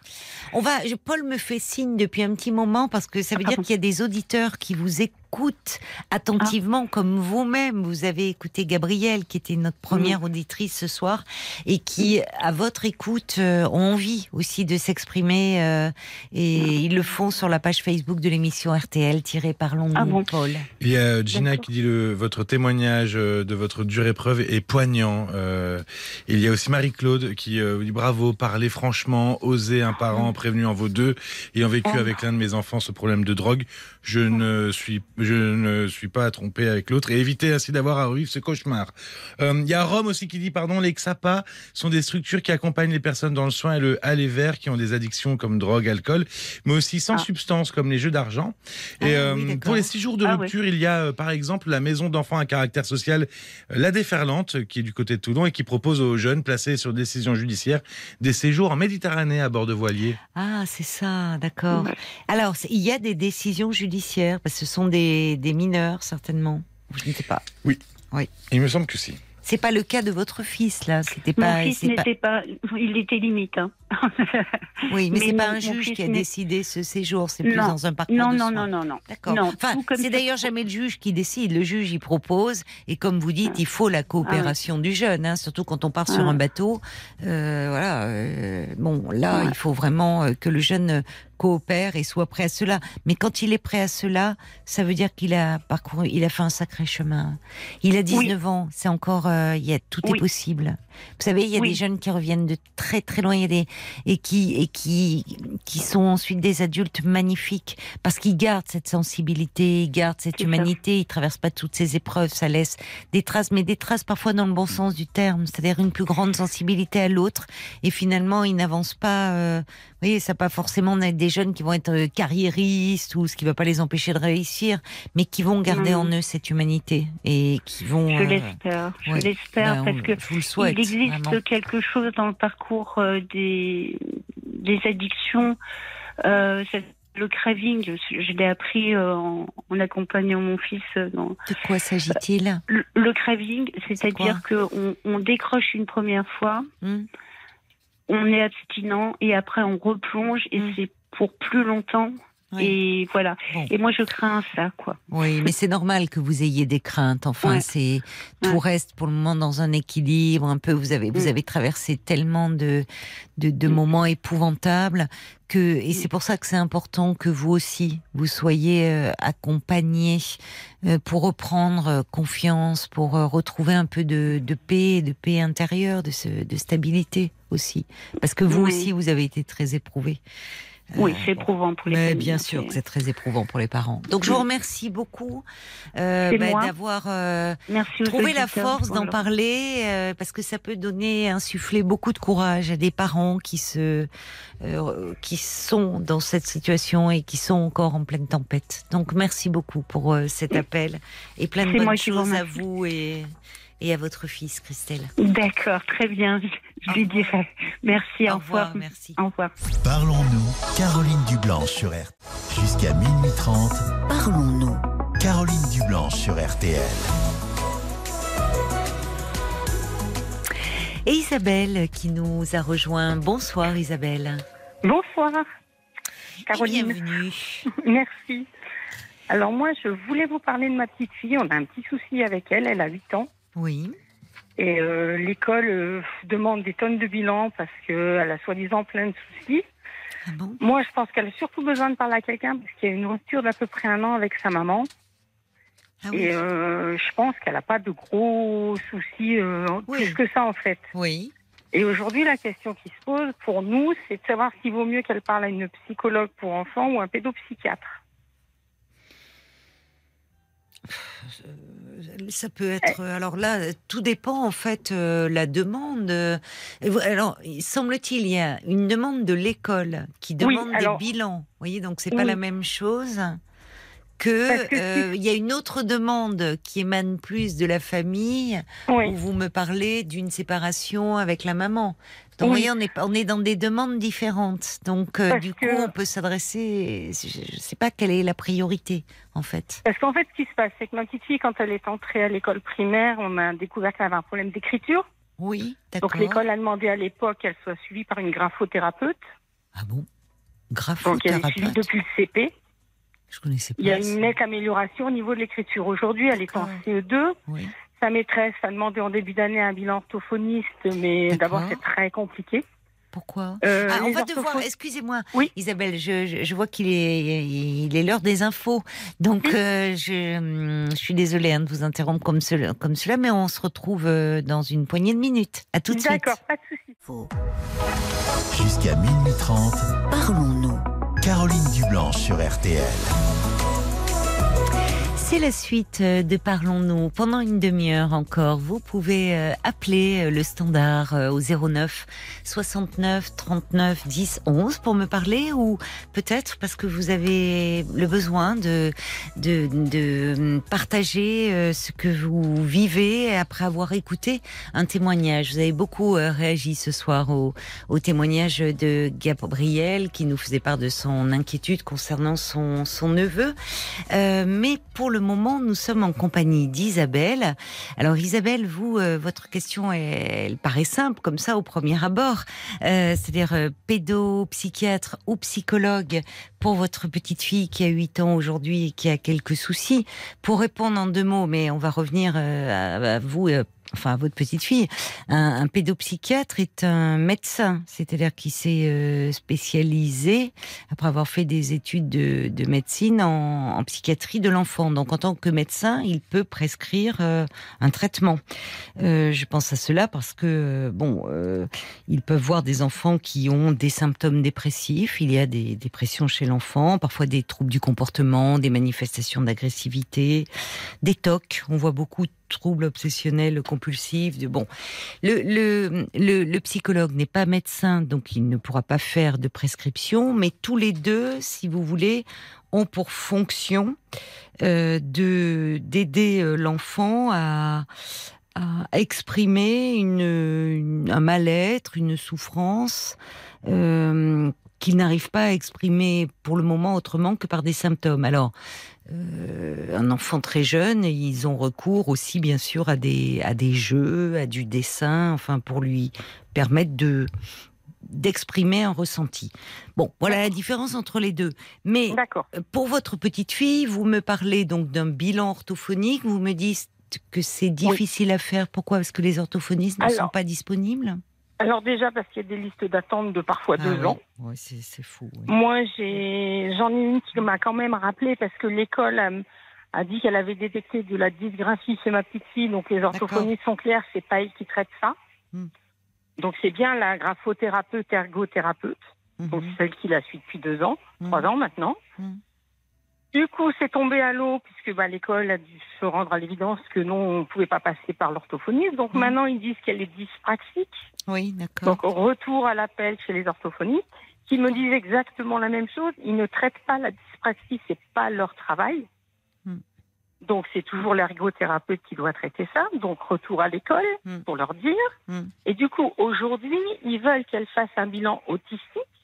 [SPEAKER 3] Paul me fait signe depuis un petit moment parce que ça veut dire qu'il y a des auditeurs qui vous écoutent attentivement, comme vous-même. Vous avez écouté Gabrielle, qui était notre première auditrice ce soir, et qui, à votre écoute, ont envie aussi de s'exprimer, et ils le font sur la page Facebook de l'émission RTL, Parlons-nous, Paul.
[SPEAKER 5] Il y a Gina qui dit votre témoignage de votre dure épreuve est poignant. Il y a aussi Marie-Claude qui dit bravo, parlez franchement, osez, un parent prévenu en vaut deux. Ayant vécu avec l'un de mes enfants ce problème de drogue, je ne suis pas trompé avec l'autre et éviter ainsi d'avoir à revivre ce cauchemar. Il y a Rome aussi qui dit les XAPA sont des structures qui accompagnent les personnes dans le soin et le aller vers qui ont des addictions comme drogue, alcool, mais aussi sans substance comme les jeux d'argent. Et pour les 6 jours de rupture, il y a par exemple la maison d'enfants à caractère social La Déferlante qui est du côté de Toulon et qui propose aux jeunes placés sur décision judiciaire des séjours en Méditerranée à bord de voiliers.
[SPEAKER 3] Ah, c'est ça, d'accord. Alors, il y a des décisions judiciaires, parce que ce sont des mineurs, certainement. Je ne sais pas.
[SPEAKER 5] Oui. Il me semble que si.
[SPEAKER 3] C'est pas le cas de votre fils, là.
[SPEAKER 8] Mon fils n'était pas... Il était limite, hein.
[SPEAKER 3] Oui, mais c'est pas un juge qui a décidé ce séjour, c'est plus dans un parcours de soins.
[SPEAKER 8] Non.
[SPEAKER 3] D'accord. Enfin, c'est d'ailleurs jamais le juge qui décide. Le juge, il propose, et comme vous dites, il faut la coopération du jeune, hein, surtout quand on part sur un bateau. Il faut vraiment que le jeune coopère et soit prêt à cela. Mais quand il est prêt à cela, ça veut dire qu'il a fait un sacré chemin. Il a 19 ans, c'est encore, tout est possible. Vous savez, il y a des jeunes qui reviennent de très très loin, et qui sont ensuite des adultes magnifiques parce qu'ils gardent cette sensibilité, ils gardent cette humanité, ils traversent pas toutes ces épreuves, ça laisse des traces, mais des traces parfois dans le bon sens du terme, c'est-à-dire une plus grande sensibilité à l'autre, et finalement ils n'avancent pas. Vous voyez, ça pas forcément être des jeunes qui vont être carriéristes ou ce qui va pas les empêcher de réussir, mais qui vont garder en eux cette humanité et qui vont.
[SPEAKER 8] Je l'espère, parce que
[SPEAKER 3] je vous le souhaite,
[SPEAKER 8] il existe
[SPEAKER 3] vraiment
[SPEAKER 8] quelque chose dans le parcours des addictions. Le craving, je l'ai appris en accompagnant mon fils.
[SPEAKER 3] De quoi s'agit-il ?
[SPEAKER 8] Le craving, c'est-à-dire qu'on décroche une première fois, on est abstinent et après on replonge et c'est pour plus longtemps. Oui. Et voilà. Bon. Et moi, je crains ça, quoi.
[SPEAKER 3] Oui, mais c'est normal que vous ayez des craintes. Enfin, tout reste pour le moment dans un équilibre. Un peu, vous avez traversé tellement de moments épouvantables et c'est pour ça que c'est important que vous aussi, vous soyez accompagnés pour reprendre confiance, pour retrouver un peu de paix intérieure, de stabilité aussi. Parce que vous aussi, vous avez été très éprouvés.
[SPEAKER 8] Oui, c'est éprouvant pour les
[SPEAKER 3] mais
[SPEAKER 8] familles.
[SPEAKER 3] Bien sûr que c'est très éprouvant pour les parents. Donc je vous remercie beaucoup d'avoir trouvé la force d'en parler, parce que ça peut insuffler beaucoup de courage à des parents qui sont dans cette situation et qui sont encore en pleine tempête. Donc merci beaucoup pour cet appel et plein de bonnes choses à vous et à votre fils, Christelle.
[SPEAKER 8] D'accord, très bien. Je lui dirai. Merci, au revoir.
[SPEAKER 3] Merci.
[SPEAKER 8] Au revoir.
[SPEAKER 1] Parlons-nous, Caroline Dublanche sur RTL. Jusqu'à minuit 30.
[SPEAKER 2] Parlons-nous.
[SPEAKER 1] Caroline Dublanche sur RTL.
[SPEAKER 3] Et Isabelle qui nous a rejoint. Bonsoir Isabelle.
[SPEAKER 9] Bonsoir Caroline.
[SPEAKER 3] Et bienvenue.
[SPEAKER 9] Merci. Alors moi, je voulais vous parler de ma petite fille. On a un petit souci avec elle. Elle a 8 ans.
[SPEAKER 3] Oui.
[SPEAKER 9] Et l'école demande des tonnes de bilan parce qu'elle a soi-disant plein de soucis.
[SPEAKER 3] Ah bon ?
[SPEAKER 9] Moi, je pense qu'elle a surtout besoin de parler à quelqu'un parce qu'il y a une rupture d'à peu près 1 an avec sa maman.
[SPEAKER 3] Ah oui.
[SPEAKER 9] Et je pense qu'elle n'a pas de gros soucis plus que ça, en fait.
[SPEAKER 3] Oui.
[SPEAKER 9] Et aujourd'hui, la question qui se pose pour nous, c'est de savoir s'il vaut mieux qu'elle parle à une psychologue pour enfants ou un pédopsychiatre.
[SPEAKER 3] Ça peut être... Alors là, tout dépend en fait la demande. Alors, semble-t-il, il y a une demande de l'école qui demande des bilans. Vous voyez, donc c'est pas la même chose que il y a une autre demande qui émane plus de la famille où vous me parlez d'une séparation avec la maman. Donc, vous voyez, on est dans des demandes différentes. Donc, du coup, on peut s'adresser... Je ne sais pas quelle est la priorité, en fait.
[SPEAKER 9] Parce qu'en fait, ce qui se passe, c'est que ma petite fille, quand elle est entrée à l'école primaire, on a découvert qu'elle avait un problème d'écriture.
[SPEAKER 3] Oui, d'accord.
[SPEAKER 9] Donc, l'école a demandé à l'époque qu'elle soit suivie par une graphothérapeute.
[SPEAKER 3] Ah bon ? Graphothérapeute.
[SPEAKER 9] Donc, elle est suivie depuis le CP.
[SPEAKER 3] Je connaissais pas.
[SPEAKER 9] Il y a une nette amélioration au niveau de l'écriture. Aujourd'hui, elle est en CE2. Oui. Sa maîtresse a demandé en début d'année un bilan orthophoniste, mais d'abord c'est très compliqué.
[SPEAKER 3] Pourquoi on va devoir, excusez-moi, Isabelle, je vois qu'il est l'heure des infos, donc je suis désolée de vous interrompre comme cela, mais on se retrouve dans une poignée de minutes. À tout de suite.
[SPEAKER 9] D'accord, pas de souci.
[SPEAKER 1] Jusqu'à minuit 30.
[SPEAKER 2] Parlons-nous.
[SPEAKER 1] Caroline Dublanche sur RTL.
[SPEAKER 3] C'est la suite de Parlons-nous. Pendant une demi-heure encore, vous pouvez appeler le standard au 09 69 39 10 11 pour me parler, ou peut-être parce que vous avez le besoin de partager ce que vous vivez après avoir écouté un témoignage. Vous avez beaucoup réagi ce soir au témoignage de Gabriel qui nous faisait part de son inquiétude concernant son neveu. Mais pour le moment, nous sommes en compagnie d'Isabelle. Alors Isabelle, vous, votre question, elle paraît simple comme ça au premier abord. C'est-à-dire pédopsychiatre ou psychologue pour votre petite fille qui a 8 ans aujourd'hui et qui a quelques soucis. Pour répondre en 2 mots, mais on va revenir à vous, enfin à votre petite fille, un pédopsychiatre est un médecin, c'est-à-dire qui s'est spécialisé après avoir fait des études de médecine en psychiatrie de l'enfant. Donc en tant que médecin, il peut prescrire un traitement. Je pense à cela parce que ils peuvent voir des enfants qui ont des symptômes dépressifs. Il y a des dépressions chez l'enfant, parfois des troubles du comportement, des manifestations d'agressivité, des TOC. On voit beaucoup de troubles obsessionnels compulsifs. Le psychologue n'est pas médecin, donc il ne pourra pas faire de prescription, mais tous les deux, si vous voulez, ont pour fonction d'aider l'enfant à exprimer un mal-être, une souffrance qu'il n'arrive pas à exprimer pour le moment autrement que par des symptômes. Alors, un enfant très jeune, ils ont recours aussi bien sûr à des jeux, à du dessin, enfin pour lui permettre d'exprimer un ressenti. Bon, voilà la différence entre les deux. Mais pour votre petite fille, vous me parlez donc d'un bilan orthophonique, vous me dites que c'est difficile à faire. Pourquoi ? Parce que les orthophonistes ne sont pas disponibles ?
[SPEAKER 9] Alors déjà parce qu'il y a des listes d'attente de parfois 2 ans.
[SPEAKER 3] Oui, c'est fou. Oui.
[SPEAKER 9] Moi, j'en ai une qui m'a quand même rappelé parce que l'école a dit qu'elle avait détecté de la dysgraphie chez ma petite fille. Donc les orthophonistes sont clairs, c'est pas elle qui traite ça. Donc c'est bien la graphothérapeute, ergothérapeute. donc celle qui la suit depuis 2 ans, 3 ans maintenant. Du coup, c'est tombé à l'eau, puisque l'école a dû se rendre à l'évidence que non, on ne pouvait pas passer par l'orthophoniste. Donc maintenant, ils disent qu'elle est dyspraxique.
[SPEAKER 3] Oui, d'accord.
[SPEAKER 9] Donc retour à l'appel chez les orthophonistes, qui me disent exactement la même chose. Ils ne traitent pas la dyspraxie, c'est pas leur travail. Donc c'est toujours l'ergothérapeute qui doit traiter ça. Donc retour à l'école pour leur dire. Et du coup, aujourd'hui, ils veulent qu'elle fasse un bilan autistique.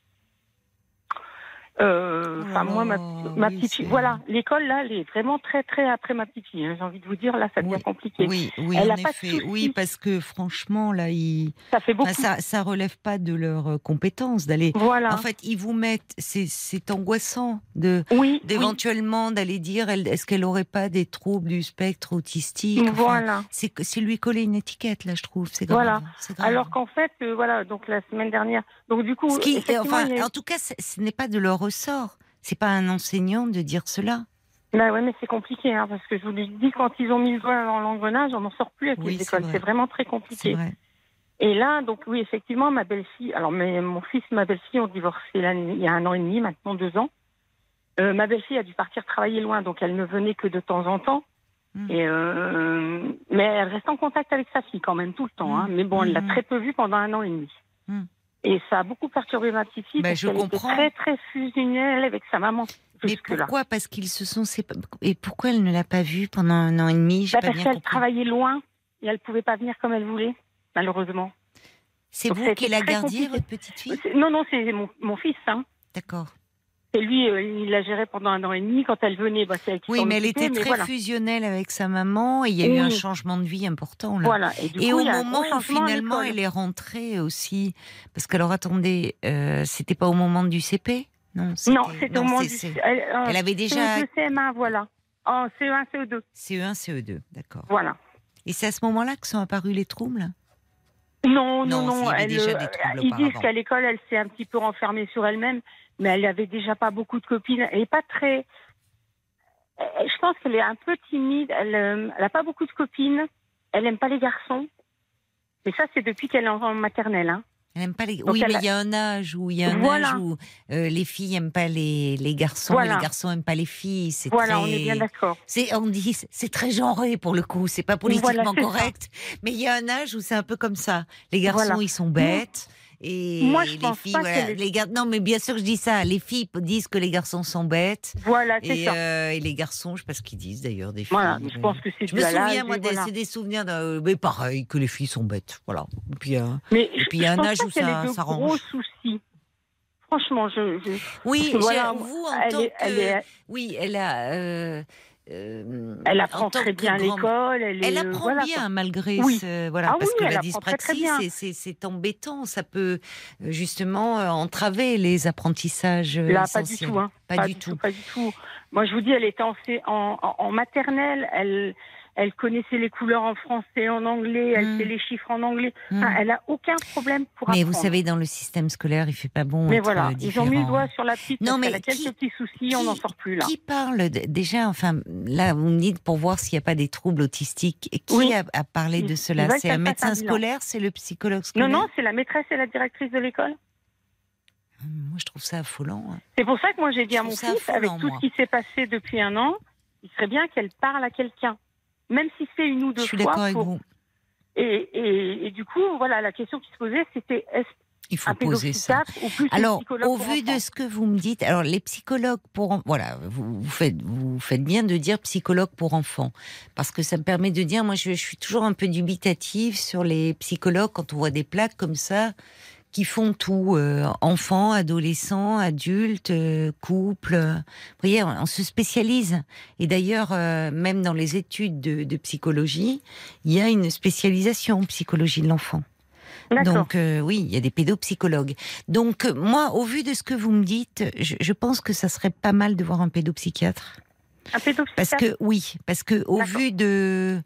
[SPEAKER 9] Moi, ma petite fille, voilà, l'école là, elle est vraiment très très après ma petite fille. J'ai envie de vous dire, là, ça devient compliqué.
[SPEAKER 3] Oui,
[SPEAKER 9] elle
[SPEAKER 3] en effet. Oui, parce que franchement, là,
[SPEAKER 9] ça fait beaucoup.
[SPEAKER 3] Ça relève pas de leurs compétences d'aller.
[SPEAKER 9] Voilà.
[SPEAKER 3] En fait, ils vous mettent, c'est angoissant d'éventuellement d'aller dire, est-ce qu'elle aurait pas des troubles du spectre autistique.
[SPEAKER 9] Voilà.
[SPEAKER 3] C'est lui coller une étiquette là, je trouve. C'est grave.
[SPEAKER 9] Voilà.
[SPEAKER 3] C'est grave.
[SPEAKER 9] Alors qu'en fait, donc la semaine dernière, donc du coup,
[SPEAKER 3] en tout cas, ce n'est pas de leur ressort. C'est pas un enseignant de dire cela.
[SPEAKER 9] Bah ouais, mais c'est compliqué, parce que je vous le dis, quand ils ont mis le doigt dans l'engrenage, on n'en sort plus avec les écoles. C'est vraiment très compliqué.
[SPEAKER 3] C'est vrai.
[SPEAKER 9] Et là, donc oui, effectivement, ma belle-fille, mon fils et ma belle-fille ont divorcé il y a 1 an et demi, maintenant 2 ans. Ma belle-fille a dû partir travailler loin, donc elle ne venait que de temps en temps. Mais elle reste en contact avec sa fille quand même tout le temps. Mais bon, elle l'a très peu vue pendant 1 an et demi. Et ça a beaucoup perturbé ma petite fille parce qu'elle était très très fusionnelle avec sa maman.
[SPEAKER 3] Mais pourquoi ? Parce qu'ils se sont séparés. Et pourquoi elle ne l'a pas vue pendant 1 an et demi ?
[SPEAKER 9] Parce qu'elle travaillait loin et elle ne pouvait pas venir comme elle voulait, malheureusement.
[SPEAKER 3] C'est vous qui la gardiez, votre petite fille ?
[SPEAKER 9] Non, c'est mon fils.
[SPEAKER 3] D'accord.
[SPEAKER 9] Et lui, il la gérait pendant 1 an et demi. Quand elle venait, c'est elle qui s'en occupait.
[SPEAKER 3] Mais elle était très fusionnelle avec sa maman. Et il y a eu un changement de vie important. Là.
[SPEAKER 9] Voilà.
[SPEAKER 3] Et au moment où finalement elle est rentrée aussi, parce qu'alors attendez, c'était pas au moment du CP ? Non,
[SPEAKER 9] c'était au moment du CP.
[SPEAKER 3] Elle avait déjà.
[SPEAKER 9] CE2, CM1, voilà. En CE1, CE2.
[SPEAKER 3] CE1, CE2, d'accord.
[SPEAKER 9] Voilà.
[SPEAKER 3] Et c'est à ce moment-là que sont apparus les troubles ?
[SPEAKER 9] Non.
[SPEAKER 3] Il y avait déjà des troubles
[SPEAKER 9] ils disent qu'à l'école, elle s'est un petit peu renfermée sur elle-même. Mais elle avait déjà pas beaucoup de copines. Elle est pas très. Je pense qu'elle est un peu timide. Elle a pas beaucoup de copines. Elle aime pas les garçons. Mais ça, c'est depuis qu'elle est en maternelle.
[SPEAKER 3] Elle aime pas les. Donc mais il y a un âge où les filles aiment pas les garçons, et les garçons aiment pas les filles. C'est
[SPEAKER 9] on est bien d'accord.
[SPEAKER 3] On dit c'est très genré pour le coup. C'est pas politiquement correct. Mais il y a un âge où c'est un peu comme ça. Les garçons, ils sont bêtes. Et
[SPEAKER 9] moi, je pense
[SPEAKER 3] filles,
[SPEAKER 9] pas
[SPEAKER 3] non, mais bien sûr, je dis ça. Les filles disent que les garçons sont bêtes.
[SPEAKER 9] Voilà, c'est ça.
[SPEAKER 3] Et les garçons, je sais pas ce qu'ils disent d'ailleurs des filles.
[SPEAKER 9] Voilà, je pense que c'est.
[SPEAKER 3] Je me souviens, moi, c'est des souvenirs, mais pareil, que les filles sont bêtes. Voilà. Et puis il y a un âge où ça range.
[SPEAKER 9] Gros soucis. Franchement,
[SPEAKER 3] oui, vous en tant que. Oui, elle a.
[SPEAKER 9] Elle apprend très bien l'école.
[SPEAKER 3] Elle apprend bien malgré parce que la dyspraxie, c'est embêtant. Ça peut justement entraver les apprentissages.
[SPEAKER 9] Là, pas du tout.
[SPEAKER 3] Pas du tout.
[SPEAKER 9] Moi, je vous dis, elle était en maternelle. Elle connaissait les couleurs en français et en anglais. Elle sait les chiffres en anglais. Elle n'a aucun problème pour apprendre.
[SPEAKER 3] Mais vous savez, dans le système scolaire, il fait pas bon.
[SPEAKER 9] Mais
[SPEAKER 3] être
[SPEAKER 9] voilà,
[SPEAKER 3] différent.
[SPEAKER 9] ils ont mis le doigt sur la petite. Non, mais elle a quelques petits soucis, on n'en sort plus là.
[SPEAKER 3] Qui parle déjà, là, vous me dites pour voir s'il n'y a pas des troubles autistiques. Et qui a parlé de cela ? C'est un médecin scolaire ? C'est le psychologue scolaire ?
[SPEAKER 9] Non, c'est la maîtresse et la directrice de l'école.
[SPEAKER 3] Moi, je trouve ça affolant.
[SPEAKER 9] C'est pour ça que moi, j'ai dit à mon fils, avec tout ce qui s'est passé depuis 1 an, il serait bien qu'elle parle à quelqu'un. Même si c'est 1 ou 2 fois.
[SPEAKER 3] Je suis d'accord avec vous.
[SPEAKER 9] Et du coup, voilà, la question qui se posait, c'était
[SPEAKER 3] il faut poser ça.
[SPEAKER 9] Ou plus
[SPEAKER 3] alors, au vu de ce que vous me dites, alors les psychologues vous faites bien de dire psychologue pour enfants, parce que ça me permet de dire, moi, je suis toujours un peu dubitative sur les psychologues quand on voit des plaques comme ça qui font tout, enfants, adolescents, adultes, couples. Vous voyez, on se spécialise. Et d'ailleurs, même dans les études de psychologie, il y a une spécialisation en psychologie de l'enfant. Donc oui, il y a des pédopsychologues. Donc moi, au vu de ce que vous me dites, je pense que ça serait pas mal de voir un pédopsychiatre.
[SPEAKER 9] Un pédopsychiatre ?
[SPEAKER 3] Parce que au vu de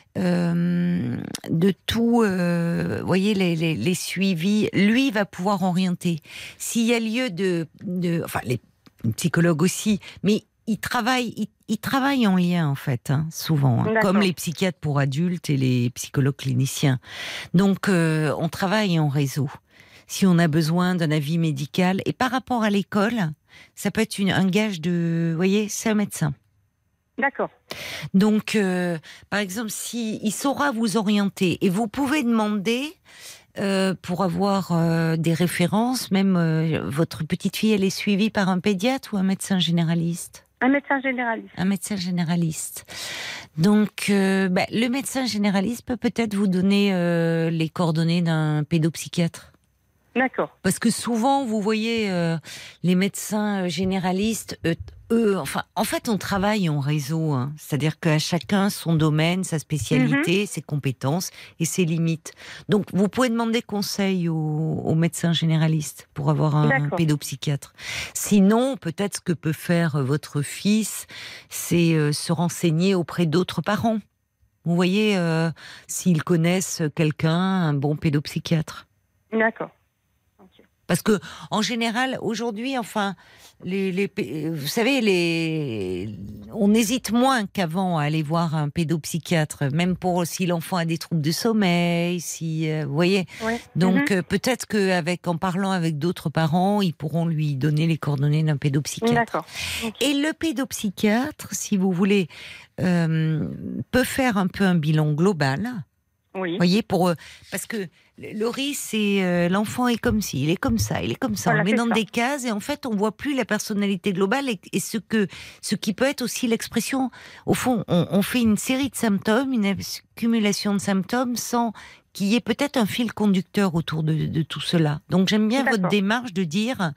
[SPEAKER 3] tout, voyez les suivis, lui va pouvoir orienter. S'il y a lieu enfin les psychologues aussi, mais ils travaillent en lien, en fait, souvent, comme les psychiatres pour adultes et les psychologues cliniciens. Donc, on travaille en réseau. si on a besoin d'un avis médical. Et par rapport à l'école, ça peut être un gage de... Vous voyez, c'est un médecin.
[SPEAKER 9] D'accord.
[SPEAKER 3] Donc, par exemple, il saura vous orienter, et vous pouvez demander... pour avoir des références, même votre petite fille, elle est suivie par un pédiatre ou un médecin généraliste ?
[SPEAKER 9] Un médecin généraliste.
[SPEAKER 3] Un médecin généraliste. Donc, le médecin généraliste peut peut-être vous donner les coordonnées d'un pédopsychiatre.
[SPEAKER 9] D'accord.
[SPEAKER 3] Parce que souvent, vous voyez, les médecins généralistes... en fait, on travaille en réseau, hein. C'est-à-dire qu'à chacun son domaine, sa spécialité, ses compétences et ses limites. Donc, vous pouvez demander conseil au médecin généraliste pour avoir un pédopsychiatre. Sinon, peut-être ce que peut faire votre fils, c'est se renseigner auprès d'autres parents. Vous voyez, s'ils connaissent quelqu'un, un bon pédopsychiatre.
[SPEAKER 9] D'accord.
[SPEAKER 3] Parce que, en général, aujourd'hui, enfin, vous savez, on hésite moins qu'avant à aller voir un pédopsychiatre, même pour si l'enfant a des troubles de sommeil, vous voyez. Oui. Donc, peut-être qu'en parlant avec d'autres parents, ils pourront lui donner les coordonnées d'un pédopsychiatre.
[SPEAKER 9] D'accord. Okay.
[SPEAKER 3] Et le pédopsychiatre, si vous voulez, peut faire un peu un bilan global.
[SPEAKER 9] Oui.
[SPEAKER 3] Vous voyez, parce que le risque, c'est l'enfant est comme ci, il est comme ça, il est comme ça.
[SPEAKER 9] Voilà,
[SPEAKER 3] on met dans des cases et en fait, on voit plus la personnalité globale et ce qui peut être aussi l'expression. Au fond, on fait une série de symptômes, une accumulation de symptômes sans qu'il y ait peut-être un fil conducteur autour de tout cela. Donc j'aime bien votre démarche de dire,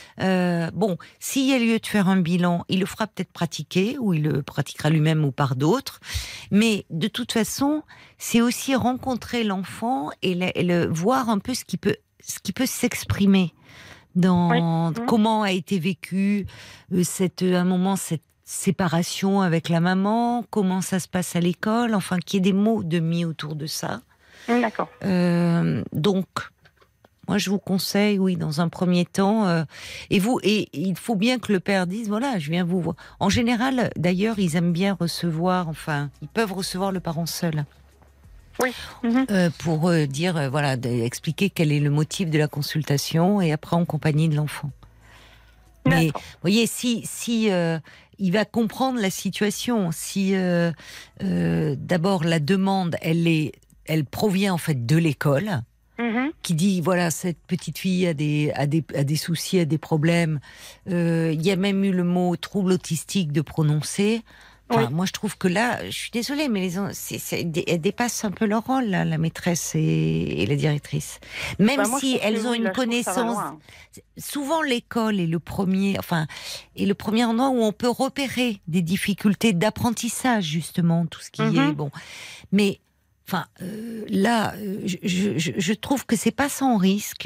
[SPEAKER 3] s'il y a lieu de faire un bilan, il le fera peut-être pratiquer, ou il le pratiquera lui-même ou par d'autres, mais de toute façon, c'est aussi rencontrer l'enfant et le voir un peu ce qui peut s'exprimer dans comment a été vécu cette séparation avec la maman, comment ça se passe à l'école, enfin qu'il y ait des mots mis autour de ça.
[SPEAKER 9] D'accord.
[SPEAKER 3] Donc, moi, je vous conseille, oui, dans un premier temps, et il faut bien que le père dise, voilà, je viens vous voir. En général, d'ailleurs, ils aiment bien recevoir, ils peuvent recevoir le parent seul.
[SPEAKER 9] Oui.
[SPEAKER 3] Pour dire, expliquer quel est le motif de la consultation, et après en compagnie de l'enfant. Mais, vous voyez, si il va comprendre la situation, si d'abord la demande, elle provient en fait de l'école, qui dit voilà, cette petite fille a des soucis, a des problèmes. Il y a même eu le mot trouble autistique de prononcer. Enfin, moi, je trouve que là, je suis désolée, mais elles dépassent un peu leur rôle, là, la maîtresse et la directrice. Même si elles ont une connaissance. Souvent, l'école est le premier endroit où on peut repérer des difficultés d'apprentissage, justement, tout ce qui est bon. Mais, là, je trouve que c'est pas sans risque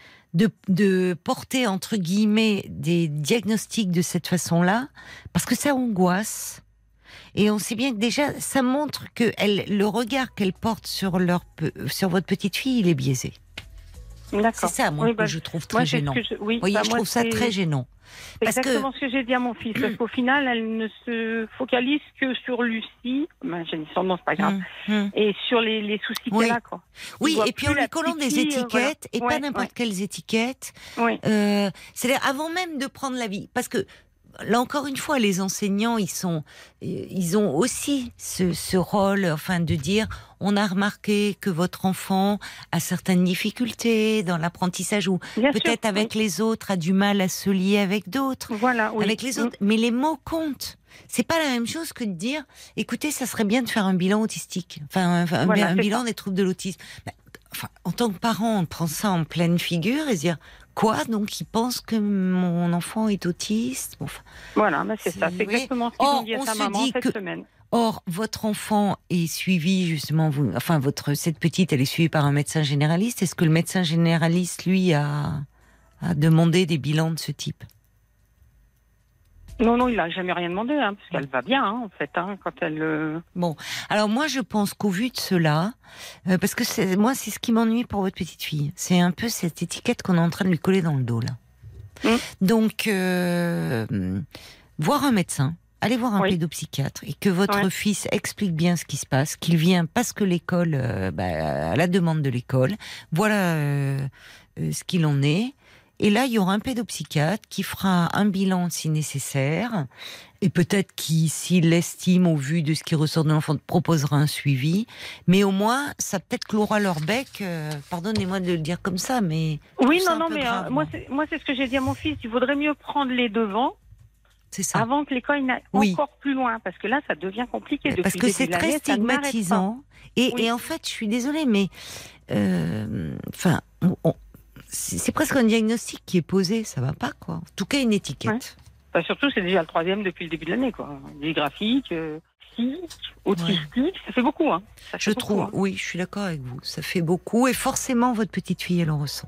[SPEAKER 3] de porter, entre guillemets, des diagnostics de cette façon-là, parce que ça angoisse. Et on sait bien que déjà, ça montre que le regard qu'elle porte sur votre petite fille, il est biaisé.
[SPEAKER 9] D'accord.
[SPEAKER 3] C'est ça, que je trouve très gênant. Je trouve ça très gênant.
[SPEAKER 9] C'est exactement ce que j'ai dit à mon fils. Parce qu'au final, elle ne se focalise que sur Lucie. J'ai dit son nom, c'est pas grave. Et sur les soucis qu'elle a, quoi.
[SPEAKER 3] Oui, et puis en lui collant des étiquettes, et pas n'importe quelles étiquettes. C'est-à-dire, avant même de prendre la vie. Parce que, là encore une fois, les enseignants, ils ont aussi ce rôle, de dire, on a remarqué que votre enfant a certaines difficultés dans l'apprentissage ou peut-être avec les autres a du mal à se lier avec d'autres.
[SPEAKER 9] Voilà, oui.
[SPEAKER 3] Avec les autres. Mais les mots comptent. C'est pas la même chose que de dire, écoutez, ça serait bien de faire un bilan autistique. Un bilan des troubles de l'autisme. En tant que parent, on prend ça en pleine figure et se dire, quoi, donc il pense que mon enfant est autiste.
[SPEAKER 9] Voilà, c'est ça, c'est exactement ce qu'ils ont dit à sa maman cette semaine.
[SPEAKER 3] Or, votre enfant est suivi, justement, cette petite, elle est suivie par un médecin généraliste. Est-ce que le médecin généraliste, lui, a demandé des bilans de ce type ?
[SPEAKER 9] Non, il n'a jamais rien demandé, parce qu'elle va bien, en fait, quand elle...
[SPEAKER 3] Bon, alors moi, je pense qu'au vu de cela, parce que c'est ce qui m'ennuie pour votre petite fille, c'est un peu cette étiquette qu'on est en train de lui coller dans le dos, là. Donc, voir un médecin, aller voir un pédopsychiatre, et que votre fils explique bien ce qui se passe, qu'il vient parce que l'école, à la demande de l'école, voilà ce qu'il en est. Et là, il y aura un pédopsychiatre qui fera un bilan si nécessaire. Et peut-être qu'il, s'il l'estime au vu de ce qui ressort de l'enfant, proposera un suivi. Mais au moins, ça peut-être clouera leur bec. Pardonnez-moi de le dire comme ça, mais...
[SPEAKER 9] Oui, non, mais grave, moi, c'est ce que j'ai dit à mon fils. Il vaudrait mieux prendre les devants.
[SPEAKER 3] C'est ça.
[SPEAKER 9] Avant que l'école n'aille encore plus loin. Parce que là, ça devient compliqué. Depuis
[SPEAKER 3] parce que c'est très stigmatisant. Et en fait, je suis désolée, mais... c'est presque un diagnostic qui est posé, ça va pas, quoi. En tout cas, une étiquette.
[SPEAKER 9] Ouais. Enfin, surtout, c'est déjà le 3e depuis le début de l'année, quoi. Dygraphique, autistique, ça fait beaucoup, hein.
[SPEAKER 3] Je trouve, oui, je suis d'accord avec vous. Ça fait beaucoup, et forcément, votre petite fille, elle en ressent.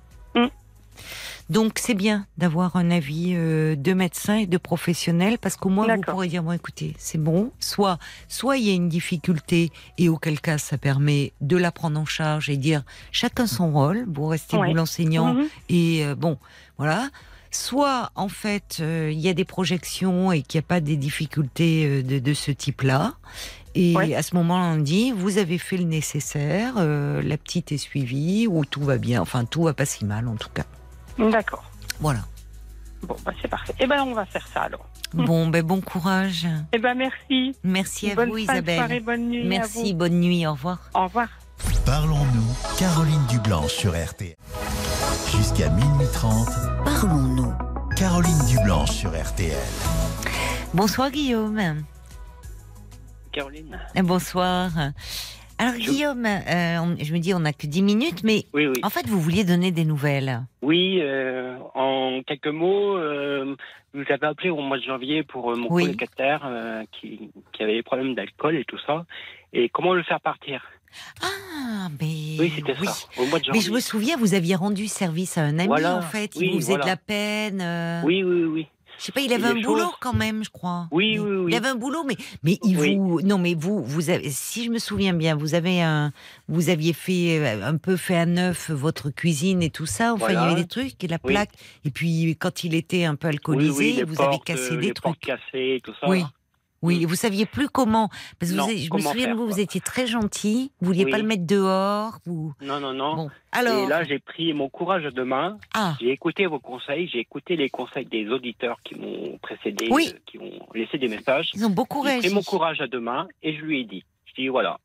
[SPEAKER 3] Donc, c'est bien d'avoir un avis de médecin et de professionnel, parce qu'au moins, vous pourrez dire, bon, écoutez, c'est bon. Soit il y a une difficulté, et auquel cas, ça permet de la prendre en charge et dire, chacun son rôle, vous restez vous l'enseignant, et bon, voilà. Soit, en fait, il y a des projections et qu'il n'y a pas des difficultés de ce type-là. Et à ce moment-là, on dit, vous avez fait le nécessaire, la petite est suivie, ou tout va bien. Enfin, tout va pas si mal, en tout cas.
[SPEAKER 9] D'accord.
[SPEAKER 3] Voilà.
[SPEAKER 9] Bon, c'est parfait. On va faire ça, alors.
[SPEAKER 3] Bon, bon courage.
[SPEAKER 9] Merci.
[SPEAKER 3] Merci à vous, Isabelle.
[SPEAKER 9] Bonne soirée, bonne nuit.
[SPEAKER 3] Merci, bonne nuit, au revoir.
[SPEAKER 9] Au revoir.
[SPEAKER 1] Parlons-nous, Caroline Dublanche sur RTL. Jusqu'à minuit 30.
[SPEAKER 2] Parlons-nous.
[SPEAKER 1] Caroline Dublanche sur RTL.
[SPEAKER 3] Bonsoir, Guillaume.
[SPEAKER 10] Caroline.
[SPEAKER 3] Bonsoir. Alors, Guillaume, je me dis, on n'a que 10 minutes, mais
[SPEAKER 10] oui.
[SPEAKER 3] En fait, vous vouliez donner des nouvelles.
[SPEAKER 10] Oui, en quelques mots, vous avez appelé au mois de janvier pour mon colocataire qui avait des problèmes d'alcool et tout ça. Et comment le faire partir ?
[SPEAKER 3] Ah, mais...
[SPEAKER 10] Oui, c'était ça, au mois de janvier.
[SPEAKER 3] Mais je me souviens, vous aviez rendu service à un ami, en fait. Il vous faisait de la peine.
[SPEAKER 10] Oui.
[SPEAKER 3] Je sais pas, il avait un boulot quand même, je crois.
[SPEAKER 10] Oui.
[SPEAKER 3] Il avait un boulot, mais il vous... Non, mais vous avez... Si je me souviens bien, vous aviez fait à neuf votre cuisine et tout ça. Enfin, il y avait des trucs, et la plaque. Et puis, quand il était un peu alcoolisé, vous avez cassé des trucs.
[SPEAKER 10] Cassées, tout ça.
[SPEAKER 3] Oui, et vous saviez plus comment. Parce que je me souviens de vous étiez très gentil. Vous vouliez pas le mettre dehors.
[SPEAKER 10] Non.
[SPEAKER 3] Bon, alors...
[SPEAKER 10] Et là, j'ai pris mon courage à deux mains. J'ai écouté vos conseils. J'ai écouté les conseils des auditeurs qui m'ont précédé, qui ont laissé des messages.
[SPEAKER 3] Ils ont beaucoup réagi.
[SPEAKER 10] J'ai pris mon courage à deux mains et je lui ai dit. Je dis voilà.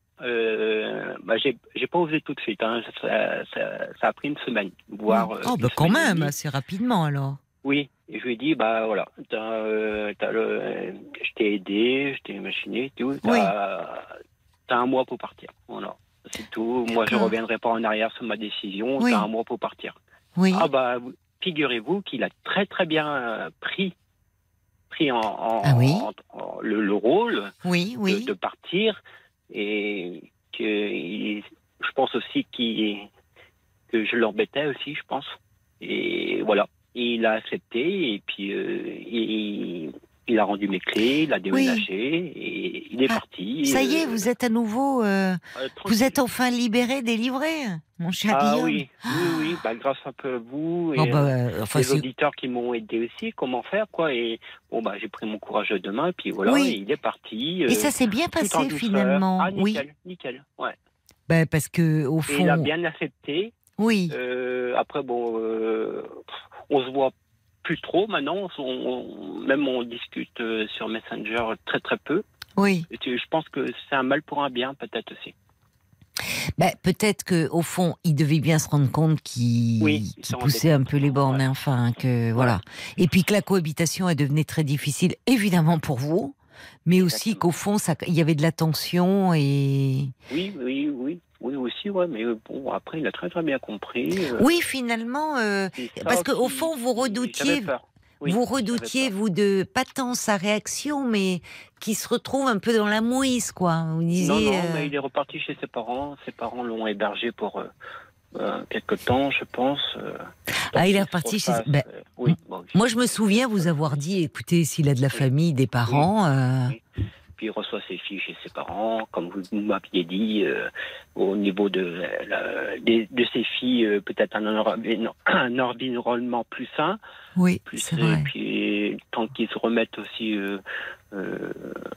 [SPEAKER 10] J'ai pas osé tout de suite. Hein. Ça a pris une semaine. Voire.
[SPEAKER 3] Quand même, assez rapidement alors.
[SPEAKER 10] Oui, et je lui ai dit, voilà, je t'ai aidé, je t'ai machiné, tout, t'as un mois pour partir, voilà, c'est tout. Moi, je reviendrai pas en arrière sur ma décision, t'as un mois pour partir.
[SPEAKER 3] Oui.
[SPEAKER 10] Figurez-vous qu'il a très très bien pris le rôle de partir, et que je pense aussi que je l'embêtais aussi, je pense, et voilà. Il a accepté et puis il a rendu mes clés, il a déménagé et il est parti.
[SPEAKER 3] Ça y est, vous êtes à nouveau, vous êtes enfin libéré, délivré, mon cher Guillaume.
[SPEAKER 10] Oui, grâce un peu à vous et les auditeurs qui m'ont aidé aussi, comment faire quoi. Et j'ai pris mon courage de main et puis voilà, et il est parti.
[SPEAKER 3] Et ça s'est bien passé finalement.
[SPEAKER 10] Nickel, ouais.
[SPEAKER 3] Parce que au fond,
[SPEAKER 10] et il a bien accepté.
[SPEAKER 3] Oui.
[SPEAKER 10] Après on se voit plus trop maintenant, même on discute sur Messenger très très peu.
[SPEAKER 3] Oui.
[SPEAKER 10] Et je pense que c'est un mal pour un bien peut-être aussi.
[SPEAKER 3] Peut-être qu'au fond, il devait bien se rendre compte qu'il poussait un peu les bornes, voilà. Et puis que la cohabitation elle devenait très difficile, évidemment pour vous, mais aussi qu'au fond, il y avait de la tension et...
[SPEAKER 10] Oui, aussi, mais bon, après, il a très très bien compris.
[SPEAKER 3] Oui, finalement, parce qu'au fond, vous redoutiez, pas tant sa réaction, mais qu'il se retrouve un peu dans la mouise, quoi. Vous disiez,
[SPEAKER 10] non, mais il est reparti chez ses parents. Ses parents l'ont hébergé pour quelque temps, je pense.
[SPEAKER 3] Il est reparti chez... Moi, je me souviens vous avoir dit, écoutez, s'il a de la famille, des parents...
[SPEAKER 10] Puis il reçoit ses filles chez ses parents, comme vous m'aviez dit, au niveau de ses filles, peut-être un environnement plus sain.
[SPEAKER 3] Oui, c'est vrai.
[SPEAKER 10] Et puis tant qu'ils se remettent aussi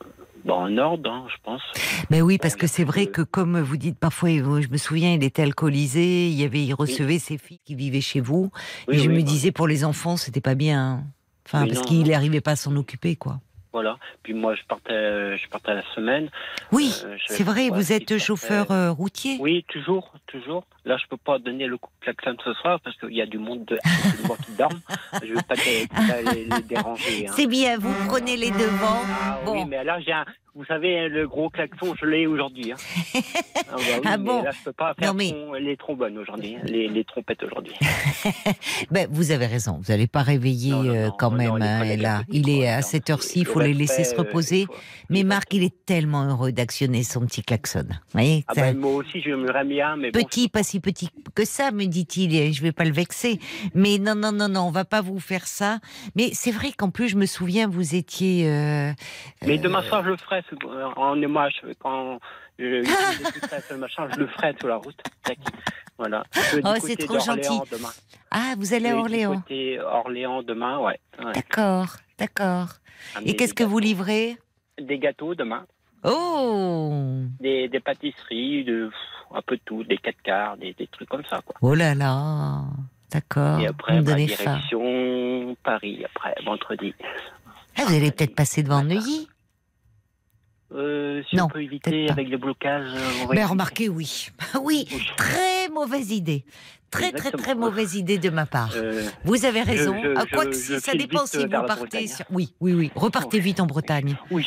[SPEAKER 10] en ordre, je pense.
[SPEAKER 3] Mais oui, parce que c'est vrai que, comme vous dites, parfois, je me souviens, il était alcoolisé, il recevait ses filles qui vivaient chez vous, et je me disais, pour les enfants, c'était pas bien. Enfin, parce qu'il n'arrivait pas à s'en occuper, quoi.
[SPEAKER 10] Voilà. Puis moi, je partais à la semaine.
[SPEAKER 3] Oui, c'est vrai, vous êtes chauffeur routier.
[SPEAKER 10] Oui, toujours. Là, je peux pas donner le coup de klaxon ce soir parce qu'il y a du monde qui dorment. Je veux pas les déranger.
[SPEAKER 3] C'est bien, vous prenez les devants.
[SPEAKER 10] Bon. Oui, mais là, vous savez, le gros klaxon, je l'ai aujourd'hui.
[SPEAKER 3] Bon.
[SPEAKER 10] Mais là, je peux pas faire les trombones aujourd'hui, les trompettes aujourd'hui.
[SPEAKER 3] Vous avez raison, vous n'allez pas réveiller quand même. Il est à cette heure-ci, il faut les laisser se reposer. Mais Marc, il est tellement heureux d'actionner son petit klaxon. Vous voyez,
[SPEAKER 10] moi aussi, je me remets bien. Mais
[SPEAKER 3] petit, pas si petit que ça, me dit-il, et je ne vais pas le vexer. Mais non, on ne va pas vous faire ça. Mais c'est vrai qu'en plus, je me souviens, vous étiez...
[SPEAKER 10] Mais demain soir, je le ferai. En hommage, quand je le ferai sur la route. Voilà.
[SPEAKER 3] C'est trop gentil.
[SPEAKER 10] Demain.
[SPEAKER 3] Ah, vous allez à Orléans.
[SPEAKER 10] Côté Orléans demain, ouais.
[SPEAKER 3] D'accord. Et qu'est-ce que vous livrez?
[SPEAKER 10] Des gâteaux demain.
[SPEAKER 3] Oh.
[SPEAKER 10] Des pâtisseries, un peu de tout, des 4 quarts, des trucs comme ça, quoi.
[SPEAKER 3] Oh là là. D'accord.
[SPEAKER 10] Et après, direction Paris, après, vendredi.
[SPEAKER 3] Vous allez peut-être passer devant Neuilly.
[SPEAKER 10] Si on peut éviter avec les blocages.
[SPEAKER 3] Remarquez, oui, très mauvaise idée. Très mauvaise idée de ma part. Vous avez raison. Quoique ça dépend si vous partez. Oui. Repartez vite en Bretagne. Oui.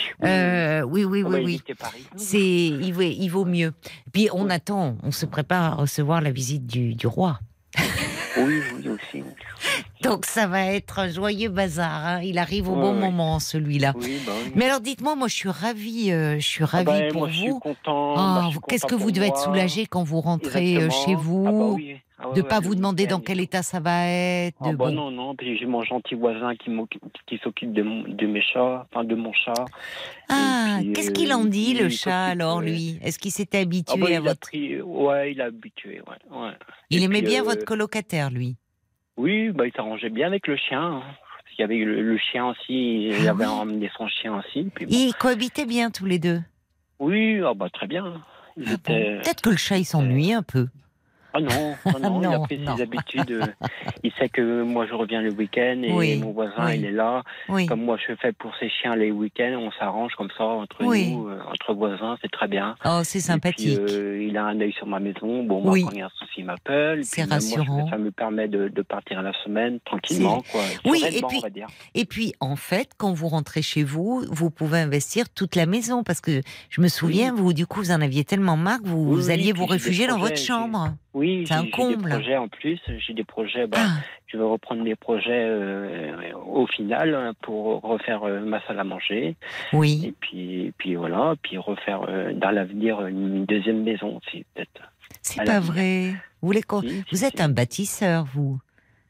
[SPEAKER 3] Il vaut mieux. Puis on attend, on se prépare à recevoir la visite du roi.
[SPEAKER 10] Oui, aussi.
[SPEAKER 3] Donc ça va être un joyeux bazar. Il arrive au bon moment, celui-là.
[SPEAKER 10] Oui.
[SPEAKER 3] Mais alors dites-moi, moi je suis ravie pour vous.
[SPEAKER 10] Je suis content.
[SPEAKER 3] Qu'est-ce que vous devez être soulagé quand vous rentrez chez vous, de pas vous demander dans quel état ça va être.
[SPEAKER 10] Non. Puis j'ai mon gentil voisin qui s'occupe de mes chats, de mon chat.
[SPEAKER 3] Qu'est-ce qu'il en dit le chat alors lui? Est-ce qu'il s'était habitué à votre...
[SPEAKER 10] il a habitué. Ouais.
[SPEAKER 3] Il aimait bien votre colocataire, lui.
[SPEAKER 10] Oui, il s'arrangeait bien avec le chien. Parce qu'il y avait le chien aussi, il avait emmené son chien aussi. Puis
[SPEAKER 3] Ils cohabitaient bien tous les deux?
[SPEAKER 10] Oui, très bien.
[SPEAKER 3] Peut-être que le chat, il s'ennuie un peu.
[SPEAKER 10] Non, il a pris ses habitudes. Il sait que moi je reviens le week-end et mon voisin il est là. Comme moi je fais pour ses chiens les week-ends, on s'arrange comme ça entre nous, entre voisins, c'est très bien.
[SPEAKER 3] Oh, c'est sympathique.
[SPEAKER 10] Puis, il a un œil sur ma maison. Bon, moi quand il y a un souci, il m'appelle.
[SPEAKER 3] C'est rassurant.
[SPEAKER 10] Moi, ça me permet de partir à la semaine tranquillement, quoi.
[SPEAKER 3] On va dire. Et puis en fait, quand vous rentrez chez vous, vous pouvez investir toute la maison parce que je me souviens, vous en aviez tellement marre que vous alliez vous réfugier dans votre chambre.
[SPEAKER 10] Oui,
[SPEAKER 3] c'est un comble.
[SPEAKER 10] J'ai des projets en plus. J'ai des projets. Je vais reprendre mes projets au final pour refaire ma salle à manger.
[SPEAKER 3] Oui.
[SPEAKER 10] Et puis voilà. Puis refaire dans l'avenir une deuxième maison aussi peut-être.
[SPEAKER 3] C'est pas vrai. Vous êtes un bâtisseur, vous.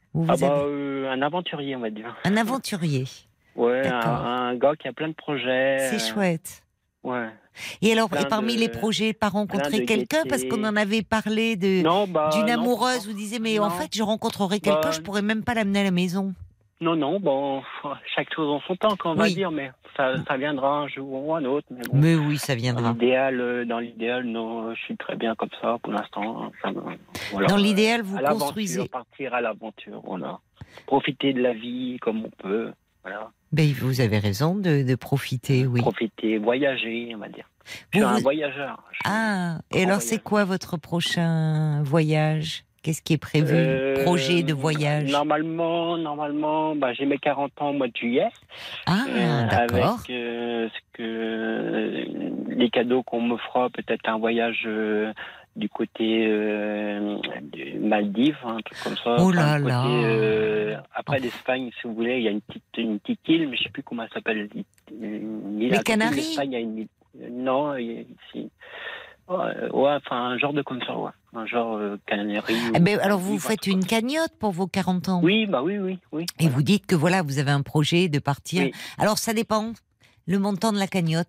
[SPEAKER 10] Un aventurier, on va dire.
[SPEAKER 3] Un aventurier.
[SPEAKER 10] Ouais, un gars qui a plein de projets.
[SPEAKER 3] C'est chouette.
[SPEAKER 10] Ouais.
[SPEAKER 3] Et alors, parmi les projets, pas rencontrer quelqu'un, parce qu'on en avait parlé d'une amoureuse, vous disiez, mais en fait, je rencontrerai quelqu'un, je pourrais même pas l'amener à la maison.
[SPEAKER 10] Non, chaque chose en son temps, on va dire, mais ça viendra un jour ou un autre.
[SPEAKER 3] Mais oui, ça viendra.
[SPEAKER 10] Dans l'idéal, non, je suis très bien comme ça pour l'instant.
[SPEAKER 3] Voilà. Dans l'idéal, vous construisez.
[SPEAKER 10] Partir à l'aventure, voilà. Profiter de la vie comme on peut, voilà.
[SPEAKER 3] Vous avez raison de profiter, oui.
[SPEAKER 10] Profiter, voyager, on va dire. Je suis un voyageur.
[SPEAKER 3] Et alors c'est quoi votre prochain voyage? Qu'est-ce qui est prévu? Projet de voyage?
[SPEAKER 10] Normalement, j'ai mes 40 ans au mois de juillet.
[SPEAKER 3] D'accord.
[SPEAKER 10] Avec les cadeaux qu'on me fera, peut-être un voyage... du côté Maldives, un truc comme ça.
[SPEAKER 3] Oh là là.
[SPEAKER 10] Après l'Espagne, si vous voulez, il y a une petite île, mais je ne sais plus comment elle s'appelle.
[SPEAKER 3] Les Canaries.
[SPEAKER 10] L'Espagne, il y a une île. Non, ici. Un genre de comme ça, ouais. Un genre Canaries.
[SPEAKER 3] Alors vous faites une cagnotte pour vos 40 ans.
[SPEAKER 10] Oui, oui.
[SPEAKER 3] Et vous dites que vous avez un projet de partir. Oui. Alors ça dépend. Le montant de la cagnotte.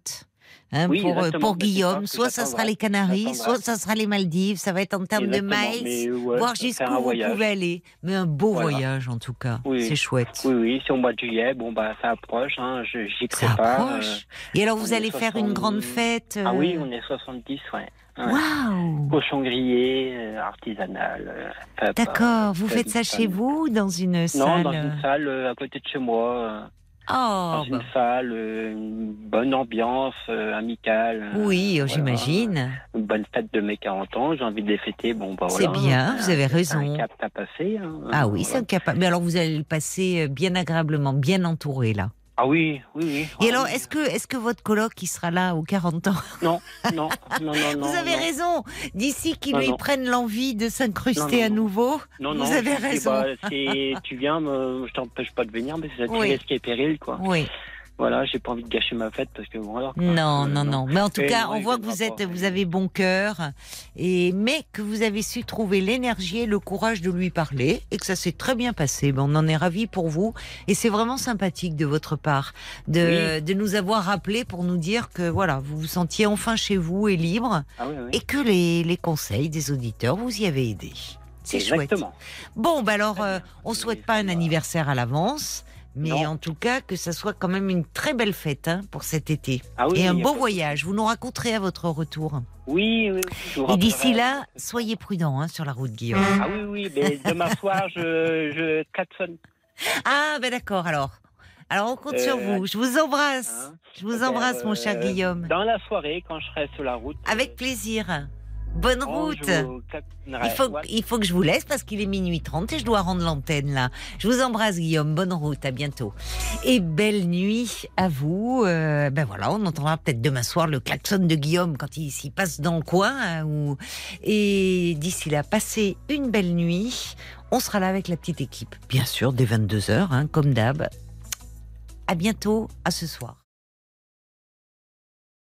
[SPEAKER 3] pour Guillaume. Soit ça sera les Canaries, soit ça sera les Maldives. Ça va être en termes de miles, voir jusqu'où vous pouvez aller. Mais un beau voyage en tout cas. C'est chouette.
[SPEAKER 10] Oui, c'est au mois de juillet. Bon, ça approche. J'y prépare.
[SPEAKER 3] Ça approche. Et alors vous allez faire une grande fête
[SPEAKER 10] Ah oui, on est 70, ouais.
[SPEAKER 3] Waouh!
[SPEAKER 10] Cochon grillé, artisanal.
[SPEAKER 3] D'accord. Vous faites ça chez vous, dans une salle?
[SPEAKER 10] Non, dans une salle à côté de chez moi. Dans une salle, une bonne ambiance amicale.
[SPEAKER 3] Oui, j'imagine.
[SPEAKER 10] Une bonne fête de mes 40 ans. J'ai envie de les fêter.
[SPEAKER 3] C'est bien, vous avez raison.
[SPEAKER 10] C'est un cap à passer.
[SPEAKER 3] Ah oui, c'est un cap. Mais alors vous allez le passer bien agréablement, bien entouré là.
[SPEAKER 10] Ah oui.
[SPEAKER 3] Et alors, est-ce que votre coloc qui sera là aux 40 ans?
[SPEAKER 10] Non.
[SPEAKER 3] Vous avez raison. D'ici qu'il lui prenne l'envie de s'incruster à nouveau.
[SPEAKER 10] Vous
[SPEAKER 3] avez raison.
[SPEAKER 10] Si tu viens, je t'empêche pas de venir, mais c'est ça risque et péril, quoi.
[SPEAKER 3] Oui.
[SPEAKER 10] Voilà, j'ai pas envie de gâcher ma fête parce que voilà.
[SPEAKER 3] Non. Mais en tout cas, on voit que vous avez bon cœur, mais que vous avez su trouver l'énergie et le courage de lui parler et que ça s'est très bien passé. On en est ravis pour vous et c'est vraiment sympathique de votre part de nous avoir rappelé pour nous dire que voilà, vous vous sentiez enfin chez vous et libre et que les conseils des auditeurs vous y avaient aidé. C'est chouette. Bon, alors, on souhaite pas un anniversaire à l'avance. Mais en tout cas, que ça soit quand même une très belle fête pour cet été. Et un beau voyage. Vous nous raconterez à votre retour.
[SPEAKER 10] Oui.
[SPEAKER 3] Et d'ici là, soyez prudents sur la route, Guillaume.
[SPEAKER 10] Ah oui, mais demain soir, je klaxonne.
[SPEAKER 3] Ah, d'accord, alors on compte sur vous. Je vous embrasse. Je vous embrasse, mon cher Guillaume.
[SPEAKER 10] Dans la soirée, quand je serai sur la route.
[SPEAKER 3] Avec plaisir. Bonne route. Il faut que je vous laisse parce qu'il est minuit 30 et je dois rendre l'antenne là. Je vous embrasse, Guillaume. Bonne route, à bientôt. Et belle nuit à vous. Voilà, on entendra peut-être demain soir le klaxon de Guillaume quand il s'y passe dans le coin. Et d'ici là, passez une belle nuit. On sera là avec la petite équipe. Bien sûr, dès 22h, comme d'hab. À bientôt, à ce soir.